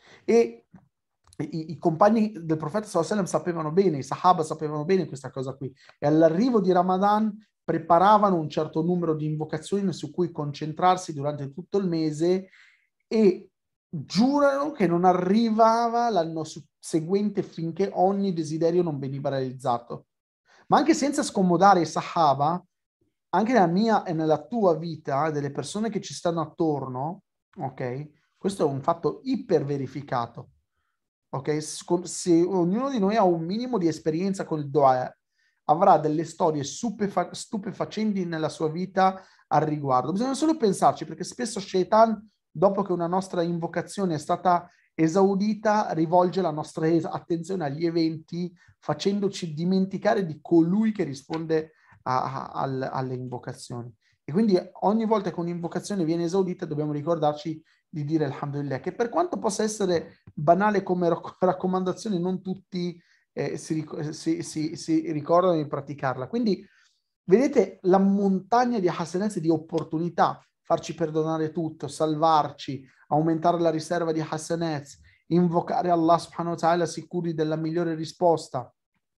E i, i compagni del profeta sallallahu alaihi wasallam sapevano bene, i sahaba sapevano bene questa cosa qui, e all'arrivo di Ramadan preparavano un certo numero di invocazioni su cui concentrarsi durante tutto il mese e giurano che non arrivava l'anno seguente finché ogni desiderio non veniva realizzato. Ma anche senza scomodare i sahaba, anche nella mia e nella tua vita, delle persone che ci stanno attorno, ok? Questo è un fatto iperverificato, ok? Se ognuno di noi ha un minimo di esperienza con il dua, avrà delle storie stupefa- stupefacenti nella sua vita al riguardo. Bisogna solo pensarci, perché spesso Shaitan, dopo che una nostra invocazione è stata esaudita, rivolge la nostra attenzione agli eventi, facendoci dimenticare di colui che risponde a, a, a, alle invocazioni. E quindi ogni volta che un'invocazione viene esaudita dobbiamo ricordarci di dire Alhamdulillah, che per quanto possa essere banale come raccomandazione, non tutti eh, si, si, si, si ricordano di praticarla. Quindi vedete la montagna di hasanat, di opportunità, farci perdonare tutto, salvarci, aumentare la riserva di hasanat, invocare Allah subhanahu wa ta'ala sicuri della migliore risposta.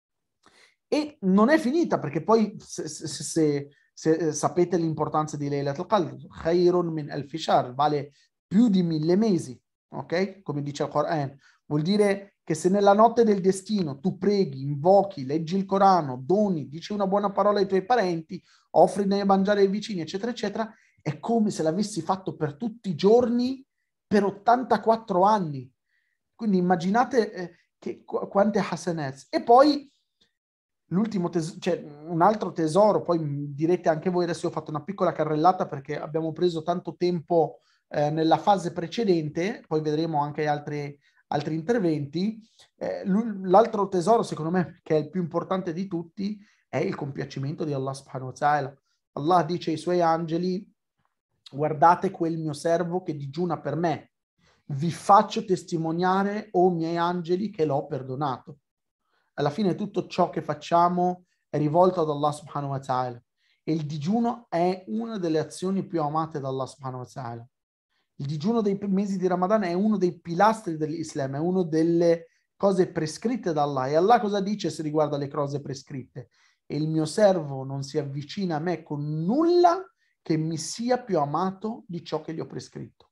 E non è finita, perché poi se, se, se, se sapete l'importanza di Laylatul Qadr, khayrun min alfi shahr, vale più di mille mesi, ok? Come dice il Corano. Vuol dire che se nella notte del destino tu preghi, invochi, leggi il Corano, doni, dici una buona parola ai tuoi parenti, offri da mangiare ai vicini, eccetera, eccetera, è come se l'avessi fatto per tutti i giorni per ottantaquattro anni. Quindi immaginate eh, che, qu- quante hasanat. E poi l'ultimo tesoro, cioè un altro tesoro, poi direte anche voi, adesso ho fatto una piccola carrellata perché abbiamo preso tanto tempo eh, nella fase precedente, poi vedremo anche altri, altri interventi. Eh, l'altro tesoro, secondo me, che è il più importante di tutti, è il compiacimento di Allah subhanahu wa ta'ala. Allah dice ai suoi angeli: guardate quel mio servo che digiuna per me, vi faccio testimoniare, o miei angeli, che l'ho perdonato. Alla fine tutto ciò che facciamo è rivolto ad Allah subhanahu wa ta'ala, e il digiuno è una delle azioni più amate da Allah subhanahu wa ta'ala. Il digiuno dei mesi di Ramadan è uno dei pilastri dell'Islam, è una delle cose prescritte da Allah. E Allah cosa dice se riguarda le cose prescritte? E il mio servo non si avvicina a me con nulla che mi sia più amato di ciò che gli ho prescritto.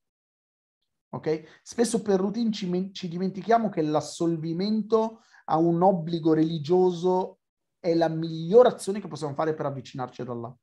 Ok? Spesso per routine ci, ci dimentichiamo che l'assolvimento a un obbligo religioso è la migliore azione che possiamo fare per avvicinarci ad Allah.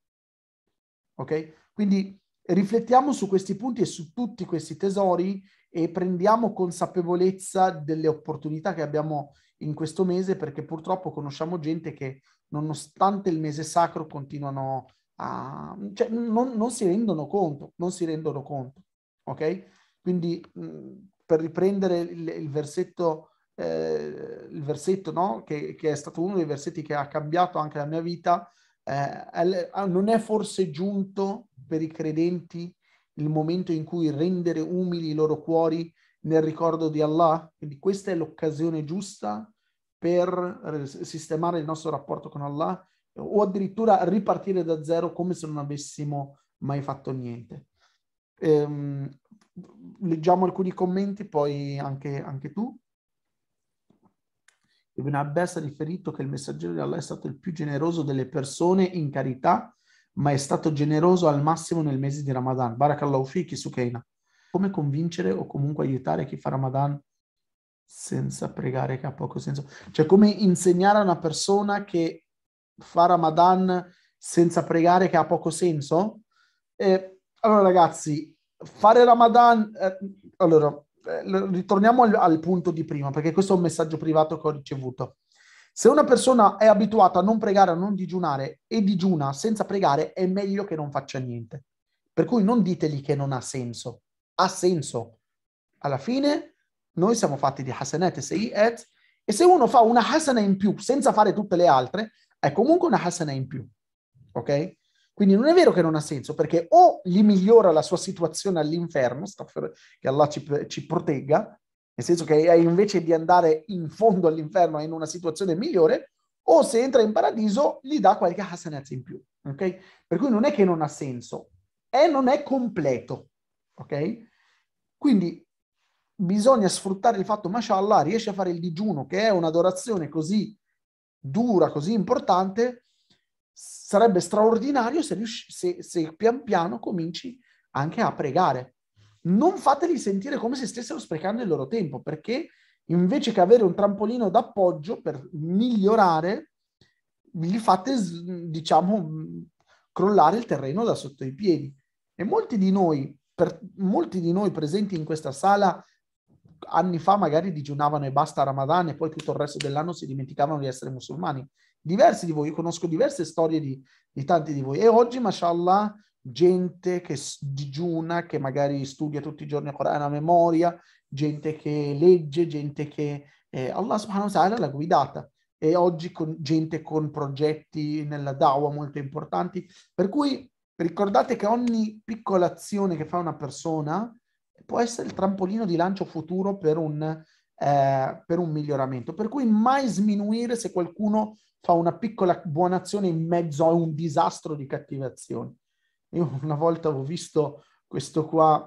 Ok? Quindi riflettiamo su questi punti e su tutti questi tesori e prendiamo consapevolezza delle opportunità che abbiamo in questo mese, perché purtroppo conosciamo gente che, nonostante il mese sacro, continuano a... cioè non, non si rendono conto, non si rendono conto, ok? Quindi mh, per riprendere il, il versetto, eh, il versetto no? che, che è stato uno dei versetti che ha cambiato anche la mia vita, eh, non è forse giunto per i credenti il momento in cui rendere umili i loro cuori nel ricordo di Allah? Quindi questa è l'occasione giusta per sistemare il nostro rapporto con Allah, o addirittura ripartire da zero come se non avessimo mai fatto niente. Ehm, leggiamo alcuni commenti, poi anche, anche tu. Ibn Abbas ha riferito che il messaggero di Allah è stato il più generoso delle persone in carità, ma è stato generoso al massimo nel mese di Ramadan. Barakallahu fiki, Sukeina. Come convincere o comunque aiutare chi fa Ramadan senza pregare, che ha poco senso? Cioè, come insegnare a una persona che fa Ramadan senza pregare, che ha poco senso? Eh, allora, ragazzi, fare Ramadan... Eh, allora, eh, ritorniamo al, al punto di prima, perché questo è un messaggio privato che ho ricevuto. Se una persona è abituata a non pregare, a non digiunare, e digiuna senza pregare, è meglio che non faccia niente. Per cui non ditegli che non ha senso. Ha senso. Alla fine noi siamo fatti di hasanat e sayiat, e se uno fa una hasana in più senza fare tutte le altre, è comunque una hasana in più. Ok? Quindi non è vero che non ha senso, perché o gli migliora la sua situazione all'inferno, che Allah ci, ci protegga, nel senso che invece di andare in fondo all'inferno è in una situazione migliore, o se entra in paradiso gli dà qualche hasanat in più. Ok? Per cui non è che non ha senso, è non è completo. Ok? Quindi bisogna sfruttare il fatto, mashallah, riesce a fare il digiuno, che è un'adorazione così dura, così importante. Sarebbe straordinario se, riusci- se, se pian piano cominci anche a pregare. Non fateli sentire come se stessero sprecando il loro tempo, perché invece che avere un trampolino d'appoggio per migliorare, gli fate, diciamo, crollare il terreno da sotto i piedi. E molti di noi, per molti di noi presenti in questa sala, anni fa magari digiunavano e basta a Ramadan e poi tutto il resto dell'anno si dimenticavano di essere musulmani. Diversi di voi, io conosco diverse storie di, di tanti di voi, e oggi, mashallah, gente che digiuna, che magari studia tutti i giorni il Corano a memoria, gente che legge, gente che eh, Allah subhanahu wa ta'ala l'ha guidata, e oggi con gente con progetti nella da'wah molto importanti. Per cui ricordate che ogni piccola azione che fa una persona può essere il trampolino di lancio futuro per un, eh, per un miglioramento. Per cui mai sminuire se qualcuno fa una piccola buona azione in mezzo a un disastro di cattive azioni. Io una volta ho visto questo qua,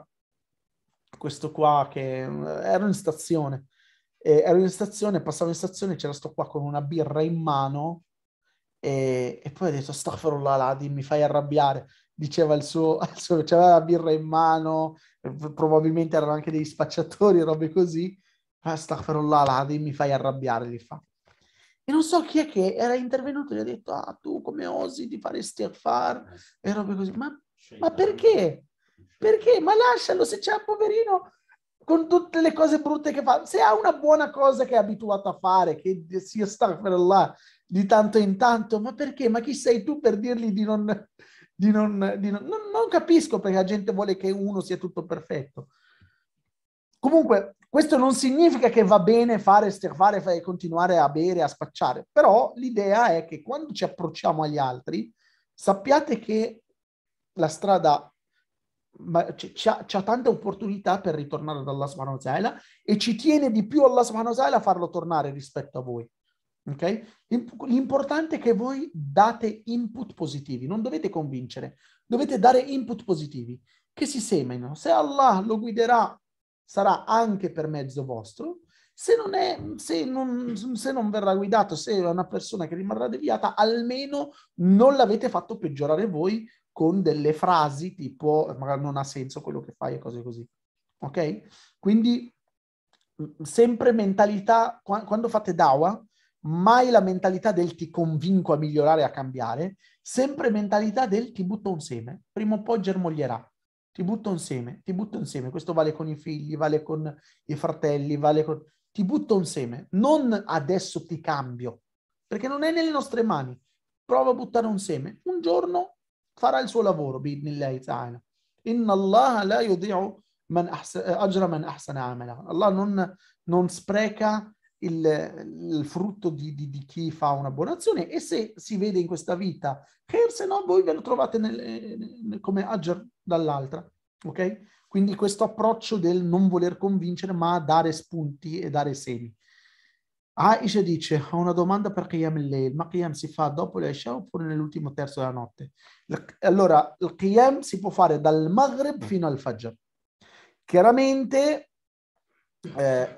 questo qua che ero in stazione, e ero in stazione, passavo in stazione, c'era sto qua con una birra in mano, e, e poi ho detto, astaghfirullah l'azim, mi fai arrabbiare. Diceva il suo, il suo, c'aveva la birra in mano, probabilmente erano anche dei spacciatori, robe così. Astaghfirullah l'azim, mi fai arrabbiare, gli fa. E non so chi è che era intervenuto e gli ha detto, ah, tu come osi di fare istighfar e robe così. Ma, ma perché? Perché? Ma lascialo, se c'è un poverino con tutte le cose brutte che fa. Se ha una buona cosa che è abituato a fare, che sia astaghfirullah di tanto in tanto, ma perché? Ma chi sei tu per dirgli di non... Di non, di non, non, non capisco perché la gente vuole che uno sia tutto perfetto. Comunque, questo non significa che va bene fare istighfar e continuare a bere, a spacciare, però l'idea è che quando ci approcciamo agli altri, sappiate che la strada c'ha, c'ha tante opportunità per ritornare ad Allah subhanahu wa ta'ala, e ci tiene di più Allah subhanahu wa ta'ala a farlo tornare rispetto a voi. Okay? L'importante è che voi date input positivi, non dovete convincere, dovete dare input positivi che si seminano. Se Allah lo guiderà, sarà anche per mezzo vostro. Se non, è, se non, se non verrà guidato, se è una persona che rimarrà deviata, almeno non l'avete fatto peggiorare voi con delle frasi tipo magari non ha senso quello che fai e cose così. Ok? Quindi sempre mentalità, quando fate da'wah, mai la mentalità del ti convinco a migliorare, a cambiare, sempre mentalità del ti butto un seme, prima o poi germoglierà, ti butto un seme, ti butto un seme, questo vale con i figli, vale con i fratelli, vale con... ti butto un seme, non adesso ti cambio, perché non è nelle nostre mani, prova a buttare un seme, un giorno farà il suo lavoro, bi'idhnillahi ta'ala. Inna Allah la yudi'u man ahsana, ajra man ahsana amala. Allah non, non spreca Il, il frutto di, di, di chi fa una buona azione, e se si vede in questa vita, se no voi ve lo trovate nel, nel, come ajr dall'altra, ok? Quindi questo approccio del non voler convincere, ma dare spunti e dare semi. Aisha dice, ho una domanda per Qiyam al-Layl, ma Qiyam si fa dopo l'Isha oppure nell'ultimo terzo della notte? Allora, il Qiyam si può fare dal Maghrib fino al Fajr. Chiaramente Eh,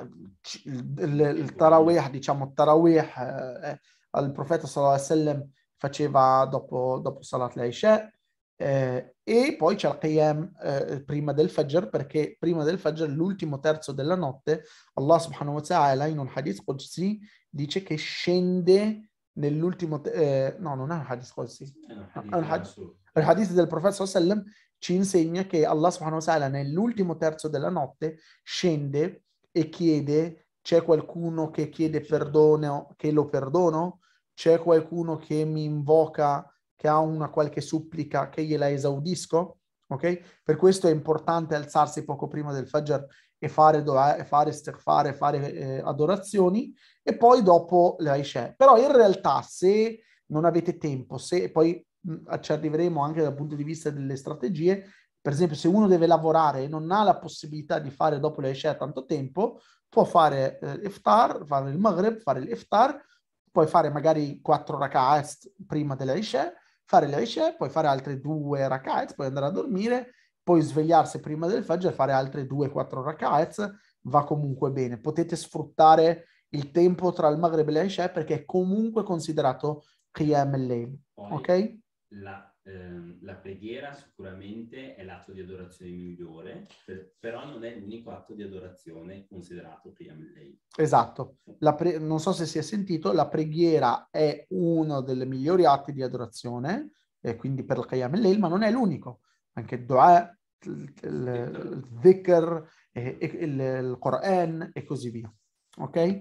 il, il tarawih, diciamo il tarawih eh, al profeta sallallahu alaihi wasallam faceva dopo, dopo Salat al-Isha, Eh, e poi c'è il Qiyam eh, prima del Fajr, perché prima del Fajr, l'ultimo terzo della notte, Allah subhanahu wa ta'ala in un hadith Qudsi dice che scende nell'ultimo... Eh, no, non è un hadith Qudsi. È un hadith, il hadith del profeta sallallahu alaihi wasallam ci insegna che Allah subhanahu wa ta'ala nell'ultimo terzo della notte scende e chiede: c'è qualcuno che chiede perdono, che lo perdono? C'è qualcuno che mi invoca, che ha una qualche supplica, che gliela esaudisco? Ok? Per questo è importante alzarsi poco prima del Fajr e fare dua, e fare istighfar, e fare eh, adorazioni, e poi dopo l'Isha. Però in realtà, se non avete tempo, se poi mh, ci arriveremo anche dal punto di vista delle strategie, per esempio se uno deve lavorare e non ha la possibilità di fare dopo l'Isha tanto tempo, può fare eh, iftar, fare il Maghrib, fare l'iftar, puoi fare magari quattro rak'at prima dell'Isha, fare l'Isha, poi fare altre due rak'at, poi andare a dormire, poi svegliarsi prima del Fajr e fare altre due quattro rak'at, va comunque bene. Potete sfruttare il tempo tra il Maghrib e l'Isha perché è comunque considerato Qiyam al-Layl, ok? La, ehm, la preghiera sicuramente è l'atto di adorazione migliore, per, però non è l'unico atto di adorazione considerato Qiyam al-Layl. Esatto. La pre- non so se si è sentito, la preghiera è uno dei migliori atti di adorazione, e quindi per il Qiyam al-Layl, ma non è l'unico. Anche il dua, il, il, il dhikr, e, e, il, il Quran e così via. Ok?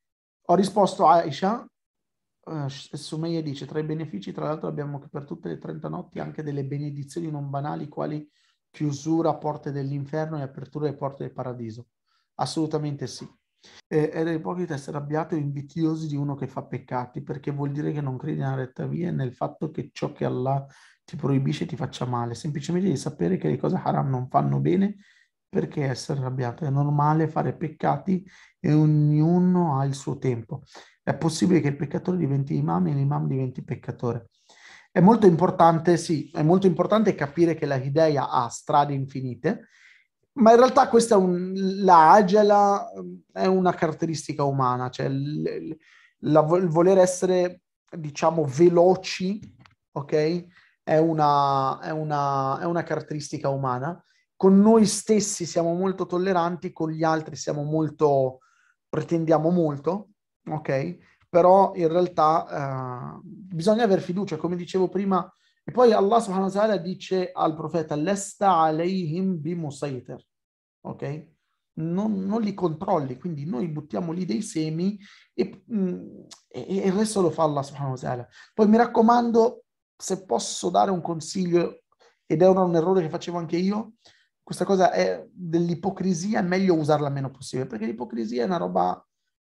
Ho risposto a Aisha. Uh, Sumeyya dice: tra i benefici, tra l'altro, abbiamo che per tutte le trenta notti anche delle benedizioni non banali, quali chiusura a porte dell'inferno e apertura alle porte del paradiso. Assolutamente sì. Eh, era ipocrita essere arrabbiato e invidiosi di uno che fa peccati, perché vuol dire che non credi nella retta via e nel fatto che ciò che Allah ti proibisce ti faccia male. Semplicemente di sapere che le cose haram non fanno bene, perché essere arrabbiato. È normale fare peccati e ognuno ha il suo tempo. È possibile che il peccatore diventi imam e l'imam diventi peccatore. È molto importante, sì, è molto importante capire che la Hidayah ha strade infinite, ma in realtà questa è un, la ajala è una caratteristica umana, cioè il, la, il voler essere, diciamo, veloci, ok? È una, è una, è una caratteristica umana. Con noi stessi siamo molto tolleranti, con gli altri siamo molto, pretendiamo molto, ok? Però in realtà uh, bisogna aver fiducia, come dicevo prima. E poi Allah subhanahu wa ta'ala dice al profeta: Lesta alayhim bimusaytir, ok? Non, non li controlli, quindi noi buttiamo lì dei semi e, mm, e, e il resto lo fa Allah subhanahu wa ta'ala. Poi mi raccomando, se posso dare un consiglio, ed è un, un errore che facevo anche io, questa cosa è dell'ipocrisia, è meglio usarla meno possibile, perché l'ipocrisia è una roba,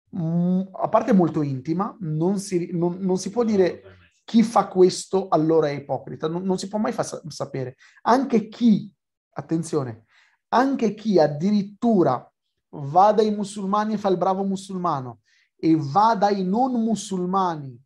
mm, a parte molto intima, non si, non, non si può dire chi fa questo allora è ipocrita, non, non si può mai far sapere. Anche chi, attenzione, anche chi addirittura va dai musulmani e fa il bravo musulmano e va dai non musulmani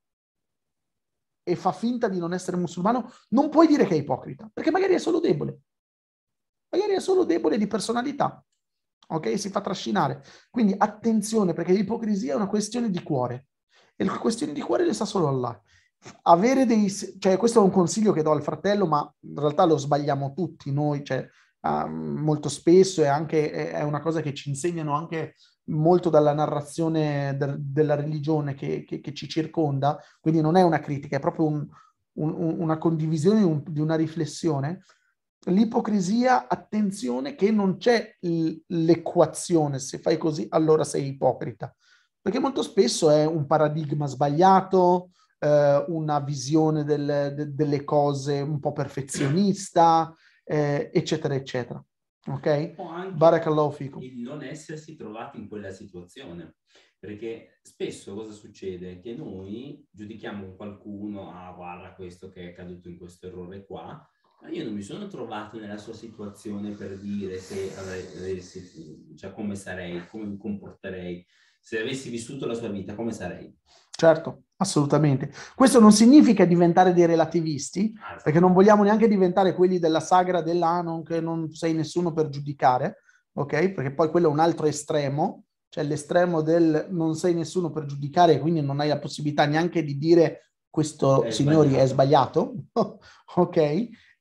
e fa finta di non essere musulmano, non puoi dire che è ipocrita, perché magari è solo debole. Magari è solo debole di personalità, ok? Si fa trascinare. Quindi attenzione, perché l'ipocrisia è una questione di cuore. E le questioni di cuore le sa solo Allah. Avere dei... Cioè, questo è un consiglio che do al fratello, ma in realtà lo sbagliamo tutti noi, cioè, um, molto spesso, e anche è una cosa che ci insegnano anche molto dalla narrazione de- della religione che, che, che ci circonda. Quindi non è una critica, è proprio un, un, una condivisione un, di una riflessione. L'ipocrisia, attenzione che non c'è l'equazione, se fai così allora sei ipocrita, perché molto spesso è un paradigma sbagliato, eh, una visione del, de, delle cose un po' perfezionista, eh, eccetera eccetera. Ok? Barakallahu fikum. Il non essersi trovati in quella situazione, perché spesso cosa succede? Che noi giudichiamo qualcuno, ah guarda questo che è caduto in questo errore qua, ma io non mi sono trovato nella sua situazione per dire se avessi, cioè come sarei, come mi comporterei, se avessi vissuto la sua vita, come sarei. Certo, assolutamente. Questo non significa diventare dei relativisti, perché non vogliamo neanche diventare quelli della sagra dell'Anon, che non sei nessuno per giudicare, ok? Perché poi quello è un altro estremo, cioè l'estremo del non sei nessuno per giudicare e quindi non hai la possibilità neanche di dire questo, è signori, sbagliato. è sbagliato, ok?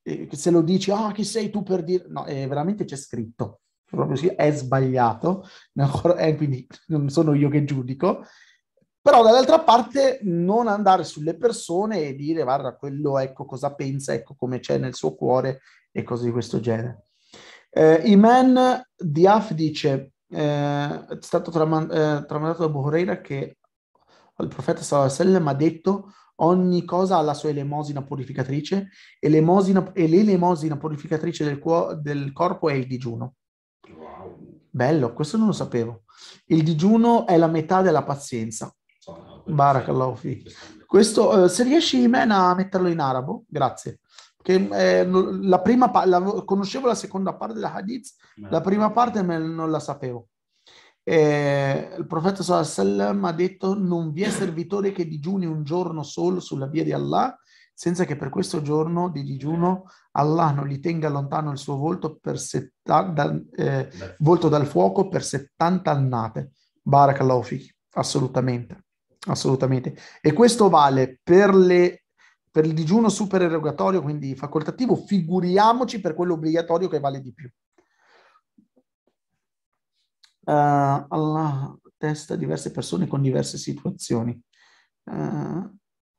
eh, se lo dici, ah, chi sei tu per dire... No, eh, veramente c'è scritto, proprio sì, è sbagliato, no, eh, quindi non sono io che giudico, però dall'altra parte non andare sulle persone e dire, guarda, quello ecco cosa pensa, ecco come c'è nel suo cuore e cose di questo genere. Eh, Iman Diaf dice, eh, è stato traman- eh, tramandato da Abu Huraira che il profeta sallallahu alaihi wasallam ha detto ogni cosa ha la sua elemosina purificatrice e l'elemosina, e l'elemosina purificatrice del, cuo- del corpo è il digiuno. Wow. Bello, questo non lo sapevo. Il digiuno è la metà della pazienza. Barakallahu fi. Questo, eh, se riesci Iman a metterlo in arabo, grazie. Che, eh, la prima pa- la, conoscevo la seconda parte della hadith, la prima parte me, non la sapevo. Eh, il profeta sallallahu alaihi wasallam ha detto non vi è servitore che digiuni un giorno solo sulla via di Allah senza che per questo giorno di digiuno Allah non gli tenga lontano il suo volto, per settanta, eh, volto dal fuoco per settanta annate. Barakallahu fiki. Assolutamente, assolutamente. E questo vale per, le, per il digiuno supererogatorio, quindi facoltativo, figuriamoci per quello obbligatorio che vale di più. Uh, Allah testa diverse persone con diverse situazioni. Uh,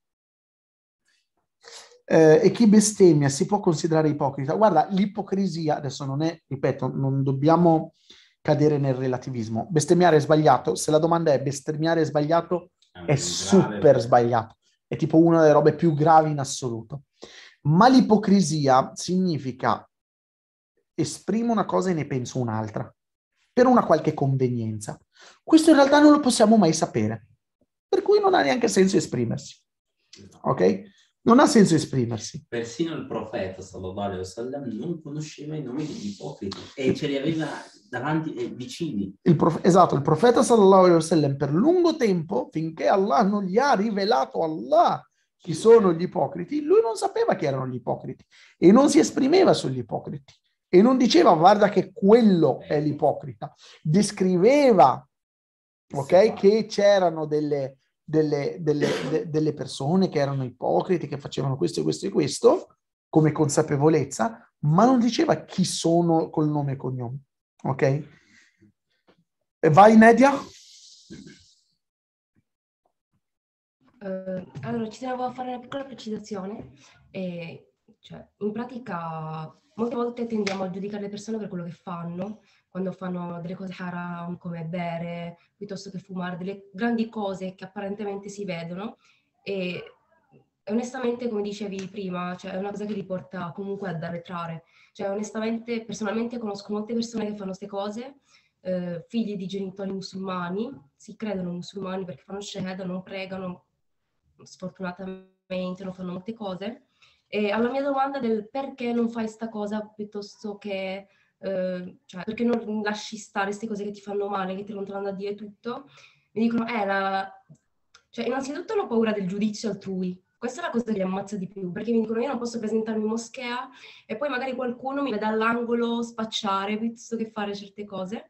eh, e chi bestemmia si può considerare ipocrita? Guarda, l'ipocrisia, adesso non è, ripeto, non dobbiamo cadere nel relativismo. Bestemmiare è sbagliato. Se la domanda è bestemmiare è sbagliato, è super sbagliato. È tipo una delle robe più gravi in assoluto. Ma l'ipocrisia significa esprimo una cosa e ne penso un'altra, per una qualche convenienza. Questo in realtà non lo possiamo mai sapere, per cui non ha neanche senso esprimersi. Ok? Non ha senso esprimersi. Persino il profeta, sallallahu alaihi wasallam, non conosceva i nomi degli ipocriti e ce li aveva davanti e vicini. Il prof- esatto, il profeta, sallallahu alaihi wasallam, per lungo tempo, finché Allah non gli ha rivelato Allah chi sono gli ipocriti, lui non sapeva chi erano gli ipocriti e non si esprimeva sugli ipocriti. E non diceva, guarda che quello è l'ipocrita. Descriveva, ok, che c'erano delle, delle, delle, de, delle persone che erano ipocriti, che facevano questo e questo e questo, come consapevolezza, ma non diceva chi sono col nome e cognome. Ok? E vai, Nedia? Uh, allora, ci tenevo a fare una piccola precisazione. E, cioè, in pratica... Molte volte tendiamo a giudicare le persone per quello che fanno, quando fanno delle cose haram come bere, piuttosto che fumare, delle grandi cose che apparentemente si vedono e onestamente, come dicevi prima, cioè è una cosa che li porta comunque ad arretrare. Cioè onestamente, personalmente conosco molte persone che fanno queste cose, eh, figli di genitori musulmani, si credono musulmani perché fanno shahada, non pregano, sfortunatamente non fanno molte cose. E alla mia domanda del perché non fai sta cosa piuttosto che, eh, cioè perché non lasci stare queste cose che ti fanno male, che ti allontanano da Dio e tutto, mi dicono, eh, la... cioè innanzitutto ho paura del giudizio altrui. Questa è la cosa che li ammazza di più, perché mi dicono io non posso presentarmi in moschea e poi magari qualcuno mi vede all'angolo spacciare piuttosto che fare certe cose.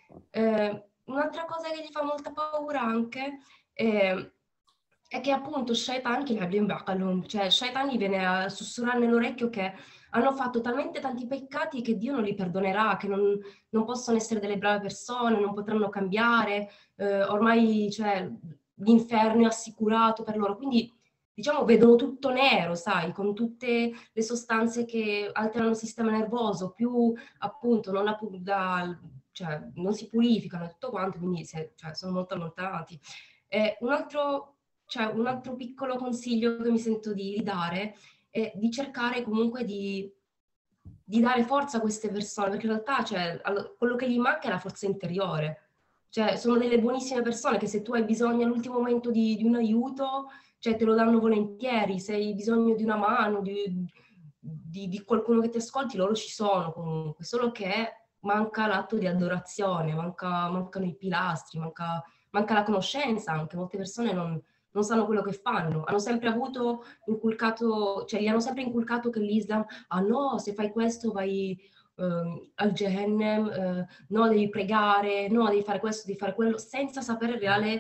Eh, un'altra cosa che gli fa molta paura anche è... è che appunto Shaitan, cioè Shaitan gli viene a sussurrare nell'orecchio che hanno fatto talmente tanti peccati che Dio non li perdonerà, che non, non possono essere delle brave persone, non potranno cambiare, eh, ormai cioè, l'inferno è assicurato per loro, quindi diciamo vedono tutto nero, sai, con tutte le sostanze che alterano il sistema nervoso, più appunto non, la, da, cioè, non si purificano e tutto quanto, quindi se, cioè, sono molto allontanati. Eh, un altro Cioè, un altro piccolo consiglio che mi sento di dare è di cercare comunque di, di dare forza a queste persone, perché in realtà cioè, quello che gli manca è la forza interiore. Cioè, sono delle buonissime persone che se tu hai bisogno all'ultimo momento di, di un aiuto, cioè, te lo danno volentieri. Se hai bisogno di una mano, di, di, di qualcuno che ti ascolti, loro ci sono comunque. Solo che manca l'atto di adorazione, manca, mancano i pilastri, manca, manca la conoscenza anche. Molte persone non... non sanno quello che fanno, hanno sempre avuto inculcato, cioè gli hanno sempre inculcato che l'Islam, ah no, se fai questo vai eh, al Gehennem, eh, no, devi pregare, no, devi fare questo, devi fare quello, senza sapere il reale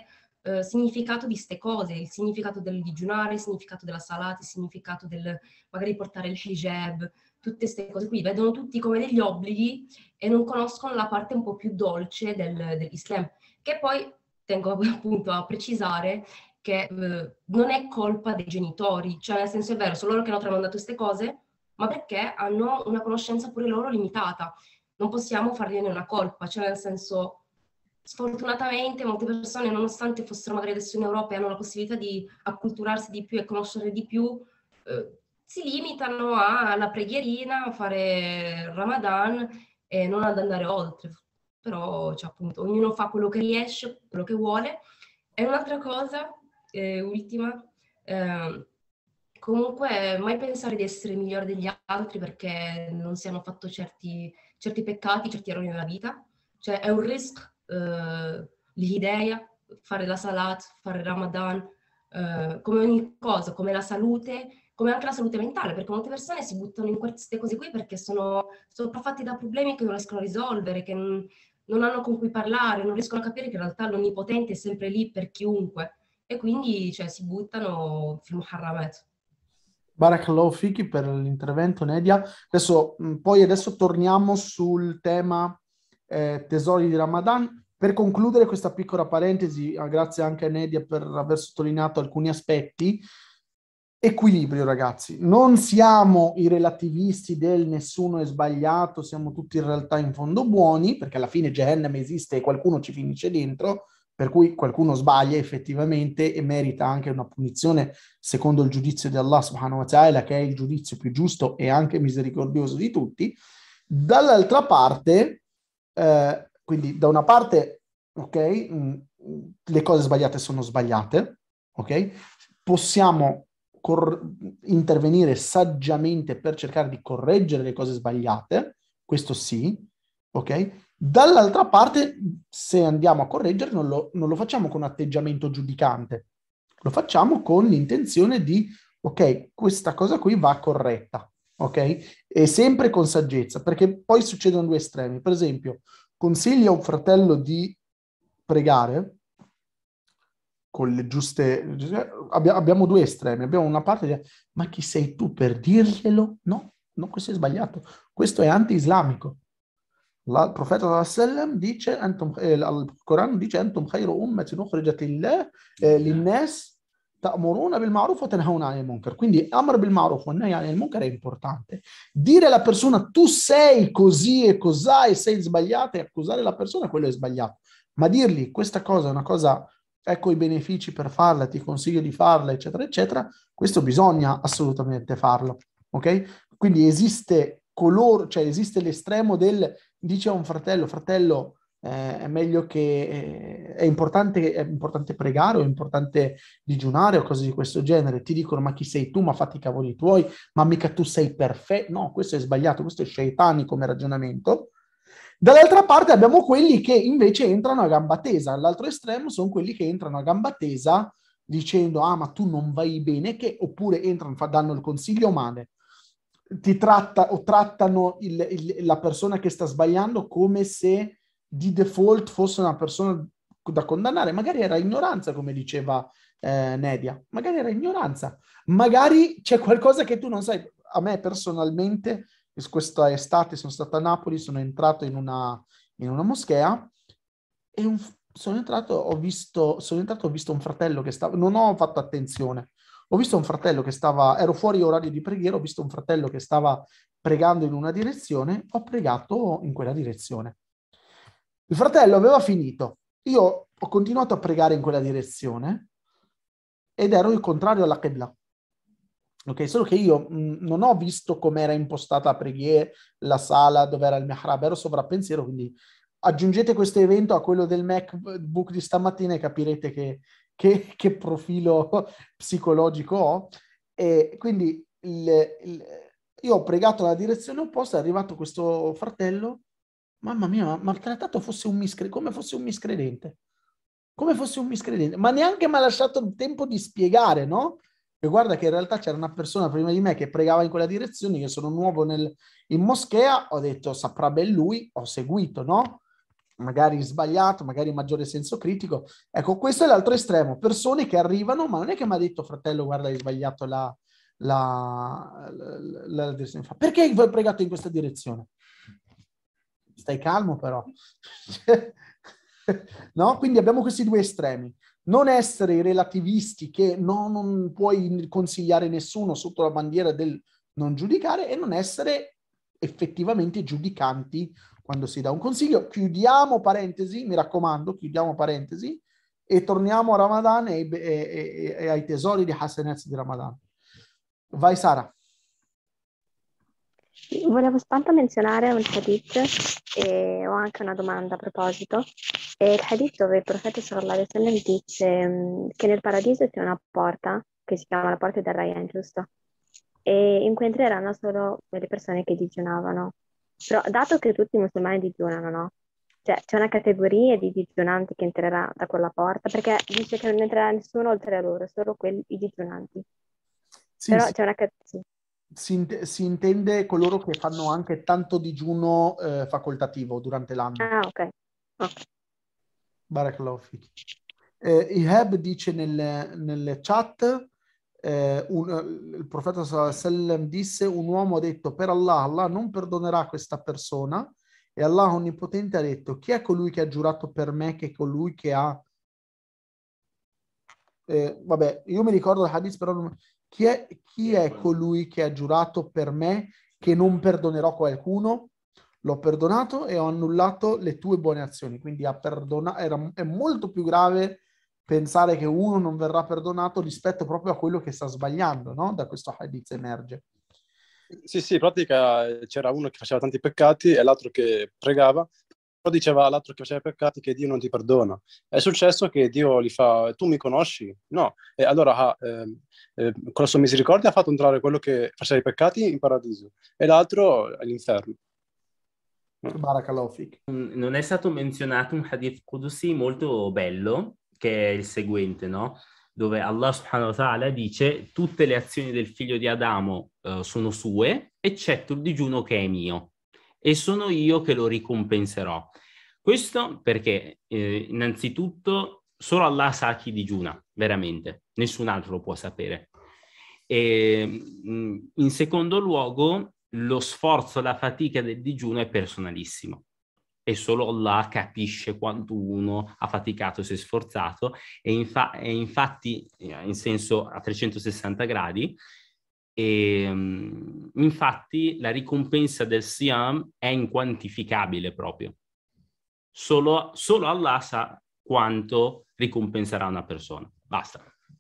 eh, significato di ste cose, il significato del digiunare, il significato della salat, il significato del magari portare il hijab, tutte queste cose qui, vedono tutti come degli obblighi e non conoscono la parte un po' più dolce del, dell'Islam, che poi tengo appunto a precisare che eh, non è colpa dei genitori, cioè nel senso è vero, sono loro che hanno tramandato queste cose, ma perché hanno una conoscenza pure loro limitata. Non possiamo fargliene una colpa, cioè nel senso, sfortunatamente molte persone, nonostante fossero magari adesso in Europa e hanno la possibilità di acculturarsi di più e conoscere di più, eh, si limitano alla preghierina, a fare Ramadan e non ad andare oltre. Però cioè, appunto, ognuno fa quello che riesce, quello che vuole. E un'altra cosa, eh, ultima, eh, comunque mai pensare di essere migliore degli altri perché non si hanno fatto certi, certi peccati, certi errori nella vita. Cioè è un risk, eh, l'idea, fare la salat, fare Ramadan, eh, come ogni cosa, come la salute, come anche la salute mentale, perché molte persone si buttano in queste cose qui perché sono sopraffatti da problemi che non riescono a risolvere, che non, non hanno con cui parlare, non riescono a capire che in realtà l'Onnipotente è sempre lì per chiunque e quindi cioè, si buttano fil muharramat. Barakallahu fiki per l'intervento, Nedia. Adesso, mh, poi adesso torniamo sul tema eh, tesori di Ramadan. Per concludere questa piccola parentesi, eh, grazie anche a Nedia per aver sottolineato alcuni aspetti. Equilibrio, ragazzi. Non siamo i relativisti del nessuno è sbagliato, siamo tutti in realtà in fondo buoni, perché alla fine Jahannam esiste e qualcuno ci finisce dentro, per cui qualcuno sbaglia effettivamente e merita anche una punizione secondo il giudizio di Allah subhanahu wa ta'ala, che è il giudizio più giusto e anche misericordioso di tutti. Dall'altra parte, eh, quindi da una parte, ok, mh, le cose sbagliate sono sbagliate, ok? Possiamo cor- intervenire saggiamente per cercare di correggere le cose sbagliate, questo sì, ok? Dall'altra parte, se andiamo a correggere, non lo, non lo facciamo con atteggiamento giudicante, lo facciamo con l'intenzione di, ok, questa cosa qui va corretta, ok? E sempre con saggezza, perché poi succedono due estremi. Per esempio, consiglia a un fratello di pregare con le giuste... Abbiamo, abbiamo due estremi. Abbiamo una parte di, ma chi sei tu per dirglielo? No, no, questo è sbagliato. Questo è anti-islamico. La, il profeta sallam dice, antum, eh, il Corano dice, antum khayru ummatin ukhrijat lillah eh, linnas ta'muruna bil ma'ruf wa tanhauna 'anil munkar. Quindi amr bil ma'ruf wa nahy 'anil munkar è importante. Dire alla persona tu sei così e cos'hai e sei sbagliata e accusare la persona, quello è sbagliato. Ma dirgli questa cosa è una cosa, ecco i benefici per farla, ti consiglio di farla, eccetera, eccetera, questo bisogna assolutamente farlo, ok? Quindi esiste coloro, cioè esiste l'estremo del dice a un fratello, fratello, eh, è meglio che eh, è importante, è importante pregare o è importante digiunare o cose di questo genere. Ti dicono, ma chi sei tu? Ma fatti i cavoli tuoi, ma mica tu sei perfetto. No, questo è sbagliato, questo è shaitani come ragionamento. Dall'altra parte abbiamo quelli che invece entrano a gamba tesa. All'altro estremo sono quelli che entrano a gamba tesa dicendo, ah, ma tu non vai bene, che oppure entrano, danno il consiglio male. Ti tratta o trattano il, il, la persona che sta sbagliando come se di default fosse una persona da condannare. Magari era ignoranza, come diceva eh, Nedia, magari era ignoranza, magari c'è qualcosa che tu non sai. A me personalmente, questa estate sono stato a Napoli, sono entrato in una, in una moschea e un, sono entrato, ho visto, sono entrato, ho visto un fratello che stava, non ho fatto attenzione. Ho visto un fratello che stava, ero fuori orario di preghiera, ho visto un fratello che stava pregando in una direzione, ho pregato in quella direzione. Il fratello aveva finito, io ho continuato a pregare in quella direzione ed ero il contrario alla Qibla. Ok, solo che io mh, non ho visto com'era impostata la preghiera, la sala, dove era il mihrab, ero sovrappensiero, quindi aggiungete questo evento a quello del MacBook di stamattina e capirete che Che, che profilo psicologico ho. E quindi il, il, io ho pregato nella direzione opposta, è arrivato questo fratello, mamma mia, ma ha trattato fosse un miscre- come fosse un miscredente, come fosse un miscredente, ma neanche mi ha lasciato il tempo di spiegare, no? E guarda che in realtà c'era una persona prima di me che pregava in quella direzione, io sono nuovo nel, in moschea, ho detto saprà ben lui, ho seguito, no? magari sbagliato, magari maggiore senso critico. Ecco, questo è l'altro estremo. Persone che arrivano, ma non è che mi ha detto fratello, guarda, hai sbagliato la, la, la, la direzione. Perché hai pregato in questa direzione? Stai calmo però. No? Quindi abbiamo questi due estremi. Non essere i relativisti che no, non puoi consigliare nessuno sotto la bandiera del non giudicare, e non essere effettivamente giudicanti quando si dà un consiglio. Chiudiamo parentesi, mi raccomando, chiudiamo parentesi e torniamo a Ramadan e, e, e, e ai tesori di Hasanez di Ramadan. Vai Sara. Volevo soltanto menzionare un hadith e ho anche una domanda a proposito. È il hadith dove il profeta sallallahu alaihi wasallam dice mh, che nel paradiso c'è una porta che si chiama la porta del Rayyan, giusto? E in cui entreranno solo quelle persone che digiunavano. Però dato che tutti i musulmani digiunano, no? Cioè c'è una categoria di digiunanti che entrerà da quella porta, perché dice che non entrerà nessuno oltre a loro, solo quelli i digiunanti. Sì, Però sì. c'è una categoria. Si, int- si intende coloro che fanno anche tanto digiuno eh, facoltativo durante l'anno. Ah, ok. Ok. Barakallahu fiki. Eh, Ihab dice nel, nelle chat, eh, un, il profeta sallallahu alaihi wasallam disse, un uomo ha detto, per Allah, Allah non perdonerà questa persona, e Allah Onnipotente ha detto, chi è colui che ha giurato per me che colui che ha... Eh, vabbè, io mi ricordo il hadith, però non... Chi è, chi è colui che ha giurato per me che non perdonerò qualcuno? L'ho perdonato e ho annullato le tue buone azioni. Quindi ha perdona- era, è molto più grave pensare che uno non verrà perdonato rispetto proprio a quello che sta sbagliando, no? Da questo hadith emerge. Sì, sì, in pratica c'era uno che faceva tanti peccati e l'altro che pregava, però diceva all'altro che faceva peccati che Dio non ti perdona. È successo che Dio gli fa, tu mi conosci? No. E allora eh, eh, con la sua misericordia ha fatto entrare quello che faceva i peccati in paradiso e l'altro all'inferno. Barakallahu fik. Non è stato menzionato un hadith Qudusi molto bello, che è il seguente, no? Dove Allah subhanahu wa ta'ala dice tutte le azioni del figlio di Adamo uh, sono sue, eccetto il digiuno che è mio, e sono io che lo ricompenserò. Questo perché eh, innanzitutto solo Allah sa chi digiuna, veramente, nessun altro lo può sapere. E mh, in secondo luogo lo sforzo, la fatica del digiuno è personalissimo. E solo Allah capisce quanto uno ha faticato, si è sforzato, e, infa- e infatti, in senso a trecentosessanta gradi, e, um, infatti la ricompensa del Siyam è inquantificabile proprio. Solo, solo Allah sa quanto ricompenserà una persona. Basta.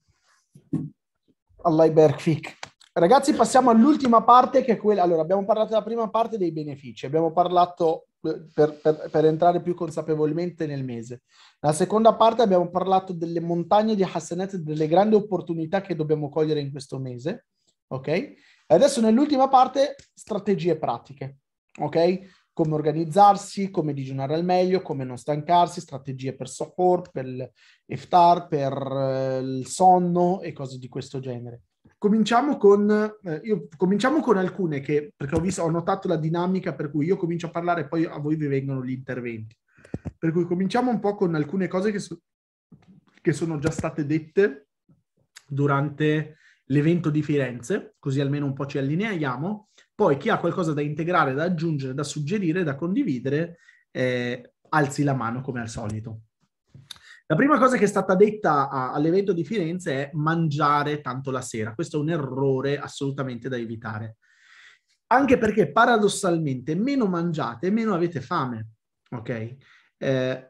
Allah ibarak fik. Ragazzi, passiamo all'ultima parte, che è quella... Allora, abbiamo parlato della prima parte dei benefici, abbiamo parlato per, per, per entrare più consapevolmente nel mese. Nella seconda parte abbiamo parlato delle montagne di Hasanet, delle grandi opportunità che dobbiamo cogliere in questo mese, ok? E adesso nell'ultima parte, strategie pratiche, ok? Come organizzarsi, come digiunare al meglio, come non stancarsi, strategie per suhoor, per l'iftar, per eh, il sonno e cose di questo genere. Cominciamo con, eh, io, cominciamo con alcune che, perché ho, visto, ho notato la dinamica per cui io comincio a parlare e poi a voi vi vengono gli interventi. Per cui cominciamo un po' con alcune cose che, so, che sono già state dette durante l'evento di Firenze, così almeno un po' ci allineiamo. Poi chi ha qualcosa da integrare, da aggiungere, da suggerire, da condividere, eh, alzi la mano come al solito. La prima cosa che è stata detta a, all'evento di Firenze è mangiare tanto la sera. Questo è un errore assolutamente da evitare. Anche perché paradossalmente meno mangiate, meno avete fame. Ok? Eh,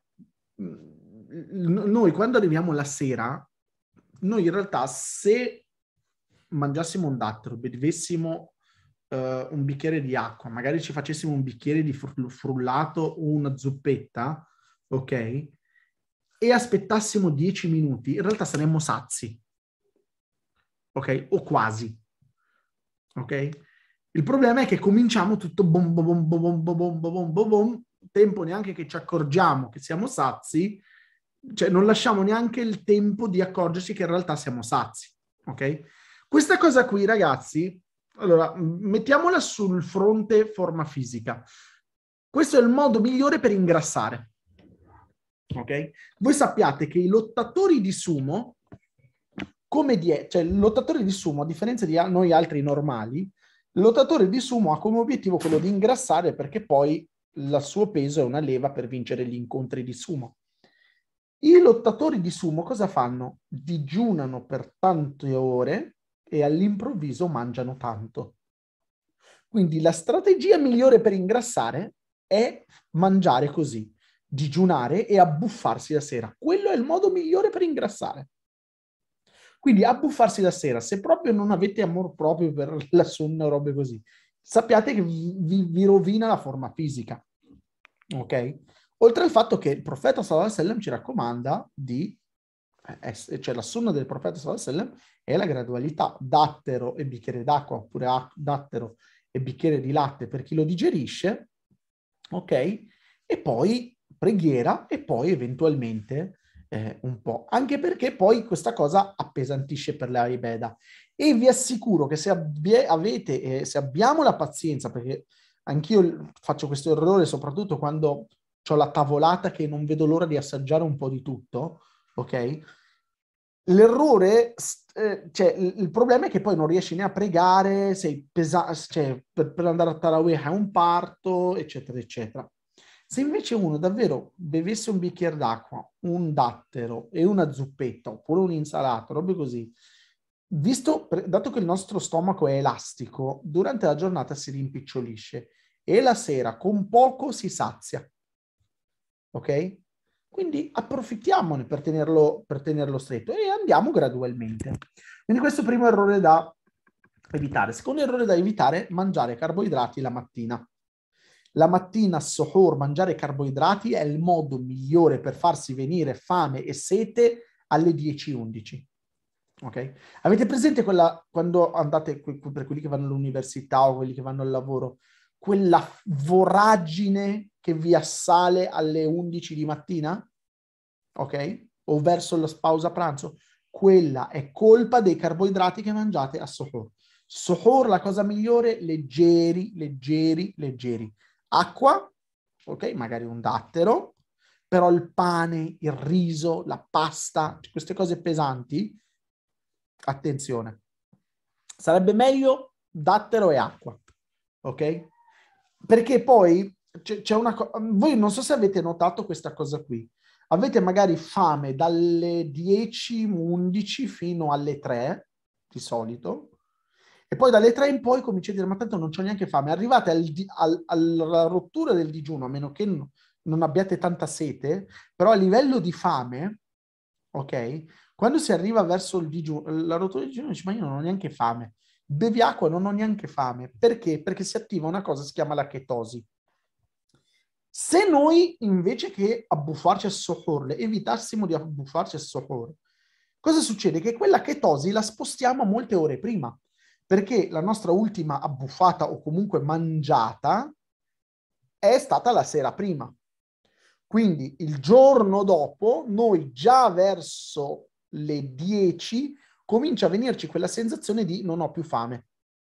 noi quando arriviamo la sera, noi in realtà se mangiassimo un dattero, bevessimo uh, un bicchiere di acqua, magari ci facessimo un bicchiere di frullato o una zuppetta, ok? E aspettassimo dieci minuti, in realtà saremmo sazi, ok? O quasi, ok? Il problema è che cominciamo tutto bom bom bom bom bom bom bom bom bom, tempo neanche che ci accorgiamo che siamo sazi, cioè non lasciamo neanche il tempo di accorgersi che in realtà siamo sazi, ok? Questa cosa qui, ragazzi, allora, mettiamola sul fronte forma fisica. Questo è il modo migliore per ingrassare. ok? Voi sappiate che i lottatori di sumo, come die- cioè il lottatore di sumo, a differenza di a- noi altri normali, il lottatore di sumo ha come obiettivo quello di ingrassare perché poi il suo peso è una leva per vincere gli incontri di sumo. I lottatori di sumo cosa fanno? Digiunano per tante ore e all'improvviso mangiano tanto. Quindi la strategia migliore per ingrassare è mangiare così, digiunare e abbuffarsi la sera. Quello è il modo migliore per ingrassare. Quindi abbuffarsi la sera, se proprio non avete amor proprio per la sonno o robe così, sappiate che vi, vi rovina la forma fisica. Ok? Oltre al fatto che il profeta sallallahu alaihi wasallam ci raccomanda di, eh, cioè la sunna del profeta sallallahu alaihi wasallam è la gradualità, dattero e bicchiere d'acqua, oppure dattero e bicchiere di latte per chi lo digerisce, ok? E poi preghiera e poi eventualmente eh, un po'. Anche perché poi questa cosa appesantisce per la ibada. E vi assicuro che se abbie, avete, eh, se abbiamo la pazienza, perché anch'io faccio questo errore soprattutto quando ho la tavolata che non vedo l'ora di assaggiare un po' di tutto, ok? L'errore, eh, cioè il, il problema è che poi non riesci né a pregare, sei pesa- cioè, per, per andare a Tarawih è un parto, eccetera, eccetera. Se invece uno davvero bevesse un bicchiere d'acqua, un dattero e una zuppetta, oppure un'insalata, robe così, visto, dato che il nostro stomaco è elastico, durante la giornata si rimpicciolisce e la sera con poco si sazia. Ok? Quindi approfittiamone per tenerlo, per tenerlo stretto e andiamo gradualmente. Quindi questo è il primo errore da evitare. Secondo errore da evitare, mangiare carboidrati la mattina. La mattina, suhoor, mangiare carboidrati è il modo migliore per farsi venire fame e sete alle dieci undici. Ok? Avete presente quella, quando andate, per quelli che vanno all'università o quelli che vanno al lavoro, quella voragine che vi assale alle undici di mattina? Ok? O verso la pausa pranzo? Quella è colpa dei carboidrati che mangiate a suhoor. Suhoor, la cosa migliore, leggeri, leggeri, leggeri. Acqua, ok? Magari un dattero, però il pane, il riso, la pasta, queste cose pesanti, attenzione. Sarebbe meglio dattero e acqua, ok? Perché poi c'è una cosa, voi non so se avete notato questa cosa qui, avete magari fame dalle dieci undici fino alle tre, di solito, e poi dalle tre in poi cominciate a dire, ma tanto non c'ho neanche fame, arrivate al, al, alla rottura del digiuno, a meno che non, non abbiate tanta sete, però a livello di fame, ok? Quando si arriva verso il digiuno, la rottura del digiuno, dici, ma io non ho neanche fame. Bevi acqua, non ho neanche fame. Perché? Perché si attiva una cosa che si chiama la chetosi. Se noi, invece che abbuffarci a suhoor, evitassimo di abbuffarci a suhoor, cosa succede? Che quella chetosi la spostiamo molte ore prima, perché la nostra ultima abbuffata o comunque mangiata è stata la sera prima. Quindi il giorno dopo, noi già verso le dieci comincia a venirci quella sensazione di non ho più fame,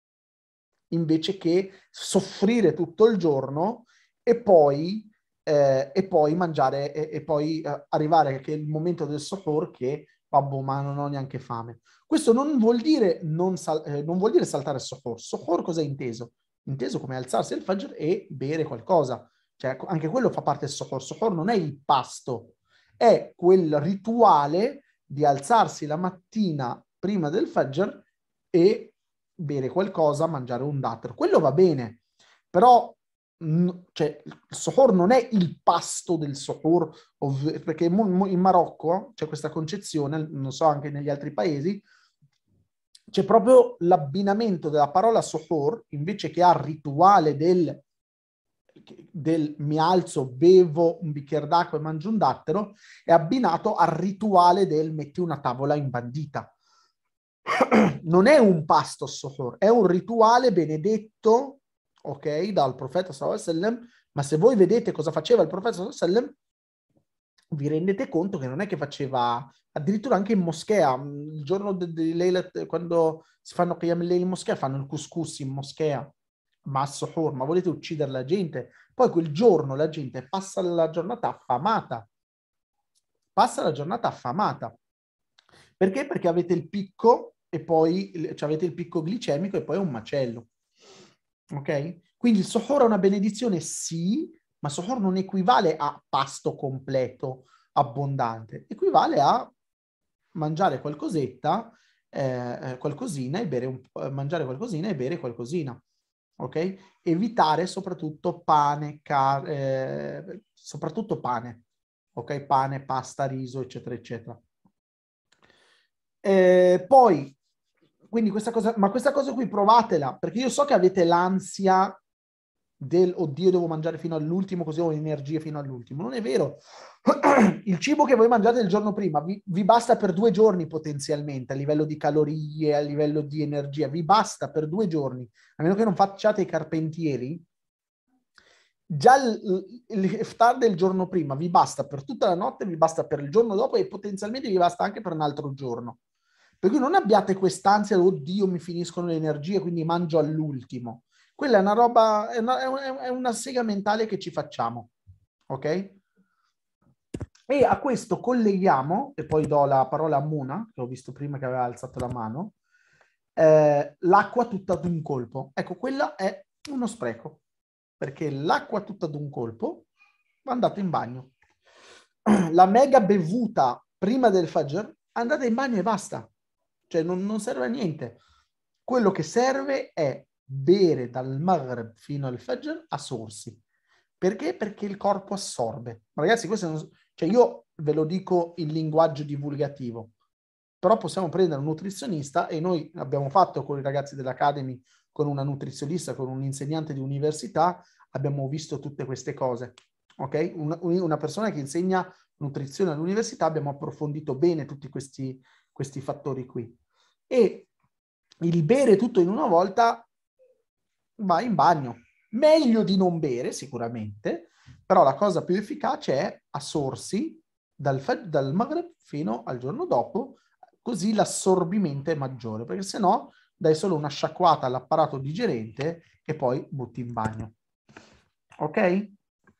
invece che soffrire tutto il giorno e poi, eh, e poi mangiare e, e poi eh, arrivare che è il momento del suhoor che, vabbè, ma non ho neanche fame. Questo non vuol dire, non sal- eh, non vuol dire saltare il suhoor. Suhoor cosa è inteso? Inteso come alzarsi al fajr e bere qualcosa. Cioè anche quello fa parte del suhoor. Suhoor non è il pasto, è quel rituale di alzarsi la mattina prima del fajr e bere qualcosa, mangiare un dattero. Quello va bene, però mh, cioè, il suhoor non è il pasto del suhoor, ov- perché in Marocco c'è questa concezione, non so anche negli altri paesi, c'è proprio l'abbinamento della parola suhoor, invece che al rituale del del mi alzo, bevo un bicchiere d'acqua e mangio un dattero, è abbinato al rituale del metti una tavola imbandita. Non è un pasto suhoor, è un rituale benedetto, ok, dal profeta sallallahu alaihi wasallam, ma se voi vedete cosa faceva il profeta sallallahu alaihi wasallam, vi rendete conto che non è che faceva, addirittura anche in moschea, il giorno di Laylat, quando si fanno Qiyam al-Layl in moschea, fanno il couscous in moschea, ma a suhoor, ma volete uccidere la gente? Poi quel giorno la gente passa la giornata affamata, passa la giornata affamata. Perché? Perché avete il picco e poi cioè avete il picco glicemico e poi è un macello. Ok? Quindi il suhoor è una benedizione, sì, ma suhoor non equivale a pasto completo, abbondante. Equivale a mangiare qualcosetta, eh, qualcosina e bere un, mangiare qualcosina e bere qualcosina. Ok? Evitare soprattutto pane, car- eh, soprattutto pane. Ok? Pane, pasta, riso, eccetera, eccetera. Eh, poi, quindi questa cosa, ma questa cosa qui provatela, perché io so che avete l'ansia del oddio devo mangiare fino all'ultimo così ho energie fino all'ultimo. Non è vero. Il cibo che voi mangiate il giorno prima vi, vi basta per due giorni potenzialmente a livello di calorie, a livello di energia, vi basta per due giorni, a meno che non facciate i carpentieri. Già l'iftar del giorno prima vi basta per tutta la notte, vi basta per il giorno dopo e potenzialmente vi basta anche per un altro giorno. Per cui non abbiate quest'ansia, oddio mi finiscono le energie quindi mangio all'ultimo. Quella è una roba, è una, è una sega mentale che ci facciamo, ok? E a questo colleghiamo, e poi do la parola a Muna, che ho visto prima che aveva alzato la mano, eh, l'acqua tutta ad un colpo. Ecco, quella è uno spreco, perché l'acqua tutta ad un colpo, andate in bagno. La mega bevuta prima del Fajr, andate in bagno e basta. Cioè non, non serve a niente. Quello che serve è bere dal Maghrib fino al Fajr a sorsi. Perché? Perché il corpo assorbe. Ma ragazzi, questo non, cioè io ve lo dico in linguaggio divulgativo, però possiamo prendere un nutrizionista e noi abbiamo fatto con i ragazzi dell'Academy, con una nutrizionista, con un insegnante di università, abbiamo visto tutte queste cose. Ok? Una, una persona che insegna nutrizione all'università, abbiamo approfondito bene tutti questi, questi fattori qui. E il bere tutto in una volta va in bagno. Meglio di non bere, sicuramente, però la cosa più efficace è a sorsi dal, dal Maghrib fino al giorno dopo, così l'assorbimento è maggiore, perché se no dai solo una sciacquata all'apparato digerente e poi butti in bagno. Ok?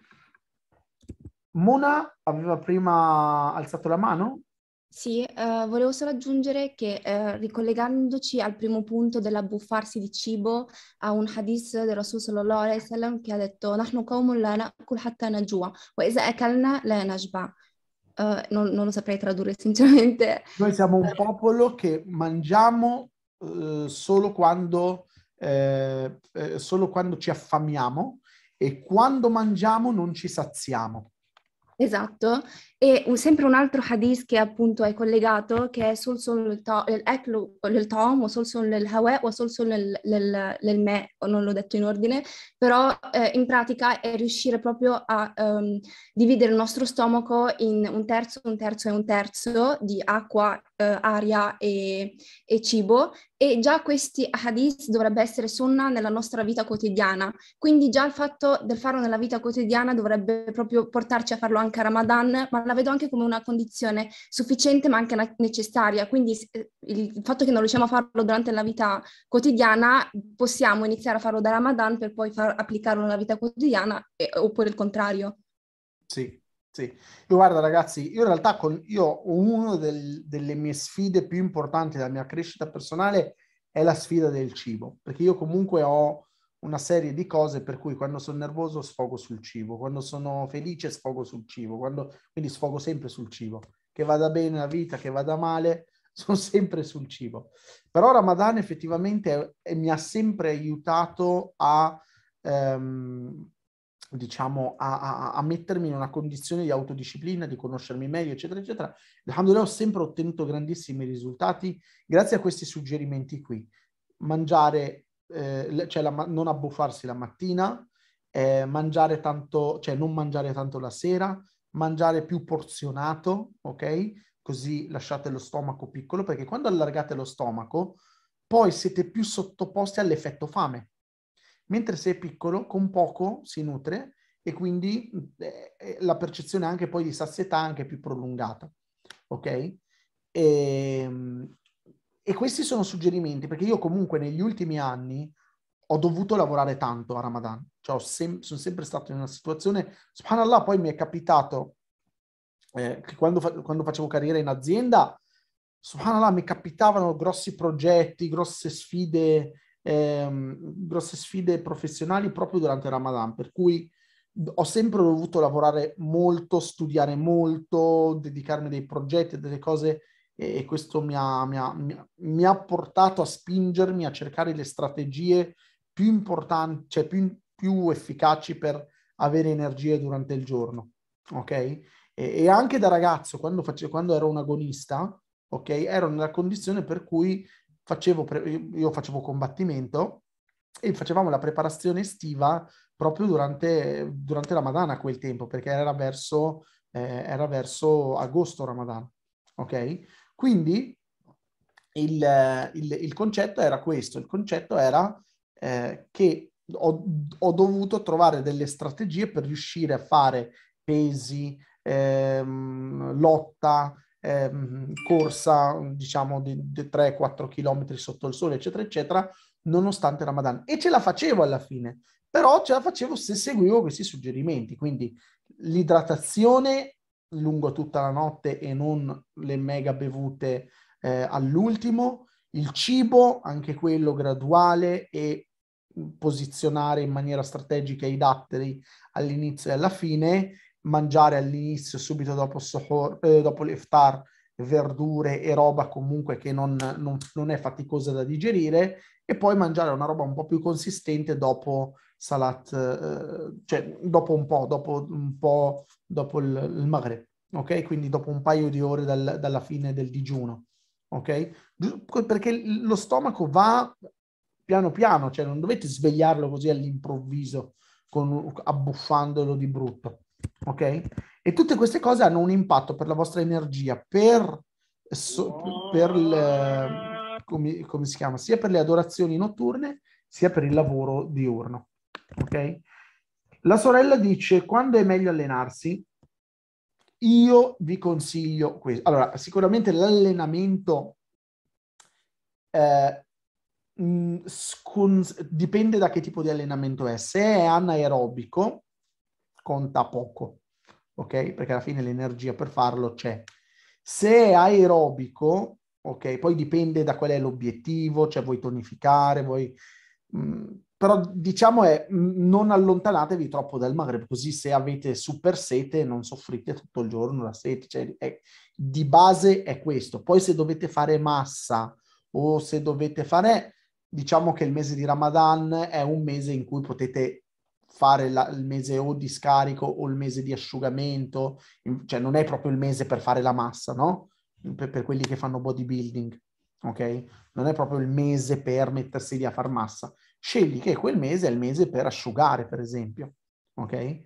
Mona aveva prima alzato la mano? Sì, eh, volevo solo aggiungere che eh, ricollegandoci al primo punto dell'abbuffarsi di cibo, a un hadith del Rasul sallallahu alaihi wasallam che ha detto "Nahnu qawmun la na'kul hatta najua, wa iza akalna la najba". Uh, non, non lo saprei tradurre sinceramente. Noi siamo un popolo che mangiamo uh, solo quando, eh, eh, solo quando ci affamiamo e quando mangiamo non ci saziamo. Esatto, e un, sempre un altro hadith che appunto hai collegato che è sul sul l'eklu l'tom o sul sul l'hawa o sul sul l'me, non l'ho detto in ordine, però eh, in pratica è riuscire proprio a um, dividere il nostro stomaco in un terzo, un terzo e un terzo di acqua, eh, aria e, e cibo, e già questi hadith dovrebbe essere sunna nella nostra vita quotidiana, quindi già il fatto del farlo nella vita quotidiana dovrebbe proprio portarci a farlo anche a Ramadan, ma la vedo anche come una condizione sufficiente ma anche necessaria, quindi il fatto che non riusciamo a farlo durante la vita quotidiana possiamo iniziare a farlo da Ramadan per poi far applicarlo nella vita quotidiana eh, oppure il contrario. Sì, sì. Io guarda ragazzi, io in realtà con, io una del, delle mie sfide più importanti della mia crescita personale è la sfida del cibo, perché io comunque ho una serie di cose per cui quando sono nervoso sfogo sul cibo, quando sono felice sfogo sul cibo, quando, quindi sfogo sempre sul cibo. Che vada bene la vita, che vada male, sono sempre sul cibo. Però Ramadan effettivamente è, è, mi ha sempre aiutato a, ehm, diciamo, a, a, a mettermi in una condizione di autodisciplina, di conoscermi meglio, eccetera, eccetera. Alhamdulillah, ho sempre ottenuto grandissimi risultati grazie a questi suggerimenti qui. Mangiare Eh, cioè la, non abbuffarsi la mattina, eh, mangiare tanto, cioè non mangiare tanto la sera, mangiare più porzionato, ok? Così lasciate lo stomaco piccolo, perché quando allargate lo stomaco poi siete più sottoposti all'effetto fame, mentre se è piccolo con poco si nutre e quindi eh, la percezione anche poi di sazietà è anche più prolungata, ok? E, E questi sono suggerimenti, perché io comunque negli ultimi anni ho dovuto lavorare tanto a Ramadan. Cioè ho sem- sono sempre stato in una situazione, subhanallah, poi mi è capitato eh, che quando, fa- quando facevo carriera in azienda, subhanallah, mi capitavano grossi progetti, grosse sfide, ehm, grosse sfide professionali proprio durante Ramadan, per cui ho sempre dovuto lavorare molto, studiare molto, dedicarmi a dei progetti, delle cose, e, e questo mi ha, mi, ha, mi, ha, mi ha portato a spingermi a cercare le strategie più importanti, cioè più, più efficaci per avere energie durante il giorno, ok? E, e anche da ragazzo, quando, face, quando ero un agonista, ok, ero nella condizione per cui facevo, pre- io facevo combattimento e facevamo la preparazione estiva proprio durante, durante Ramadan a quel tempo, perché era verso, eh, era verso agosto Ramadan, ok? Quindi il, il, il concetto era questo, il concetto era eh, che ho, ho dovuto trovare delle strategie per riuscire a fare pesi, ehm, lotta, ehm, corsa, diciamo, di, di tre quattro chilometri sotto il sole, eccetera, eccetera, nonostante Ramadan. E ce la facevo alla fine, però ce la facevo se seguivo questi suggerimenti, quindi l'idratazione lungo tutta la notte e non le mega bevute eh, all'ultimo, il cibo, anche quello graduale, e posizionare in maniera strategica i datteri all'inizio e alla fine, mangiare all'inizio, subito dopo, sohor, eh, dopo l'iftar, verdure e roba comunque che non, non, non è faticosa da digerire, e poi mangiare una roba un po' più consistente dopo salat, eh, cioè dopo un po', dopo un po', dopo il, il Maghrib, ok? Quindi dopo un paio di ore dal, dalla fine del digiuno, ok? Perché lo stomaco va piano piano, cioè non dovete svegliarlo così all'improvviso, con, abbuffandolo di brutto, ok? E tutte queste cose hanno un impatto per la vostra energia, per, so, per le, come, come si chiama? Sia per le adorazioni notturne, sia per il lavoro diurno, ok? La sorella dice: quando è meglio allenarsi? Io vi consiglio questo. Allora, sicuramente l'allenamento eh, mh, scon- dipende da che tipo di allenamento è. Se è anaerobico, conta poco, ok? Perché alla fine l'energia per farlo c'è. Se è aerobico, ok? Poi dipende da qual è l'obiettivo, cioè vuoi tonificare, vuoi... Mh, però diciamo è mh, non allontanatevi troppo dal Maghreb, così se avete super sete non soffrite tutto il giorno la sete, cioè è, di base è questo. Poi se dovete fare massa o se dovete fare, diciamo che il mese di Ramadan è un mese in cui potete fare la, il mese o di scarico o il mese di asciugamento, cioè non è proprio il mese per fare la massa, no? Per, per quelli che fanno bodybuilding, ok? Non è proprio il mese per mettersi lì a far massa. Scegli che quel mese è il mese per asciugare, per esempio, ok?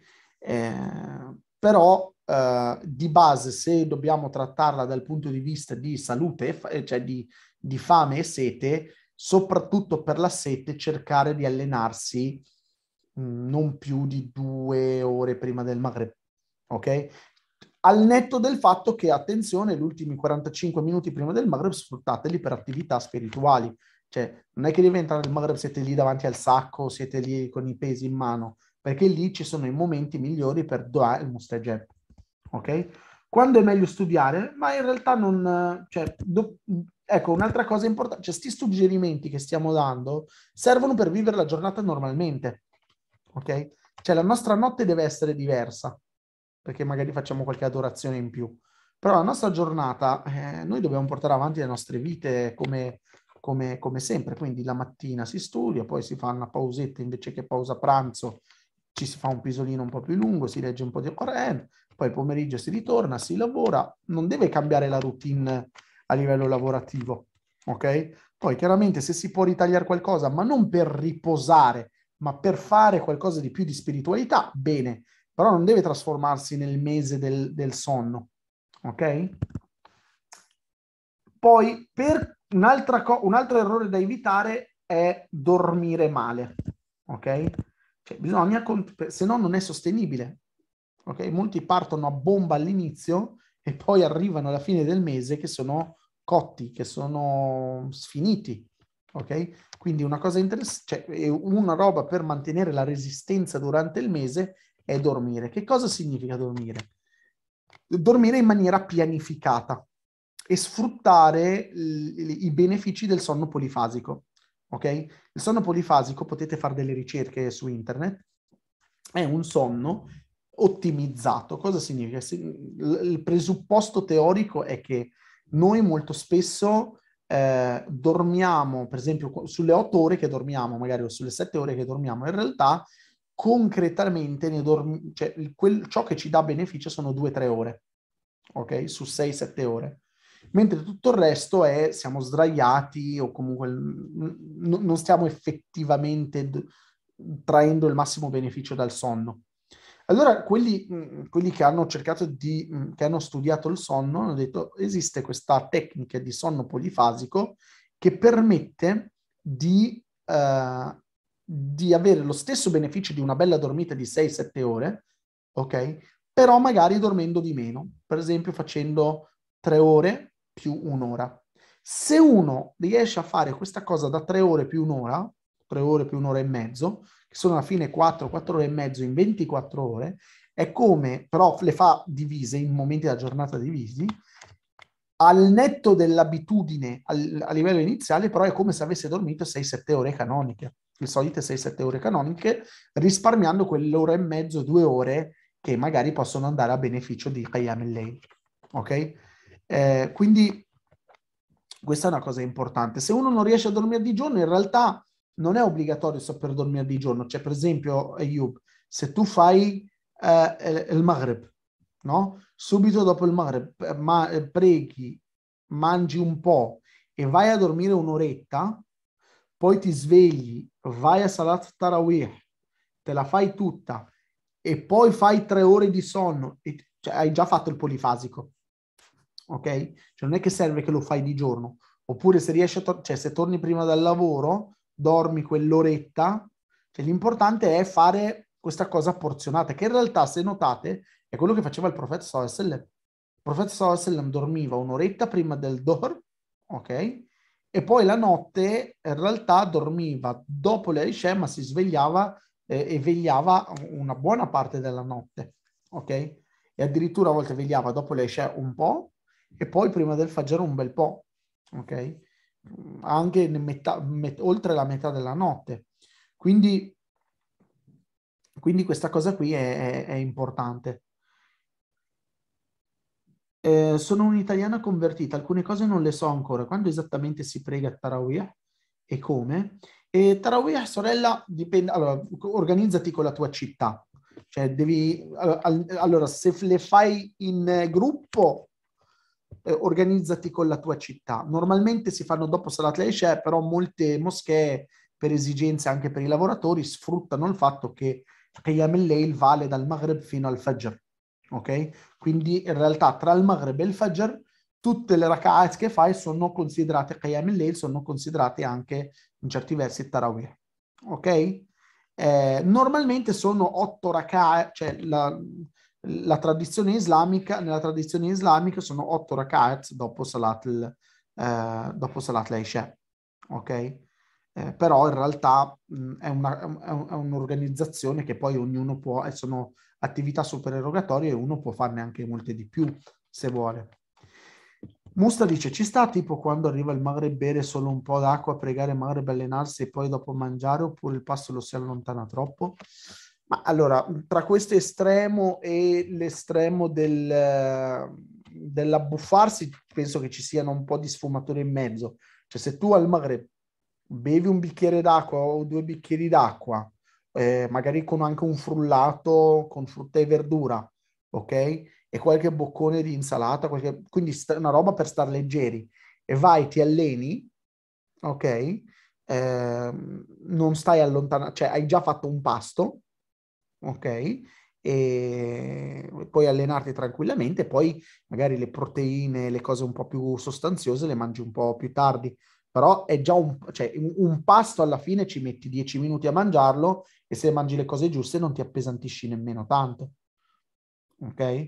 Eh, però eh, di base, se dobbiamo trattarla dal punto di vista di salute, cioè di, di fame e sete, soprattutto per la sete, cercare di allenarsi mh, non più di due ore prima del Maghreb, ok? Al netto del fatto che, attenzione, gli ultimi quarantacinque minuti prima del Maghreb sfruttateli per attività spirituali. Cioè, non è che devi entrare nel Maghreb, siete lì davanti al sacco, siete lì con i pesi in mano, perché lì ci sono i momenti migliori per Dua e Mustajab, ok? Quando è meglio studiare? Ma in realtà non... Cioè, do, ecco, un'altra cosa importante, cioè, sti suggerimenti che stiamo dando servono per vivere la giornata normalmente, ok? Cioè, la nostra notte deve essere diversa, perché magari facciamo qualche adorazione in più. Però la nostra giornata, eh, noi dobbiamo portare avanti le nostre vite come, come, come sempre. Quindi la mattina si studia, poi si fa una pausetta invece che pausa pranzo, ci si fa un pisolino un po' più lungo, si legge un po' di Quran, poi il pomeriggio si ritorna, si lavora. Non deve cambiare la routine a livello lavorativo, ok? Poi chiaramente se si può ritagliare qualcosa, ma non per riposare, ma per fare qualcosa di più di spiritualità, bene. Però non deve trasformarsi nel mese del, del sonno, ok? Poi, per un'altra co- un altro errore da evitare è dormire male, ok? Cioè, bisogna, se no non è sostenibile, ok? Molti partono a bomba all'inizio e poi arrivano alla fine del mese che sono cotti, che sono sfiniti, ok? Quindi una cosa interessante, cioè una roba per mantenere la resistenza durante il mese è dormire. Che cosa significa dormire? dormire in maniera pianificata e sfruttare i, i benefici del sonno polifasico. Ok? Il sonno polifasico, potete fare delle ricerche su internet, è un sonno ottimizzato. Cosa significa? Il presupposto teorico è che noi molto spesso eh, dormiamo, per esempio, sulle otto ore che dormiamo, magari o sulle sette ore che dormiamo, in realtà concretamente ne dormi- cioè, quel, ciò che ci dà beneficio sono due tre ore, ok? Su sei sette ore. Mentre tutto il resto è, siamo sdraiati o comunque n- non stiamo effettivamente d- traendo il massimo beneficio dal sonno. Allora, quelli, quelli che hanno cercato di, che hanno studiato il sonno, hanno detto esiste questa tecnica di sonno polifasico che permette di, eh, di avere lo stesso beneficio di una bella dormita di sei sette ore, ok? Però magari dormendo di meno, per esempio facendo tre ore più un'ora. Se uno riesce a fare questa cosa da tre ore più un'ora, tre ore più un'ora e mezzo, che sono alla fine quattro, quattro ore e mezzo in ventiquattro ore, è come, però le fa divise, in momenti della giornata divisi, al netto dell'abitudine al, a livello iniziale, però è come se avesse dormito sei sette ore canoniche, le solite sei sette ore canoniche, risparmiando quell'ora e mezzo, due ore, che magari possono andare a beneficio di Qiyam al-Layl. Ok? Eh, quindi questa è una cosa importante. Se uno non riesce a dormire di giorno, in realtà non è obbligatorio saper dormire di giorno. Cioè, per esempio, Ayub, se tu fai eh, il Maghrib, no? Subito dopo il Maghrib, ma, eh, preghi, mangi un po' e vai a dormire un'oretta, poi ti svegli, vai a Salat Tarawih, te la fai tutta e poi fai tre ore di sonno, e, cioè, hai già fatto il polifasico. Ok? Cioè, non è che serve che lo fai di giorno. Oppure se riesci a tor- cioè, se torni prima dal lavoro, dormi quell'oretta, cioè, l'importante è fare questa cosa porzionata, che in realtà, se notate, è quello che faceva il profeta sallallahu alaihi wasallam. Il profeta sallallahu alaihi wasallam dormiva un'oretta prima del Dohr, ok? E poi la notte, in realtà, dormiva dopo le Isha, ma si svegliava eh, e vegliava una buona parte della notte, ok? E addirittura a volte vegliava dopo le Isha un po' e poi prima del Fajr un bel po', ok? Anche metà, met, oltre la metà della notte. Quindi, quindi questa cosa qui è, è, è importante. Eh, sono un'italiana convertita, alcune cose non le so ancora. Quando esattamente si prega Tarawih e come? E Tarawih, sorella, dipende. Allora, organizzati con la tua città. Cioè, devi. Allora, se le fai in gruppo, eh, organizzati con la tua città. Normalmente si fanno dopo Salat al-Isha, però molte moschee, per esigenze anche per i lavoratori, sfruttano il fatto che Qiyam al-Layl vale dal Maghrib fino al Fajr. Ok? Quindi in realtà tra il Maghrib e il Fajr tutte le raka'at che fai sono considerate Qiyam al-Layl, sono considerate anche in certi versi Tarawih. Ok? Eh, normalmente sono otto raka'at, cioè la, la tradizione islamica, nella tradizione islamica sono otto raka'at dopo Salat eh, dopo Salat al-Isha. Ok? Eh, però in realtà mh, è, una, è un'organizzazione che poi ognuno può, e sono attività supererogatorie e uno può farne anche molte di più se vuole. Musta dice, ci sta tipo quando arriva il Maghrib bere solo un po' d'acqua, pregare Maghrib, allenarsi e poi dopo mangiare, oppure il pasto lo si allontana troppo? Ma allora, tra questo estremo e l'estremo del, dell'abbuffarsi, penso che ci siano un po' di sfumature in mezzo. Cioè se tu al Maghrib bevi un bicchiere d'acqua o due bicchieri d'acqua, eh, magari con anche un frullato con frutta e verdura, ok? E qualche boccone di insalata, qualche... quindi st- una roba per star leggeri, e vai, ti alleni, ok? Eh, non stai allontanato, cioè hai già fatto un pasto, ok? E puoi allenarti tranquillamente, poi magari le proteine, le cose un po' più sostanziose le mangi un po' più tardi. Però è già un, cioè, un, un pasto alla fine ci metti dieci minuti a mangiarlo e se mangi le cose giuste non ti appesantisci nemmeno tanto. Ok?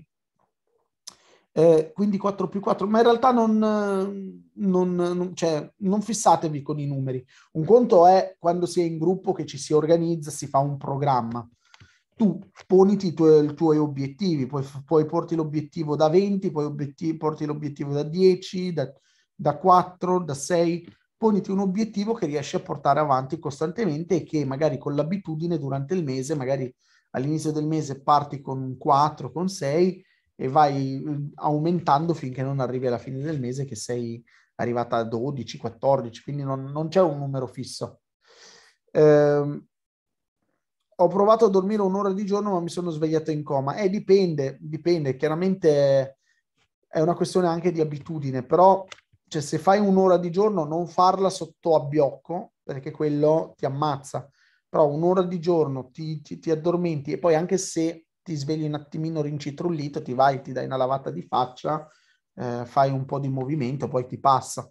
Eh, quindi quattro più quattro, ma in realtà non, non, non, cioè, non fissatevi con i numeri. Un conto è quando si è in gruppo che ci si organizza, si fa un programma. tu poniti i tuoi, i tuoi obiettivi, poi, poi porti l'obiettivo da venti, poi obiettivi, porti l'obiettivo da dieci, da, da quattro, da sei, poniti un obiettivo che riesci a portare avanti costantemente e che magari con l'abitudine durante il mese, magari all'inizio del mese parti con quattro, con sei e vai aumentando finché non arrivi alla fine del mese che sei arrivata a dodici, quattordici, quindi non, non c'è un numero fisso. Eh, ho provato a dormire un'ora di giorno ma mi sono svegliato in coma. Eh, dipende, dipende, chiaramente è una questione anche di abitudine, però cioè, se fai un'ora di giorno non farla sotto abbiocco, perché quello ti ammazza, però un'ora di giorno ti, ti, ti addormenti e poi anche se ti svegli un attimino rincitrullito, ti vai, ti dai una lavata di faccia, eh, fai un po' di movimento, poi ti passa.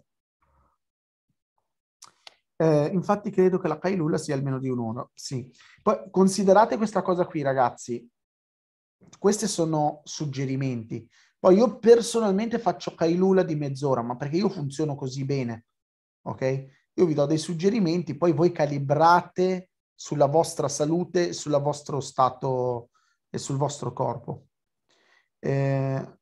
Eh, infatti credo che la Qailula sia almeno di un'ora, sì. Poi considerate questa cosa qui, ragazzi, questi sono suggerimenti. Poi io personalmente faccio Qailula di mezz'ora, ma perché io funziono così bene, ok? Io vi do dei suggerimenti, poi voi calibrate sulla vostra salute, sul vostro stato e sul vostro corpo. Eh,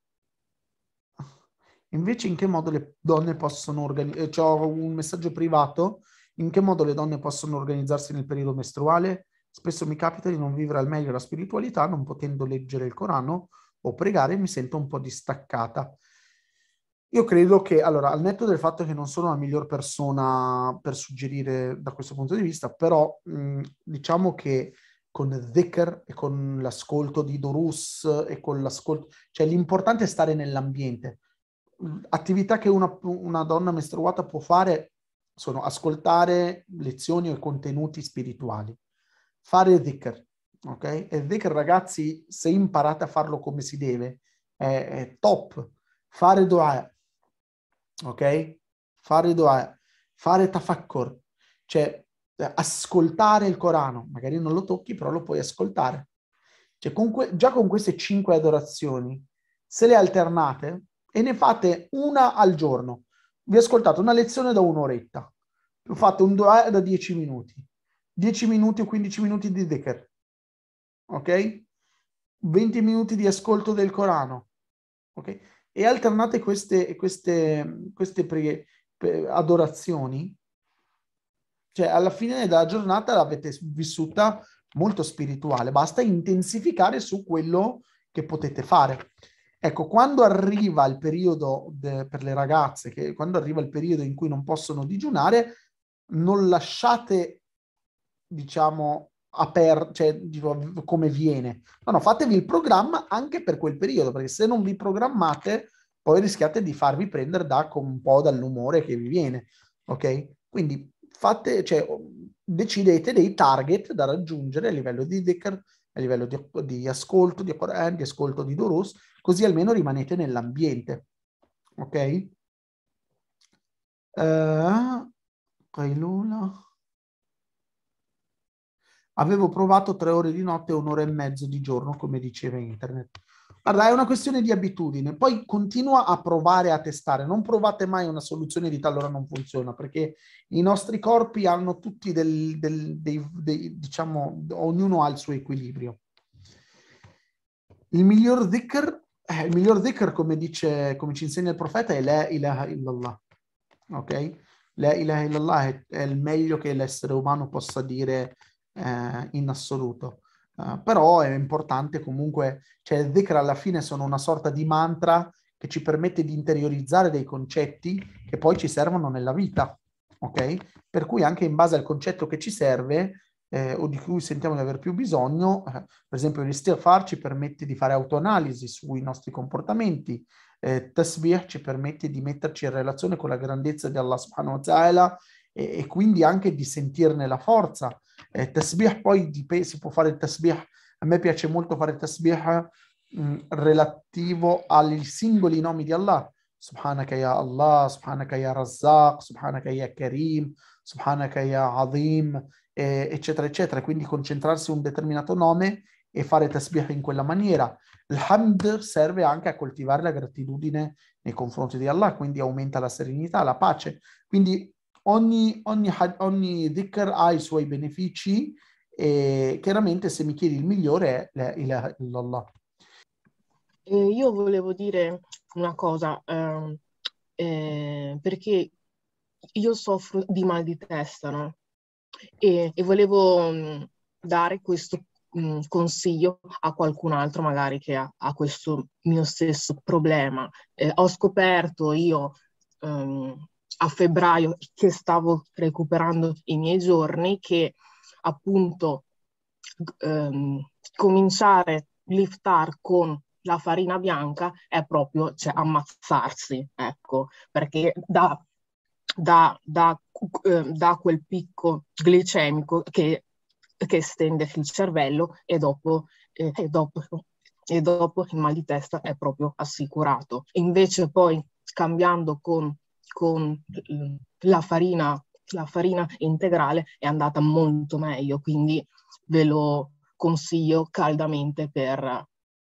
invece in che modo le donne possono organizzare? C'ho un messaggio privato. In che modo le donne possono organizzarsi nel periodo mestruale? Spesso mi capita di non vivere al meglio la spiritualità, non potendo leggere il Corano o pregare, mi sento un po' distaccata. Io credo che, allora, al netto del fatto che non sono la miglior persona per suggerire da questo punto di vista, però mh, diciamo che con dhikr e con l'ascolto di Durus e con l'ascolto, cioè l'importante è stare nell'ambiente. Attività che una, una donna mestruata può fare sono ascoltare lezioni o contenuti spirituali, fare dhikr, ok? E dhikr, ragazzi, se imparate a farlo come si deve, è, è top. Fare dua, ok? Fare dua, fare tafakkur, cioè ascoltare il Corano, magari non lo tocchi, però lo puoi ascoltare. Cioè, con que- già con queste cinque adorazioni, se le alternate e ne fate una al giorno, vi ascoltate una lezione da un'oretta, fate un dua da dieci minuti, dieci minuti o quindici minuti di dhikr, ok? venti minuti di ascolto del Corano, ok? E alternate queste, queste, queste pre, pre, adorazioni, cioè alla fine della giornata l'avete vissuta molto spirituale, basta intensificare su quello che potete fare. Ecco, quando arriva il periodo de, per le ragazze, che quando arriva il periodo in cui non possono digiunare, non lasciate, diciamo, aperto, cioè diciamo, come viene. No, no, fatevi il programma anche per quel periodo, perché se non vi programmate, poi rischiate di farvi prendere da un po' dall'umore che vi viene, ok? Quindi fate, cioè, decidete dei target da raggiungere a livello di dhikr, a livello di, di ascolto di Quran, di ascolto di Durus, così almeno rimanete nell'ambiente, ok? Uh, Qailula. Avevo provato tre ore di notte e un'ora e mezzo di giorno, come diceva internet. Guarda, è una questione di abitudine. Poi continua a provare, a testare. Non provate mai una soluzione di tal ora non funziona, perché i nostri corpi hanno tutti del, del, dei, dei, diciamo, ognuno ha il suo equilibrio. Il miglior dhikr, eh, il miglior dhikr, come dice, come ci insegna il profeta, è la ilaha illallah. Ok? La ilaha illallah è, è il meglio che l'essere umano possa dire eh, in assoluto. Uh, però è importante comunque, cioè il dhikr alla fine sono una sorta di mantra che ci permette di interiorizzare dei concetti che poi ci servono nella vita, ok? Per cui anche in base al concetto che ci serve eh, o di cui sentiamo di aver più bisogno, eh, per esempio l'istighfar ci permette di fare autoanalisi sui nostri comportamenti, eh, tasbih ci permette di metterci in relazione con la grandezza di Allah subhanahu wa ta'ala e, e quindi anche di sentirne la forza. Eh, tasbih poi dip- si può fare il tasbih, a me piace molto fare il tasbih mh, relativo ai singoli nomi di Allah, subhanaka ya Allah, subhanaka ya Razzaq, subhanaka ya Karim, subhanaka ya Azim, eh, eccetera eccetera, quindi concentrarsi su un determinato nome e fare tasbih in quella maniera. Il hamd serve anche a coltivare la gratitudine nei confronti di Allah, quindi aumenta la serenità, la pace, quindi Ogni, ogni, ogni dhikr ha i suoi benefici e, E chiaramente se mi chiedi il migliore è la ilaha illallah. Eh, io volevo dire una cosa, ehm, eh, perché io soffro di mal di testa, no? E, e volevo mh, dare questo mh, consiglio a qualcun altro magari che ha, ha questo mio stesso problema. Eh, ho scoperto io ehm, a febbraio che stavo recuperando i miei giorni che appunto ehm, cominciare l'iftar con la farina bianca è proprio, cioè, ammazzarsi, ecco, perché da, da, da, eh, da quel picco glicemico che, che stende il cervello e dopo, eh, e dopo, e dopo il mal di testa è proprio assicurato. Invece poi scambiando con, con la farina, la farina integrale è andata molto meglio, quindi ve lo consiglio caldamente per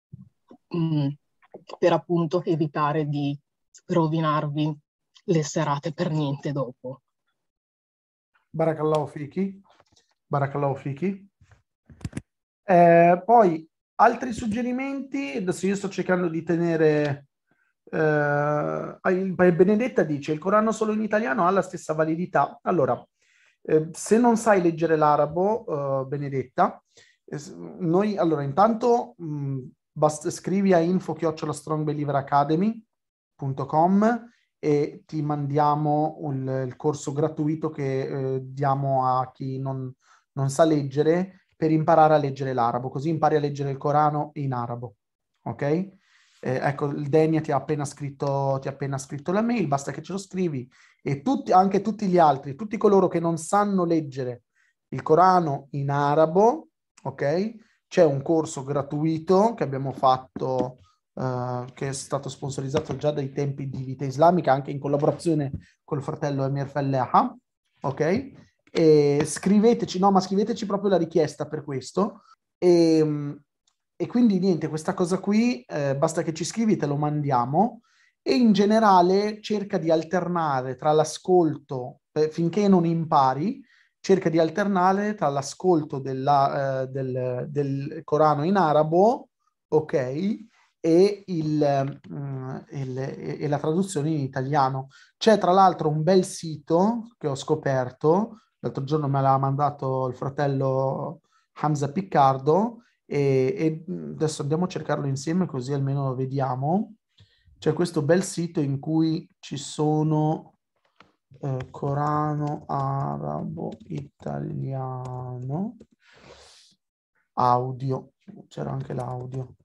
per appunto evitare di rovinarvi le serate per niente dopo. Barakallahu fiki. Barakallahu fiki. Eh, poi altri suggerimenti, adesso io sto cercando di tenere eh, Benedetta dice il Corano solo in italiano ha la stessa validità. Allora, eh, se non sai leggere l'arabo, eh, Benedetta, eh, noi allora intanto mh, basta, scrivi a info chiocciola strong believer academy punto com e ti mandiamo un, il corso gratuito che eh, diamo a chi non, non sa leggere per imparare a leggere l'arabo, così impari a leggere il Corano in arabo, ok? Eh, ecco, il Denia ti ha appena scritto, ti ha appena scritto la mail, basta che ce lo scrivi e tutti, anche tutti gli altri, tutti coloro che non sanno leggere il Corano in arabo, ok? C'è un corso gratuito che abbiamo fatto, uh, che è stato sponsorizzato già dai tempi di Vita Islamica, anche in collaborazione col fratello Emir Felleha, ok? E scriveteci, no, ma scriveteci proprio la richiesta per questo. E, e quindi niente, questa cosa qui, eh, basta che ci scrivi, te lo mandiamo. E in generale cerca di alternare tra l'ascolto, eh, finché non impari, cerca di alternare tra l'ascolto della, eh, del, del Corano in arabo, ok, e, il, um, il, e la traduzione in italiano. C'è tra l'altro un bel sito che ho scoperto, l'altro giorno me l'ha mandato il fratello Hamza Piccardo, e, e adesso andiamo a cercarlo insieme così almeno lo vediamo. C'è questo bel sito in cui ci sono... Eh, Corano arabo italiano audio, c'era anche l'audio,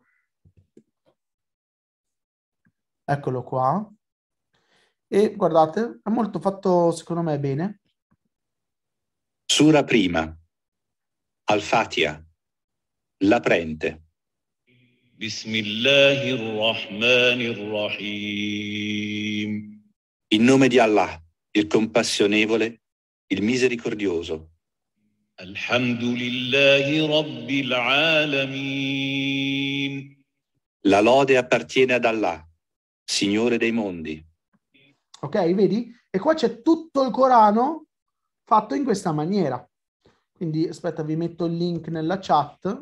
eccolo qua, e guardate, è molto fatto secondo me bene. Sura prima Al-Fatiha, l'aprente. Bismillahirrahmanirrahim. In nome di Allah, il compassionevole, il misericordioso. Alhamdulillahi Rabbil Alamin. La lode appartiene ad Allah, Signore dei mondi. Ok, vedi? E qua c'è tutto il Corano fatto in questa maniera. Quindi, aspetta, vi metto il link nella chat.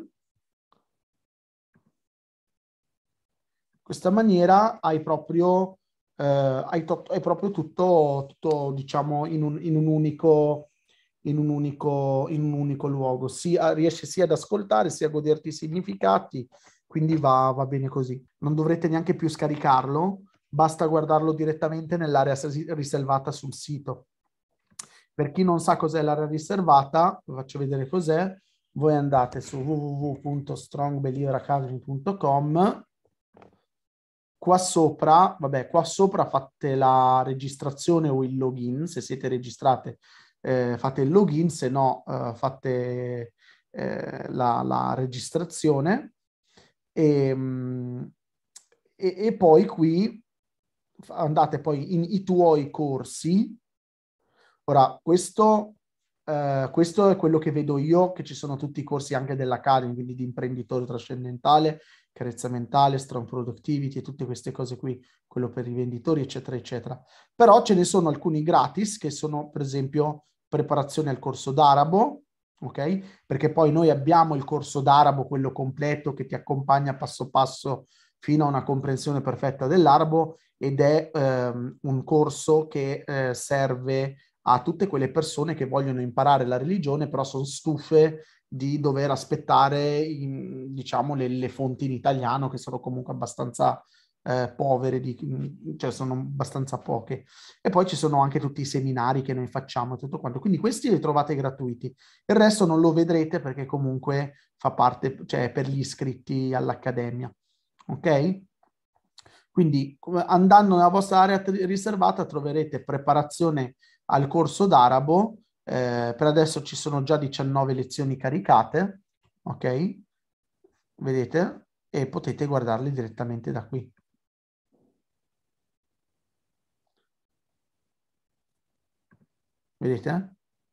In questa maniera hai proprio... Uh, hai, to- hai proprio tutto, tutto diciamo, in un, in un unico in un unico, in un unico luogo. Sia, riesci sia ad ascoltare sia a goderti i significati, quindi va, va bene così. Non dovrete neanche più scaricarlo, basta guardarlo direttamente nell'area riservata sul sito. Per chi non sa cos'è l'area riservata, vi faccio vedere cos'è. Voi andate su w w w punto strong believer academy punto com. Qua sopra, vabbè, qua sopra fate la registrazione o il login, se siete registrate eh, fate il login, se no eh, fate eh, la, la registrazione e, e, e poi qui andate poi in i tuoi corsi. Ora, questo, eh, questo è quello che vedo io, che ci sono tutti i corsi anche dell'Academy, quindi di imprenditore trascendentale, carezza mentale, strong productivity e tutte queste cose qui, quello per i venditori, eccetera, eccetera. Però ce ne sono alcuni gratis, che sono per esempio preparazione al corso d'arabo, ok? Perché poi noi abbiamo il corso d'arabo, quello completo che ti accompagna passo passo fino a una comprensione perfetta dell'arabo, ed è ehm, un corso che eh, serve a tutte quelle persone che vogliono imparare la religione, però sono stufe di dover aspettare, in, diciamo, le, le fonti in italiano, che sono comunque abbastanza eh, povere, di, cioè sono abbastanza poche. E poi ci sono anche tutti i seminari che noi facciamo e tutto quanto. Quindi questi li trovate gratuiti. Il resto non lo vedrete perché comunque fa parte, cioè per gli iscritti all'Accademia. Ok? Quindi andando nella vostra area riservata troverete preparazione al corso d'arabo. Eh, per adesso ci sono già diciannove lezioni caricate, ok? Vedete? E potete guardarle direttamente da qui. Vedete?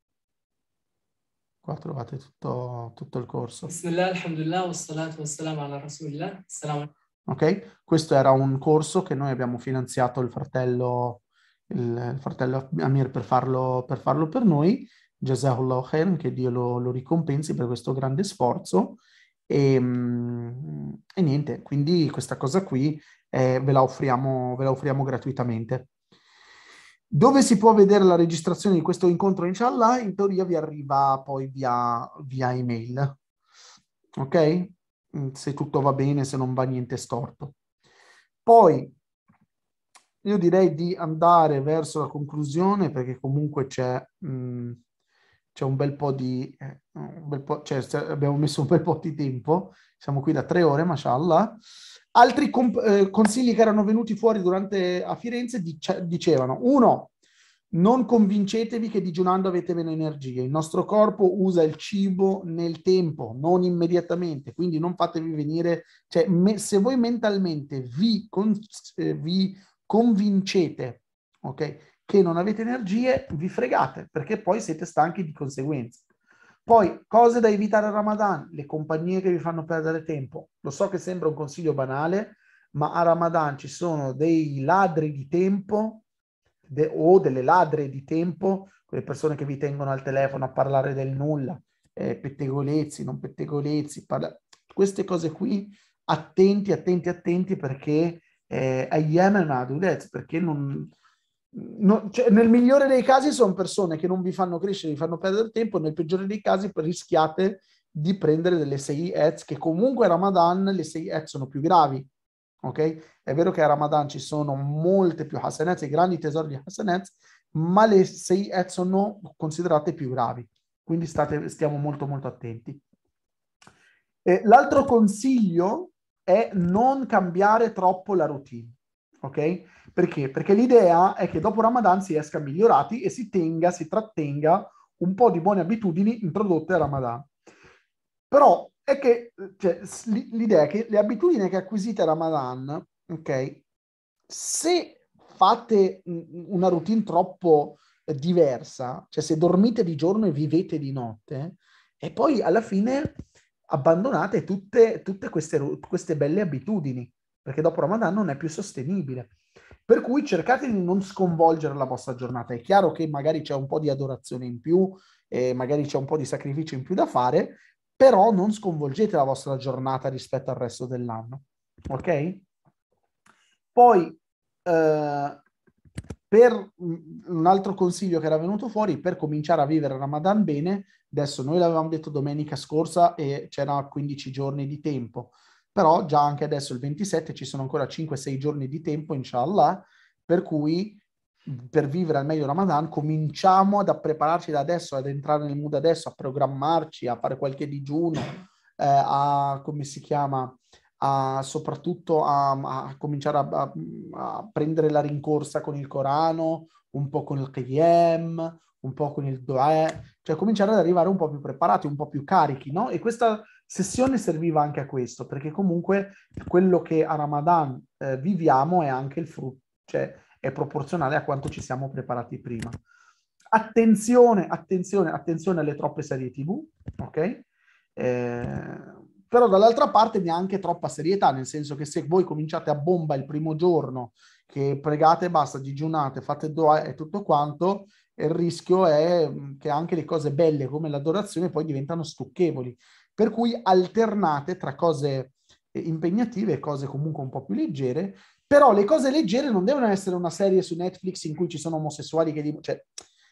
Qua trovate tutto, tutto il corso. Bismillah, alhamdulillah, wassalatu wassalamu ala rasulillah. Assalamu Ok? Questo era un corso che noi abbiamo finanziato il fratello, il, il fratello Amir per farlo, per farlo per noi. Jazahullah khair, che Dio lo, lo ricompensi per questo grande sforzo. E, e niente, quindi questa cosa qui eh, ve la offriamo, ve la offriamo gratuitamente. Dove si può vedere la registrazione di questo incontro, inshallah? In teoria vi arriva poi via, via email. Ok? Se tutto va bene, se non va niente storto. Poi io direi di andare verso la conclusione, perché comunque c'è mh, c'è un bel po' di eh, un bel po', cioè, abbiamo messo un bel po' di tempo, siamo qui da tre ore, mashallah. Altri eh, consigli che erano venuti fuori durante a Firenze dice, dicevano: uno, non convincetevi che digiunando avete meno energie. Il nostro corpo usa il cibo nel tempo, non immediatamente, quindi non fatevi venire, cioè me, se voi mentalmente vi, con, eh, vi convincete, ok, che non avete energie, vi fregate, perché poi siete stanchi di conseguenza. Poi, cose da evitare a Ramadan, le compagnie che vi fanno perdere tempo. Lo so che sembra un consiglio banale, ma a Ramadan ci sono dei ladri di tempo de, o delle ladre di tempo, quelle persone che vi tengono al telefono a parlare del nulla, eh, pettegolezzi, non pettegolezzi, parla... queste cose qui, attenti, attenti, attenti, perché eh, a Yemen, perché non... No, cioè, nel migliore dei casi sono persone che non vi fanno crescere, vi fanno perdere tempo, nel peggiore dei casi rischiate di prendere delle Sayyi'at, che comunque a Ramadan le Sayyi'at sono più gravi, ok? È vero che a Ramadan ci sono molte più hasanat, i grandi tesori di hasanat, ma le Sayyi'at sono considerate più gravi, quindi state, stiamo molto molto attenti. Eh, l'altro consiglio è non cambiare troppo la routine, ok? Perché? Perché l'idea è che dopo Ramadan si esca migliorati e si tenga, si trattenga un po' di buone abitudini introdotte a Ramadan. Però è che cioè, l'idea è che le abitudini che acquisite a Ramadan, ok, se fate una routine troppo diversa, cioè se dormite di giorno e vivete di notte, e poi alla fine abbandonate tutte, tutte queste, queste belle abitudini, perché dopo Ramadan non è più sostenibile. Per cui cercate di non sconvolgere la vostra giornata. È chiaro che magari c'è un po' di adorazione in più, eh, magari c'è un po' di sacrificio in più da fare, però non sconvolgete la vostra giornata rispetto al resto dell'anno. Ok? Poi, eh, per un altro consiglio che era venuto fuori, per cominciare a vivere Ramadan bene, adesso noi l'avevamo detto domenica scorsa e c'era quindici giorni di tempo, però già anche adesso il ventisette ci sono ancora cinque sei giorni di tempo, inshallah, per cui per vivere al meglio Ramadan cominciamo ad prepararci da adesso, ad entrare nel mood adesso, a programmarci, a fare qualche digiuno, eh, a, come si chiama, a, soprattutto a, a cominciare a, a, a prendere la rincorsa con il Corano, un po' con il Qiyam, un po' con il Dua, cioè cominciare ad arrivare un po' più preparati, un po' più carichi, no? E questa sessione serviva anche a questo, perché comunque quello che a Ramadan eh, viviamo è anche il frutto, cioè è proporzionale a quanto ci siamo preparati prima. Attenzione, attenzione, attenzione alle troppe serie tivù, ok? Eh, però dall'altra parte neanche troppa serietà, nel senso che se voi cominciate a bomba il primo giorno che pregate e basta, digiunate, fate dua e tutto quanto, e il rischio è che anche le cose belle come l'adorazione poi diventano stucchevoli. Per cui alternate tra cose impegnative e cose comunque un po' più leggere, però le cose leggere non devono essere una serie su Netflix in cui ci sono omosessuali che... Di, cioè,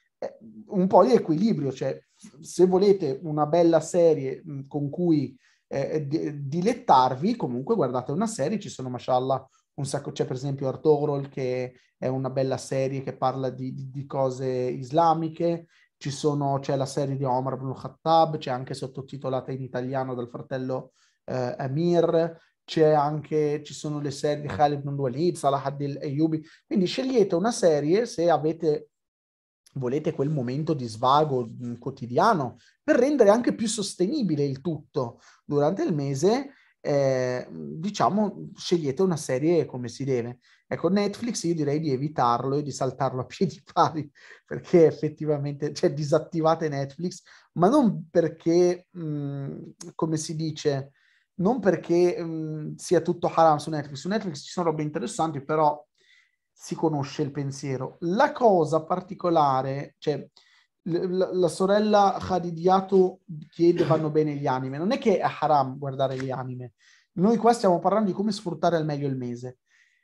un po' di equilibrio, cioè se volete una bella serie mh, con cui eh, di, dilettarvi, comunque guardate una serie, ci sono mashallah un sacco, c'è per esempio Artoghrul che è una bella serie che parla di, di, di cose islamiche, ci sono, c'è la serie di Omar ibn Khattab, c'è anche sottotitolata in italiano dal fratello eh, Amir, c'è anche, ci sono le serie di Khalid ibn Walid, Salah ad-Din Ayyubi, quindi scegliete una serie se avete volete quel momento di svago mh, quotidiano, per rendere anche più sostenibile il tutto durante il mese, eh, diciamo, scegliete una serie come si deve. Ecco, Netflix io direi di evitarlo e di saltarlo a piedi pari, perché effettivamente, cioè, disattivate Netflix, ma non perché, mh, come si dice, non perché mh, sia tutto haram su Netflix. Su Netflix ci sono robe interessanti, però si conosce il pensiero. La cosa particolare, cioè la, la sorella Khadidiato chiede vanno bene gli anime, non è che è haram guardare gli anime, noi qua stiamo parlando di come sfruttare al meglio il mese.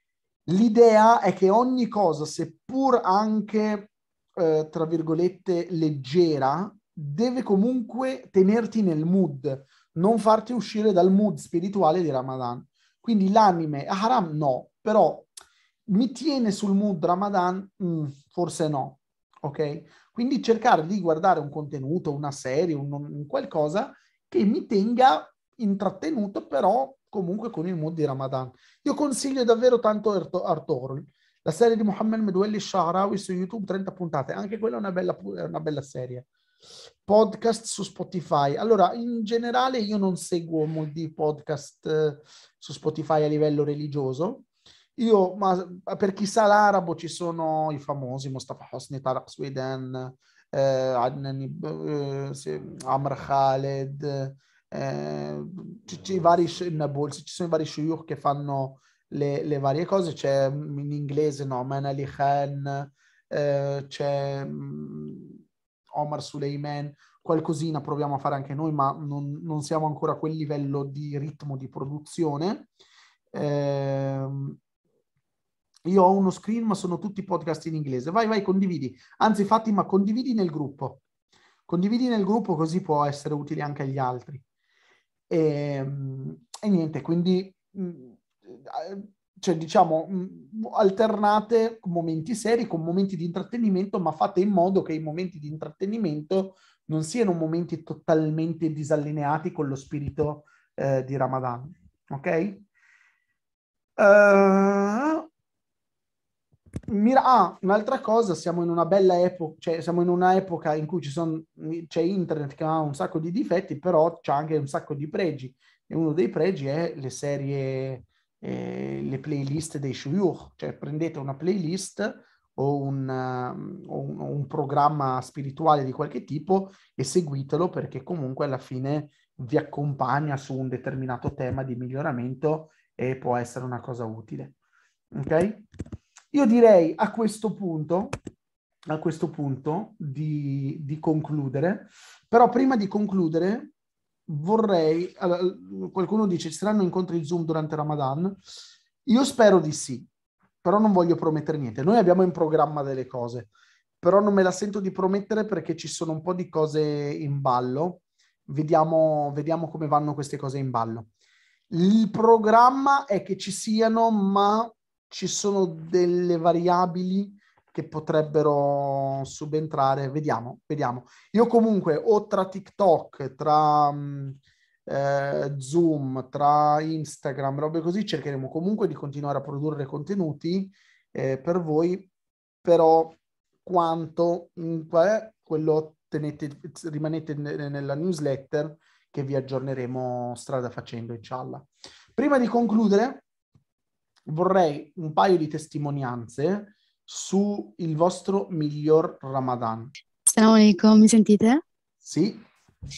L'idea è che ogni cosa, seppur anche eh, tra virgolette leggera, deve comunque tenerti nel mood, non farti uscire dal mood spirituale di Ramadan. Quindi l'anime è haram? No, però mi tiene sul mood Ramadan? Mm, forse no, ok? Quindi cercare di guardare un contenuto, una serie, un, un qualcosa che mi tenga intrattenuto, però comunque con il mood di Ramadan. Io consiglio davvero tanto Artoghrul, la serie di Mohammed Medwelli Sha'rawi su YouTube, trenta puntate, anche quella è una bella, è una bella serie. Podcast su Spotify. Allora, in generale io non seguo molti podcast eh, su Spotify a livello religioso. Io, ma per chi sa l'arabo ci sono i famosi Mustafa Hosni, Taraq Sweden, eh, Adnani, eh, Amr Khaled, eh, ci, ci, vari, ci sono i vari shuyukh che fanno le, le varie cose. C'è in inglese Noman Ali Khan, eh, c'è um, Omar Suleiman, qualcosina proviamo a fare anche noi, ma non, non siamo ancora a quel livello di ritmo di produzione. Eh, Io ho uno screen, ma sono tutti podcast in inglese. Vai, vai, condividi. Anzi, Fatima, condividi nel gruppo. Condividi nel gruppo, così può essere utile anche agli altri. E, e niente, quindi, cioè, diciamo, alternate momenti seri con momenti di intrattenimento, ma fate in modo che i momenti di intrattenimento non siano momenti totalmente disallineati con lo spirito eh, di Ramadan. Ok? Uh, Mira, ah, un'altra cosa, siamo in una bella epoca, cioè siamo in una epoca in cui ci sono, c'è internet che ha un sacco di difetti, però c'è anche un sacco di pregi, e uno dei pregi è le serie, eh, le playlist dei shuyukh, cioè prendete una playlist o un, uh, o un, o un programma spirituale di qualche tipo e seguitelo, perché comunque alla fine vi accompagna su un determinato tema di miglioramento e può essere una cosa utile. Ok? Io direi a questo punto, a questo punto di, di concludere, però prima di concludere vorrei, allora, qualcuno dice ci saranno incontri Zoom durante Ramadan? Io spero di sì, però non voglio promettere niente. Noi abbiamo in programma delle cose, però non me la sento di promettere perché ci sono un po' di cose in ballo. Vediamo, vediamo come vanno queste cose in ballo. Il programma è che ci siano, ma ci sono delle variabili che potrebbero subentrare. Vediamo, vediamo. Io comunque o tra TikTok, tra eh, Zoom, tra Instagram, robe così, cercheremo comunque di continuare a produrre contenuti eh, per voi, però quanto, eh, quello tenete, rimanete nella newsletter che vi aggiorneremo strada facendo, inshallah. Prima di concludere, vorrei un paio di testimonianze su il vostro miglior Ramadan. Assalamu alaikum, mi sentite? Sì.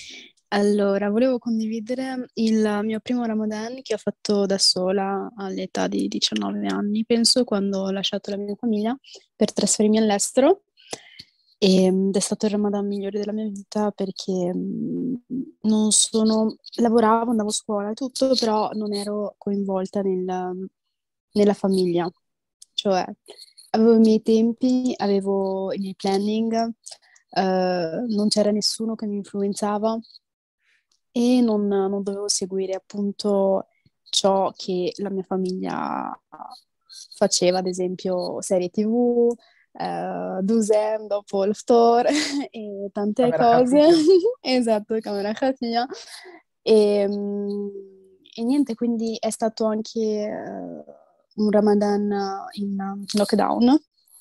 Allora, volevo condividere il mio primo Ramadan che ho fatto da sola all'età di diciannove anni, penso, quando ho lasciato la mia famiglia per trasferirmi all'estero. Ed è stato il Ramadan migliore della mia vita perché mh, non sono, lavoravo, andavo a scuola e tutto, però non ero coinvolta nel- nella famiglia. Cioè, avevo i miei tempi, avevo i miei planning, eh, non c'era nessuno che mi influenzava e non, non dovevo seguire appunto ciò che la mia famiglia faceva, ad esempio serie T V, eh, Dusem dopo l'Aftor e tante Camera cose. Khafija. Esatto, Camera Khafija. E, mm, e niente, quindi è stato anche eh, un Ramadan in um, lockdown.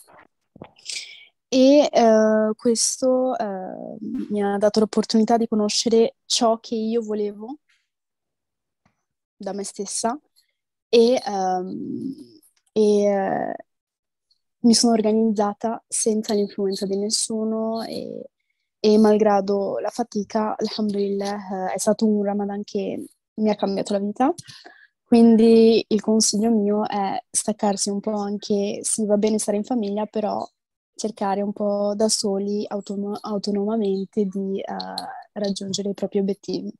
E eh, questo eh, mi ha dato l'opportunità di conoscere ciò che io volevo da me stessa e, ehm, e, eh, mi sono organizzata senza l'influenza di nessuno e, e malgrado la fatica, alhamdulillah, eh, è stato un Ramadan che mi ha cambiato la vita. Quindi il consiglio mio è staccarsi un po' anche, sì, va bene stare in famiglia, però cercare un po' da soli, autono- autonomamente, di eh, raggiungere i propri obiettivi.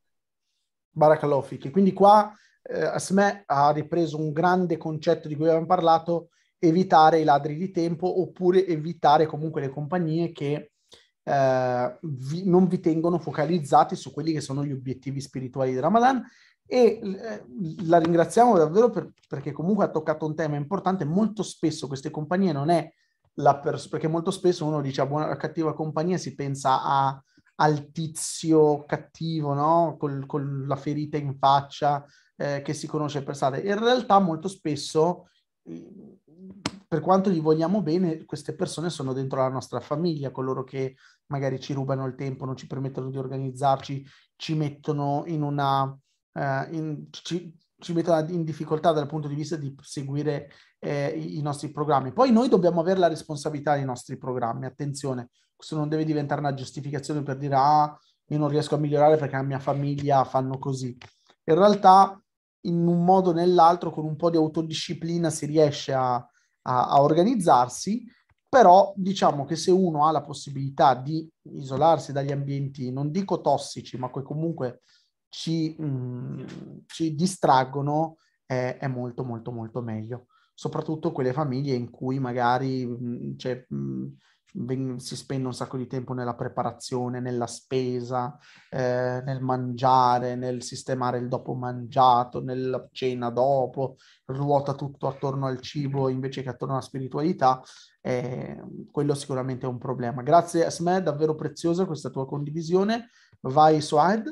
Barakallahu fiki. Quindi qua eh, Asmè ha ripreso un grande concetto di cui avevamo parlato: evitare i ladri di tempo, oppure evitare comunque le compagnie che eh, vi- non vi tengono focalizzati su quelli che sono gli obiettivi spirituali di Ramadan. E eh, la ringraziamo davvero per- perché comunque ha toccato un tema importante. Molto spesso queste compagnie non è la pers- perché molto spesso uno dice a buona a cattiva compagnia si pensa a al tizio cattivo, no? Col- con la ferita in faccia, eh, che si conosce per strada. In realtà molto spesso, eh, per quanto gli vogliamo bene, queste persone sono dentro la nostra famiglia, coloro che magari ci rubano il tempo, non ci permettono di organizzarci, ci mettono in una... eh, in- ci, ci mettono in difficoltà dal punto di vista di seguire eh, i, i nostri programmi. Poi noi dobbiamo avere la responsabilità dei nostri programmi, attenzione. Questo non deve diventare una giustificazione per dire ah, io non riesco a migliorare perché la mia famiglia fanno così. In realtà, in un modo o nell'altro, con un po' di autodisciplina si riesce a, a- a organizzarsi, però diciamo che se uno ha la possibilità di isolarsi dagli ambienti, non dico tossici, ma che comunque ci, mh, ci distraggono, è, è molto molto molto meglio. Soprattutto quelle famiglie in cui magari mh, c'è... mh, ven- si spende un sacco di tempo nella preparazione, nella spesa, eh, nel mangiare, nel sistemare il dopo mangiato, nella cena dopo, ruota tutto attorno al cibo invece che attorno alla spiritualità. Eh, quello sicuramente è un problema. Grazie Asmed, davvero preziosa questa tua condivisione. Vai Suad.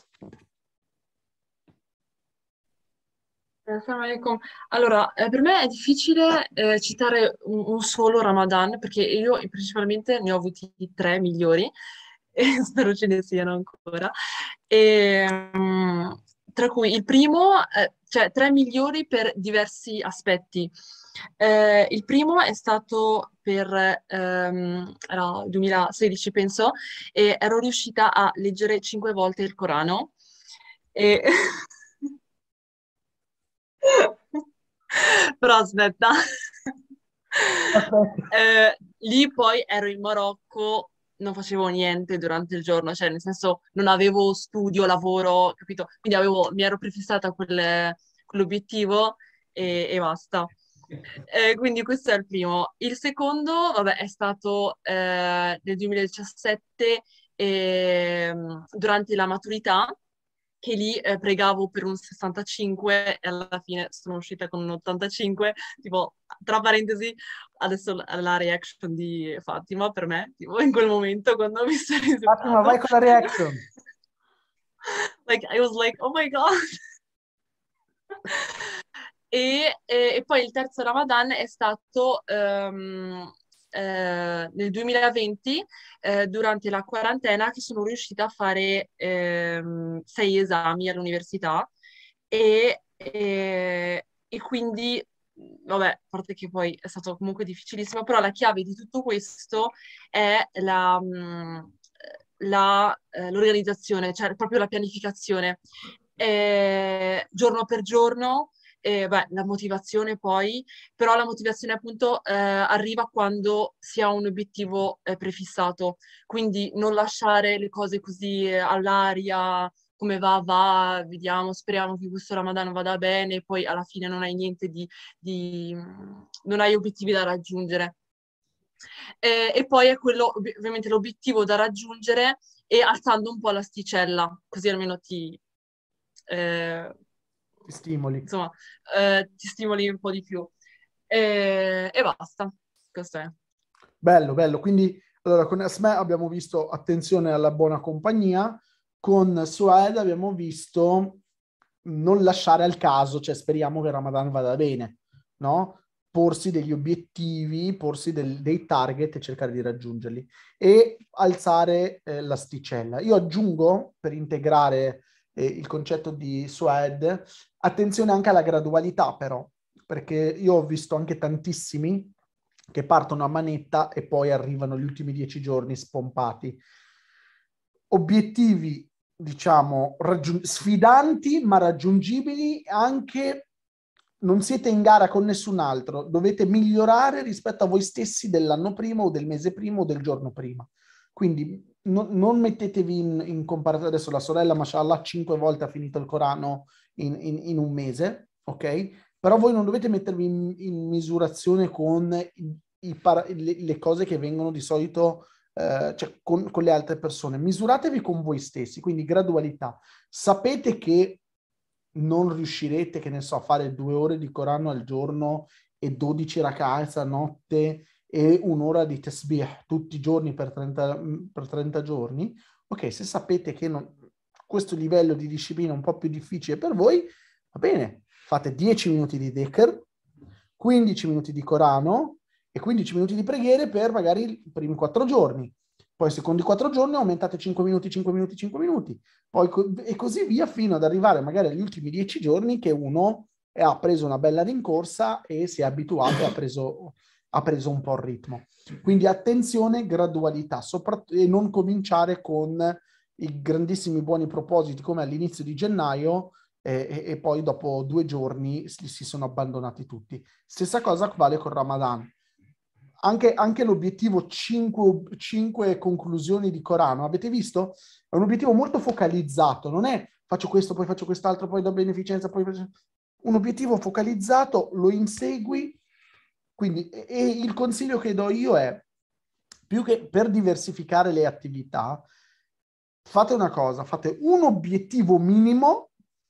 Assalamu alaikum. Allora, eh, per me è difficile eh, citare un, un solo Ramadan perché io principalmente ne ho avuti tre migliori e spero ce ne siano ancora. E, mm, tra cui il primo, eh, cioè tre migliori per diversi aspetti. Eh, il primo è stato per ehm, era il duemilasedici, penso, e ero riuscita a leggere cinque volte il Corano. E... Però aspetta, Eh, lì poi ero in Marocco, non facevo niente durante il giorno, cioè nel senso non avevo studio, lavoro, capito? Quindi avevo, mi ero prefissata quel- quell'obiettivo e, e basta. Eh, quindi questo è il primo. Il secondo, vabbè, è stato eh, nel duemiladiciassette, ehm, durante la maturità, che lì eh, pregavo per un sessantacinque e alla fine sono uscita con un ottantacinque, tipo, tra parentesi, adesso la, la reaction di Fatima per me, tipo, in quel momento quando ho visto il risultato. Fatima, vai con la reaction. Like, I was like, oh my God! E, e- e poi il terzo Ramadan è stato ehm, eh, nel duemilaventi, eh, durante la quarantena, che sono riuscita a fare ehm, sei esami all'università e, e- e quindi, vabbè, a parte che poi è stato comunque difficilissimo, però la chiave di tutto questo è la, mh, la, eh, l'organizzazione, cioè proprio la pianificazione, eh, giorno per giorno, eh, beh, la motivazione poi, però la motivazione appunto eh, arriva quando si ha un obiettivo eh, prefissato, quindi non lasciare le cose così eh, all'aria, come va, va, vediamo, speriamo che questo Ramadan vada bene, poi alla fine non hai niente di, di non hai obiettivi da raggiungere. Eh, e poi è quello, ovviamente, l'obiettivo da raggiungere e alzando un po' l'asticella, così almeno ti, eh, ti stimoli. Insomma, eh, ti stimoli un po' di più. E, e basta, questo è. Bello, bello. Quindi, allora, con Asma abbiamo visto attenzione alla buona compagnia, con Sued abbiamo visto non lasciare al caso, cioè speriamo che Ramadan vada bene, no? Porsi degli obiettivi, porsi del, dei target e cercare di raggiungerli e alzare eh, l'asticella. Io aggiungo, per integrare eh, il concetto di Sued, attenzione anche alla gradualità però, perché io ho visto anche tantissimi che partono a manetta e poi arrivano gli ultimi dieci giorni spompati. Obiettivi, diciamo, raggiung- sfidanti ma raggiungibili anche. Non siete in gara con nessun altro, dovete migliorare rispetto a voi stessi dell'anno prima o del mese prima o del giorno prima. Quindi no, non mettetevi in, in comparazione. Adesso la sorella, mashallah, cinque volte ha finito il Corano in, in, in un mese, ok? Però voi non dovete mettervi in, in misurazione con i, i para, le, le cose che vengono di solito, eh, cioè con, con le altre persone. Misuratevi con voi stessi, quindi gradualità. Sapete che non riuscirete, che ne so, a fare due ore di Corano al giorno e dodici rak'at a notte e un'ora di tasbih tutti i giorni per trenta, per trenta giorni. Ok, se sapete che non, questo livello di disciplina è un po' più difficile per voi, va bene, fate dieci minuti di dhikr, quindici minuti di Corano e quindici minuti di preghiere per magari i primi quattro giorni. Poi secondo i quattro giorni aumentate cinque minuti, cinque minuti, cinque minuti, poi co- e così via fino ad arrivare magari agli ultimi dieci giorni che uno ha preso una bella rincorsa e si è abituato e ha preso, ha preso un po' il ritmo. Quindi attenzione, gradualità, soprattutto, e non cominciare con i grandissimi buoni propositi come all'inizio di gennaio eh, e, e poi dopo due giorni si, si sono abbandonati tutti. Stessa cosa vale con Ramadan. Anche, anche l'obiettivo cinque conclusioni di Corano, avete visto? È un obiettivo molto focalizzato, non è faccio questo, poi faccio quest'altro, poi do beneficenza, poi faccio... Un obiettivo focalizzato, lo insegui, quindi, e, e il consiglio che do io è, più che per diversificare le attività, fate una cosa, fate un obiettivo minimo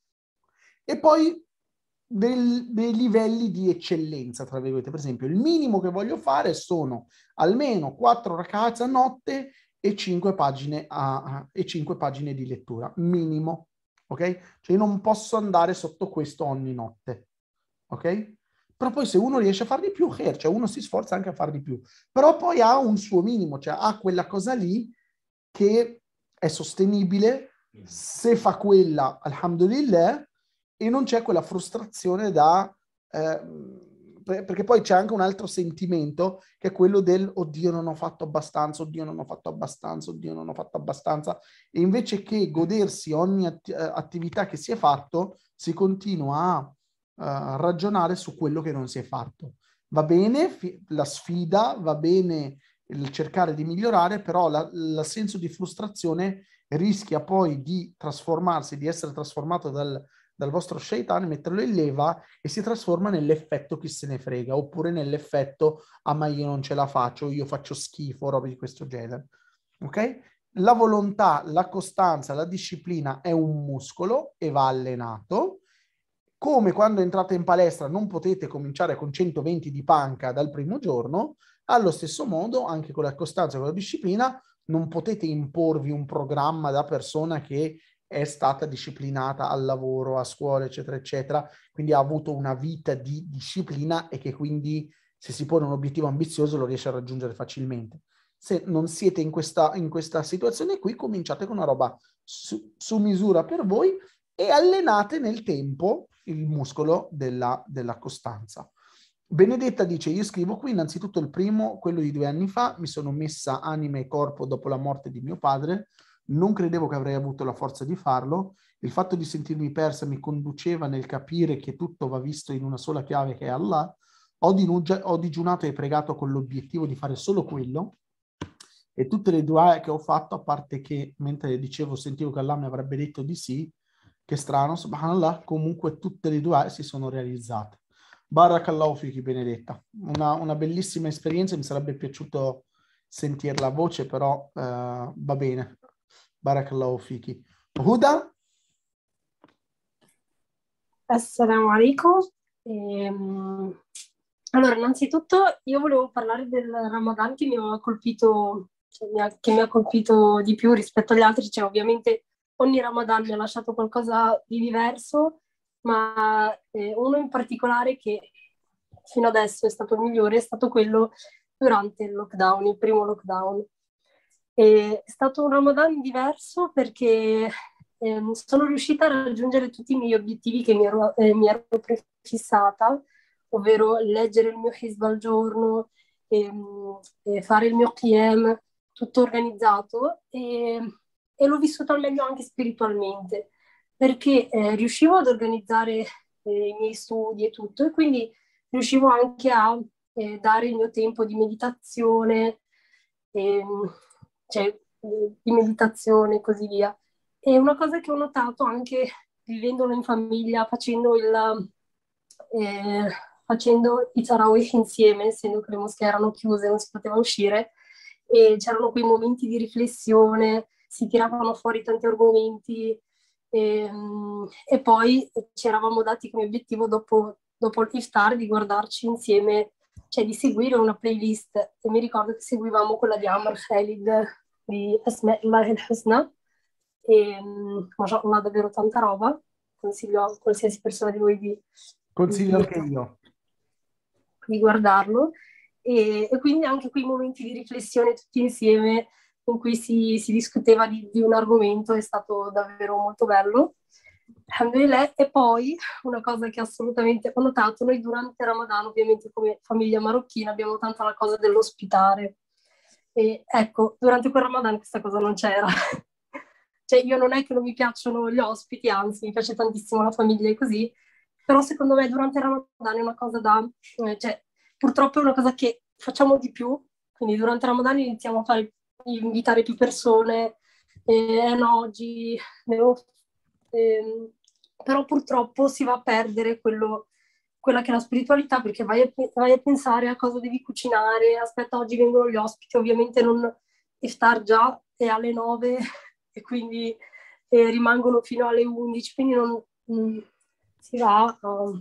e poi Del, dei livelli di eccellenza, tra virgolette. Per esempio, il minimo che voglio fare sono almeno quattro rak'at a notte e cinque pagine, a, a, e cinque pagine di lettura, minimo, ok? Cioè io non posso andare sotto questo ogni notte, ok? Però poi se uno riesce a far di più, cioè uno si sforza anche a far di più, però poi ha un suo minimo, cioè ha quella cosa lì che è sostenibile, se fa quella, alhamdulillah, e non c'è quella frustrazione da... Eh, perché poi c'è anche un altro sentimento che è quello del oddio non ho fatto abbastanza, oddio non ho fatto abbastanza, oddio non ho fatto abbastanza, e invece che godersi ogni att- attività che si è fatto, si continua a uh, ragionare su quello che non si è fatto. Va bene fi- la sfida, va bene il cercare di migliorare, però la, il senso di frustrazione rischia poi di trasformarsi, di essere trasformato dal dal vostro shaitan, metterlo in leva e si trasforma nell'effetto chi se ne frega, oppure nell'effetto ah ma io non ce la faccio, io faccio schifo, robe di questo genere. Ok? La volontà, la costanza, la disciplina è un muscolo e va allenato. Come quando entrate in palestra non potete cominciare con centoventi di panca dal primo giorno, allo stesso modo anche con la costanza e con la disciplina non potete imporvi un programma da persona che è stata disciplinata al lavoro, a scuola, eccetera, eccetera, quindi ha avuto una vita di disciplina e che quindi se si pone un obiettivo ambizioso lo riesce a raggiungere facilmente. Se non siete in questa, in questa situazione qui, cominciate con una roba su, su misura per voi e allenate nel tempo il muscolo della, della costanza. Benedetta dice, io scrivo qui innanzitutto il primo, quello di due anni fa, mi sono messa anima e corpo dopo la morte di mio padre, non credevo che avrei avuto la forza di farlo, il fatto di sentirmi persa mi conduceva nel capire che tutto va visto in una sola chiave che è Allah, ho, dinugia, ho digiunato e pregato con l'obiettivo di fare solo quello, e tutte le dua che ho fatto, a parte che mentre dicevo sentivo che Allah mi avrebbe detto di sì, che strano, subhanallah, comunque tutte le dua si sono realizzate. Barakallahu fiki, Benedetta. Una, una bellissima esperienza, mi sarebbe piaciuto sentirla a voce, però uh, va bene. Barakallahu fiki. Huda? Assalamu alaikum. Ehm, allora, innanzitutto io volevo parlare del Ramadan che mi ha colpito, cioè, mi ha, che mi ha colpito di più rispetto agli altri. Cioè, ovviamente ogni Ramadan mi ha lasciato qualcosa di diverso, ma eh, uno in particolare che fino adesso è stato il migliore è stato quello durante il lockdown, il primo lockdown. E è stato un Ramadan diverso perché eh, sono riuscita a raggiungere tutti i miei obiettivi che mi ero, eh, mi ero prefissata, ovvero leggere il mio Hizb al giorno, e, e fare il mio Qiyam, tutto organizzato, e, e l'ho vissuto al meglio anche spiritualmente, perché eh, riuscivo ad organizzare eh, i miei studi e tutto, e quindi riuscivo anche a eh, dare il mio tempo di meditazione, eh, cioè di meditazione e così via. E una cosa che ho notato anche vivendolo in famiglia, facendo il eh, facendo i tarawih insieme, essendo che le moschee erano chiuse, non si poteva uscire, e c'erano quei momenti di riflessione, si tiravano fuori tanti argomenti, e, e poi ci eravamo dati come obiettivo dopo, dopo l'iftar di guardarci insieme, cioè di seguire una playlist, e mi ricordo che seguivamo quella di Amr Khalid di Asma'illah al-Husna, e mashallah, davvero tanta roba, consiglio a qualsiasi persona di voi di, consiglio di, anche io di guardarlo, e, e quindi anche quei momenti di riflessione tutti insieme in cui si, si discuteva di, di un argomento è stato davvero molto bello. Alhamdulillah. E poi una cosa che assolutamente ho notato, noi durante Ramadan ovviamente come famiglia marocchina abbiamo tanta la cosa dell'ospitare, e ecco, durante quel Ramadan questa cosa non c'era. Cioè io non è che non mi piacciono gli ospiti, anzi mi piace tantissimo la famiglia e così, però secondo me durante il Ramadan è una cosa da, eh, cioè purtroppo è una cosa che facciamo di più, quindi durante il Ramadan iniziamo a fare, invitare più persone, eh, no, oggi devo, eh, però purtroppo si va a perdere quello, quella che è la spiritualità, perché vai a, vai a pensare a cosa devi cucinare, aspetta oggi vengono gli ospiti, ovviamente non iftar già è alle nove e quindi eh, rimangono fino alle undici, quindi non, mh, si va a,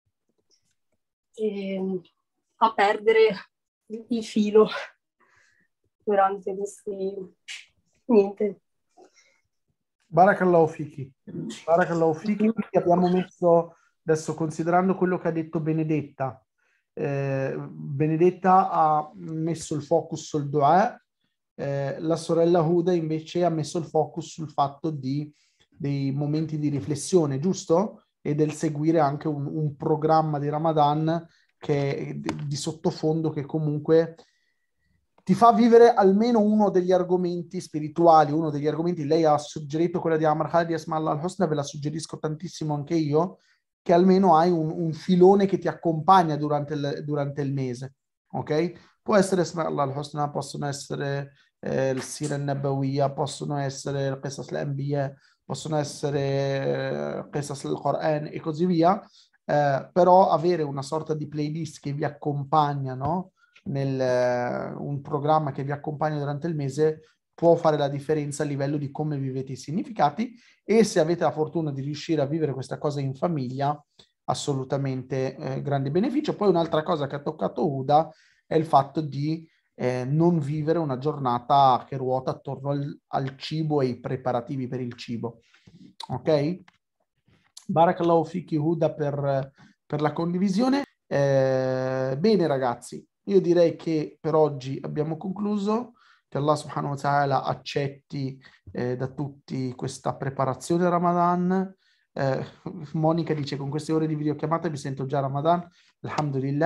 eh, a perdere il, il filo durante questi... niente. Barakallahu fiki. Barakallahu fiki. Quindi abbiamo messo, adesso considerando quello che ha detto Benedetta, eh, Benedetta ha messo il focus sul dua, eh, la sorella Huda invece ha messo il focus sul fatto di, dei momenti di riflessione, giusto? E del seguire anche un, un programma di Ramadan che è di sottofondo, che comunque ti fa vivere almeno uno degli argomenti spirituali, uno degli argomenti. Lei ha suggerito quella di Amr Khalid di Asma'illah al-Husna, ve la suggerisco tantissimo anche io, che almeno hai un, un filone che ti accompagna durante il, durante il mese, ok? Può essere Asma'illah al-Husna, possono essere eh, il Sira al-Nabawiyya, possono essere il Qisas al-Anbiya, possono essere Qisas al-Quran e così via, eh, però avere una sorta di playlist che vi accompagna, no? Nel, uh, un programma che vi accompagna durante il mese può fare la differenza a livello di come vivete i significati, e se avete la fortuna di riuscire a vivere questa cosa in famiglia, assolutamente eh, grande beneficio. Poi un'altra cosa che ha toccato Uda è il fatto di eh, non vivere una giornata che ruota attorno al, al cibo e ai preparativi per il cibo, ok? Barakallahu fiki Uda per, per la condivisione. Eh, bene ragazzi, io direi che per oggi abbiamo concluso, che Allah subhanahu wa ta'ala accetti eh, da tutti questa preparazione Ramadan. Eh, Monica dice: con queste ore di videochiamata mi sento già Ramadan, alhamdulillah.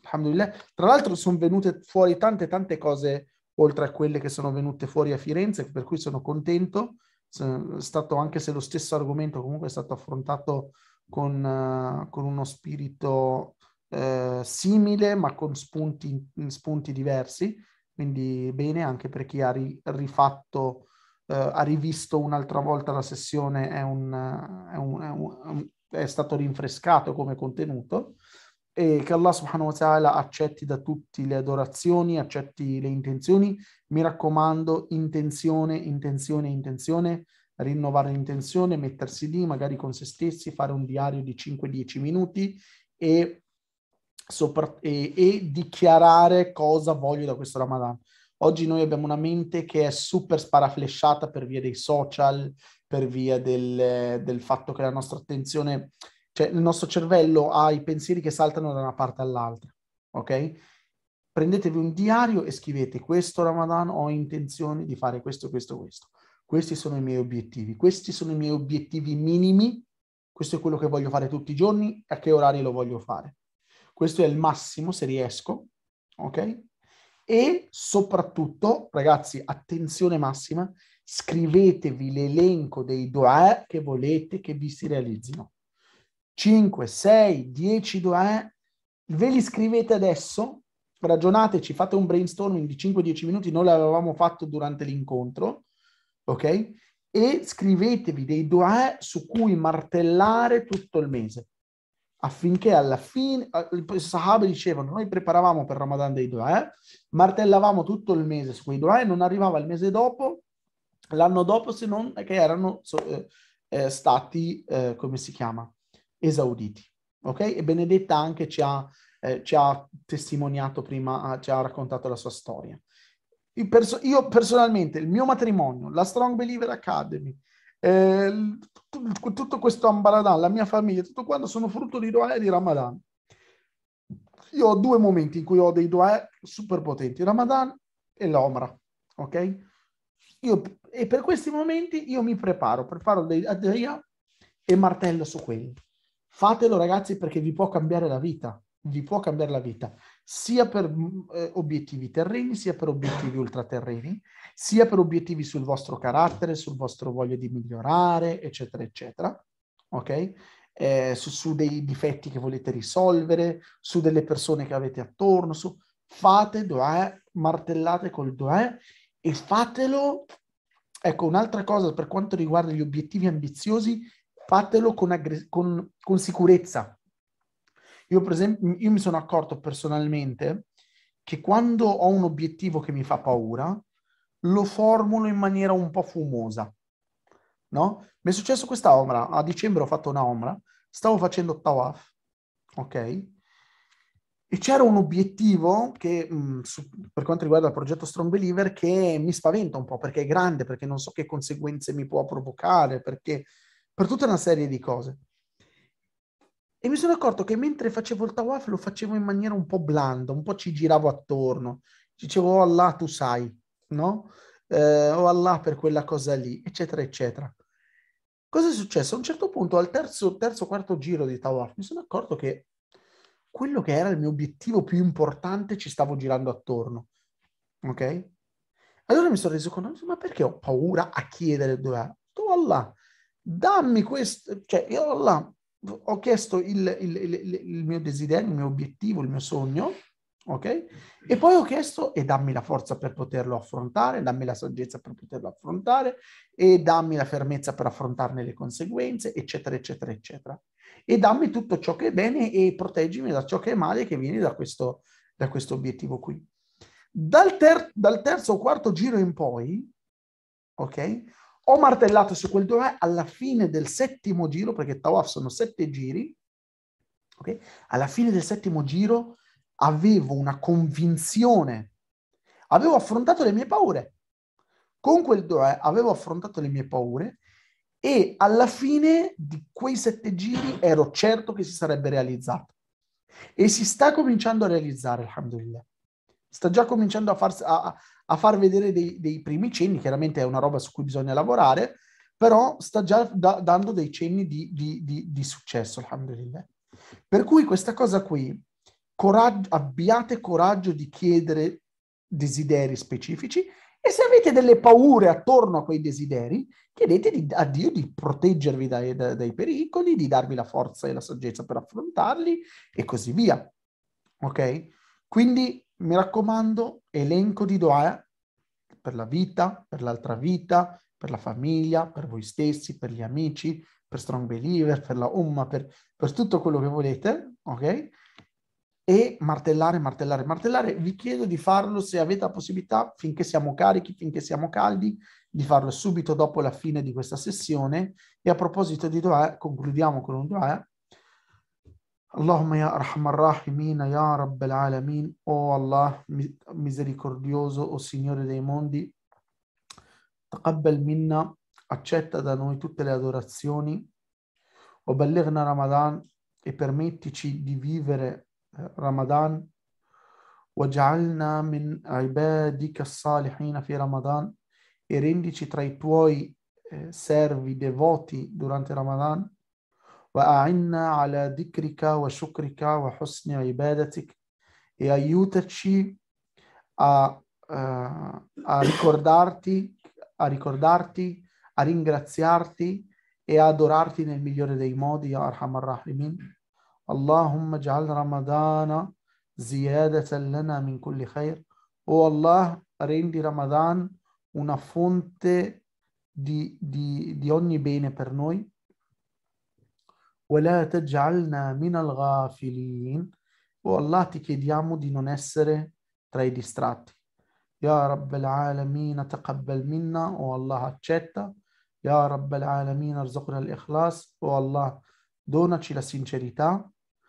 Alhamdulillah. Tra l'altro sono venute fuori tante tante cose oltre a quelle che sono venute fuori a Firenze, per cui sono contento. È stato, anche se lo stesso argomento comunque è stato affrontato con, uh, con uno spirito uh, simile, ma con spunti, spunti diversi. Quindi bene, anche per chi ha ri- rifatto, uh, ha rivisto un'altra volta la sessione, è, un, uh, è, un, è, un, è stato rinfrescato come contenuto. E che Allah subhanahu wa ta'ala accetti da tutti le adorazioni, accetti le intenzioni. Mi raccomando, intenzione, intenzione, intenzione, rinnovare l'intenzione, mettersi lì magari con se stessi, fare un diario di cinque dieci minuti e, sopra, e, e dichiarare cosa voglio da questo Ramadan. Oggi noi abbiamo una mente che è super sparaflesciata per via dei social, per via del, del fatto che la nostra attenzione... Cioè il nostro cervello ha i pensieri che saltano da una parte all'altra, ok? Prendetevi un diario e scrivete: questo Ramadan ho intenzione di fare questo, questo, questo. Questi sono i miei obiettivi, questi sono i miei obiettivi minimi, questo è quello che voglio fare tutti i giorni, a che orari lo voglio fare. Questo è il massimo se riesco, ok? E soprattutto, ragazzi, attenzione massima, scrivetevi l'elenco dei dua che volete che vi si realizzino. cinque, sei, dieci dua, ve li scrivete adesso, ragionateci, fate un brainstorming di cinque dieci minuti, noi l'avevamo fatto durante l'incontro, ok? E scrivetevi dei dua su cui martellare tutto il mese, affinché alla fine, i Sahaba dicevano, noi preparavamo per Ramadan dei dua, martellavamo tutto il mese su quei dua e non arrivava il mese dopo, l'anno dopo, se non che erano eh, eh, stati, eh, come si chiama? Esauditi, ok? E Benedetta anche ci ha, eh, ci ha testimoniato prima, ci ha raccontato la sua storia. Io, perso- io personalmente, il mio matrimonio, la Strong Believer Academy, eh, tutto, tutto questo ambaradan, la mia famiglia, tutto quanto sono frutto di dua e di Ramadan. Io ho due momenti in cui ho dei dua super potenti, Ramadan e l'Omra, ok? Io, e per questi momenti io mi preparo, preparo dei adria e martello su quelli. Fatelo, ragazzi, perché vi può cambiare la vita, vi può cambiare la vita, sia per eh, obiettivi terreni, sia per obiettivi ultraterreni, sia per obiettivi sul vostro carattere, sul vostro voglia di migliorare, eccetera, eccetera, ok? Eh, su, su dei difetti che volete risolvere, su delle persone che avete attorno, su... Fate dua, martellate col dua e fatelo. Ecco, un'altra cosa per quanto riguarda gli obiettivi ambiziosi, fatelo con, aggre- con, con sicurezza. Io, per esempio, io mi sono accorto personalmente che quando ho un obiettivo che mi fa paura, lo formulo in maniera un po' fumosa, no? Mi è successo questa omra, a dicembre ho fatto una omra, stavo facendo tawaf, ok? E c'era un obiettivo che, mh, su, per quanto riguarda il progetto Strong Believer, che mi spaventa un po', perché è grande, perché non so che conseguenze mi può provocare, perché... per tutta una serie di cose. E mi sono accorto che mentre facevo il tawaf lo facevo in maniera un po' blanda, un po' ci giravo attorno, dicevo oh Allah tu sai, no? Eh, oh Allah per quella cosa lì, eccetera, eccetera. Cosa è successo? A un certo punto, al terzo, terzo, quarto giro di tawaf, mi sono accorto che quello che era il mio obiettivo più importante ci stavo girando attorno, ok? Allora mi sono reso conto, ma perché ho paura a chiedere dove? Oh Allah, dammi questo, cioè io Allah, ho chiesto il, il, il, il mio desiderio, il mio obiettivo, il mio sogno, ok? E poi ho chiesto e dammi la forza per poterlo affrontare, dammi la saggezza per poterlo affrontare e dammi la fermezza per affrontarne le conseguenze, eccetera, eccetera, eccetera. E dammi tutto ciò che è bene e proteggimi da ciò che è male che viene da questo, da questo obiettivo qui. Dal, ter- dal terzo o quarto giro in poi, ok? Ho martellato su quel dove alla fine del settimo giro, perché tawaf sono sette giri, ok? Alla fine del settimo giro avevo una convinzione, avevo affrontato le mie paure. Con quel dove avevo affrontato le mie paure e alla fine di quei sette giri ero certo che si sarebbe realizzato. E si sta cominciando a realizzare, alhamdulillah. Sta già cominciando a, farsi, a, a far vedere dei, dei primi cenni, chiaramente è una roba su cui bisogna lavorare, però sta già da, dando dei cenni di, di, di, di successo, alhamdulillah. Per cui questa cosa qui coraggio, abbiate coraggio di chiedere desideri specifici, e se avete delle paure attorno a quei desideri, chiedete di, a Dio di proteggervi dai, dai, dai pericoli, di darvi la forza e la saggezza per affrontarli e così via. Ok? Quindi mi raccomando, elenco di dua per la vita, per l'altra vita, per la famiglia, per voi stessi, per gli amici, per Strong Believer, per la Umma, per, per tutto quello che volete, ok? E martellare, martellare, martellare. Vi chiedo di farlo, se avete la possibilità, finché siamo carichi, finché siamo caldi, di farlo subito dopo la fine di questa sessione. E a proposito di dua, concludiamo con un dua. Allahumma ya arhamar rahimin, ya rabbal alamin, o Allah misericordioso, o Signore dei mondi, taqabbal minna, accetta da noi tutte le adorazioni, o ballighna Ramadan, e permettici di vivere Ramadan, waj'alna min ibadika as-salihin fi Ramadan, e rendici tra i tuoi eh, servi devoti durante Ramadan, wa a'inna ala dhikrika wa shukrika wa husni ibadatik, e aiutaci a, uh, a ricordarti, a ricordarti, a ringraziarti e a adorarti nel migliore dei modi, ya arhamar rahimin. Allahumma ja'al Ramadana ziyadatan lana min kulli khair. O Allah, rendi Ramadan una fonte di, di, di ogni bene per noi. Wa la taj'alna min al-ghafilin. O Allah, ti chiediamo di non essere tra i distratti. Ya Rabbal Alamin, taqabbal minna. O Allah, accetta. Ya Rabbal Alamin, arzuqna al-ikhlas. O Allah, donaci la sincerità.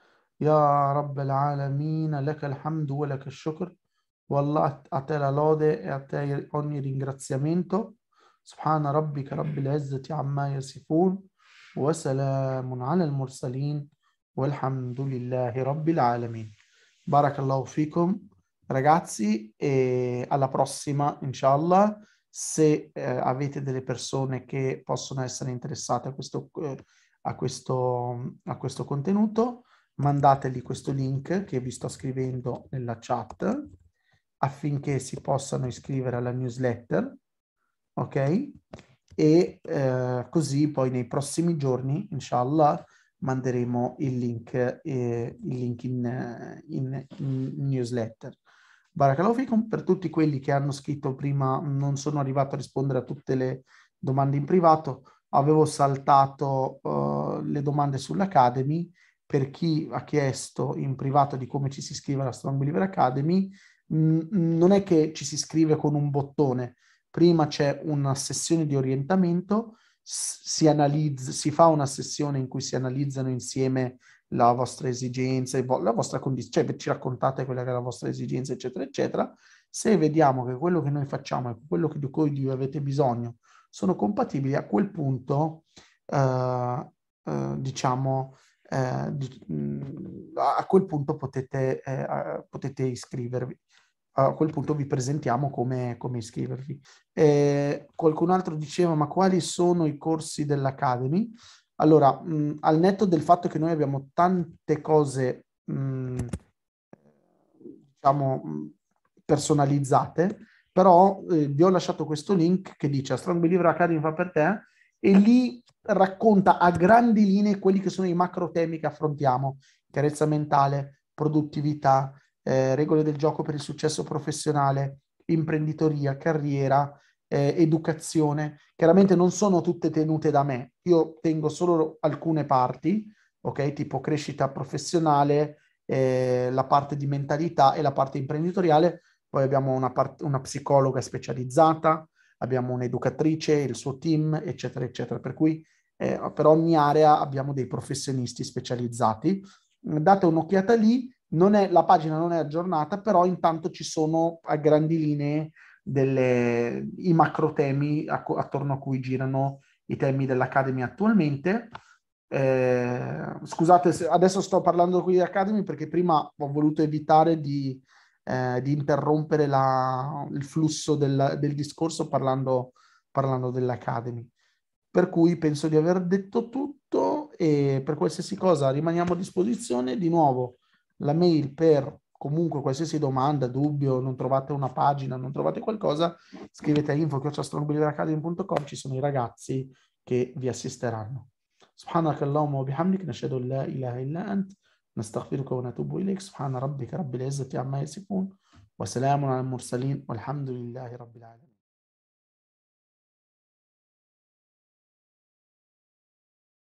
Ya Rabbal Alamin, laka al-hamdu wa laka al-shukr. O Allah, a te la lode e a te ogni ringraziamento. Subhana rabbika rabbil izzati amma yasifun, wa salamun ala al-mursalin, walhamdulillahi rabbil alamin. Barakallahu fikum. Ragazzi, e alla prossima, inshallah. Se eh, avete delle persone che possono essere interessate a questo, eh, a questo, a questo contenuto, mandateli questo link che vi sto scrivendo nella chat affinché si possano iscrivere alla newsletter, ok? E eh, così poi nei prossimi giorni, inshallah, manderemo il link, eh, il link in, in, in newsletter. Barakallahu fikum. Per tutti quelli che hanno scritto prima, non sono arrivato a rispondere a tutte le domande in privato, avevo saltato uh, le domande sull'Academy. Per chi ha chiesto in privato di come ci si iscrive alla Strong Believer Academy, mh, non è che ci si iscrive con un bottone. Prima c'è una sessione di orientamento, si analizza, si fa una sessione in cui si analizzano insieme la vostra esigenza, la vostra condizione, cioè ci raccontate quella che è la vostra esigenza, eccetera, eccetera. Se vediamo che quello che noi facciamo e quello di cui avete bisogno sono compatibili, a quel punto, eh, eh, diciamo, eh, di, mh, a quel punto potete, eh, potete iscrivervi. A quel punto vi presentiamo come, come iscrivervi. Eh, qualcun altro diceva, ma quali sono i corsi dell'Academy? Allora, mh, al netto del fatto che noi abbiamo tante cose, mh, diciamo, mh, personalizzate, però eh, vi ho lasciato questo link che dice A Strong Believer Academy fa per te, e lì racconta a grandi linee quelli che sono i macro temi che affrontiamo: chiarezza mentale, produttività, eh, regole del gioco per il successo professionale, imprenditoria, carriera, eh, educazione. Chiaramente non sono tutte tenute da me, io tengo solo alcune parti, ok? Tipo crescita professionale, eh, la parte di mentalità e la parte imprenditoriale. Poi abbiamo una, part- una psicologa specializzata, abbiamo un'educatrice, il suo team, eccetera, eccetera. Per cui eh, per ogni area abbiamo dei professionisti specializzati. Date un'occhiata lì, non è, la pagina non è aggiornata, però intanto ci sono a grandi linee delle, i macro temi a, attorno a cui girano i temi dell'Academy attualmente. Eh, scusate, se, adesso sto parlando qui di Academy perché prima ho voluto evitare di, eh, di interrompere la, il flusso del, del discorso parlando, parlando dell'Academy. Per cui penso di aver detto tutto, e per qualsiasi cosa rimaniamo a disposizione. Di nuovo, la mail per comunque qualsiasi domanda, dubbio, non trovate una pagina, non trovate qualcosa, scrivete a info chiocciola strong believer academy punto com, ci sono i ragazzi che vi assisteranno. سبحانك اللهم وبحمدك نشهد أن لا إله إلا أنت نستغفرك ونتوب إليك سبحان ربك رب العزة عما يصفون وسلام على المرسلين والحمد لله رب العالمين.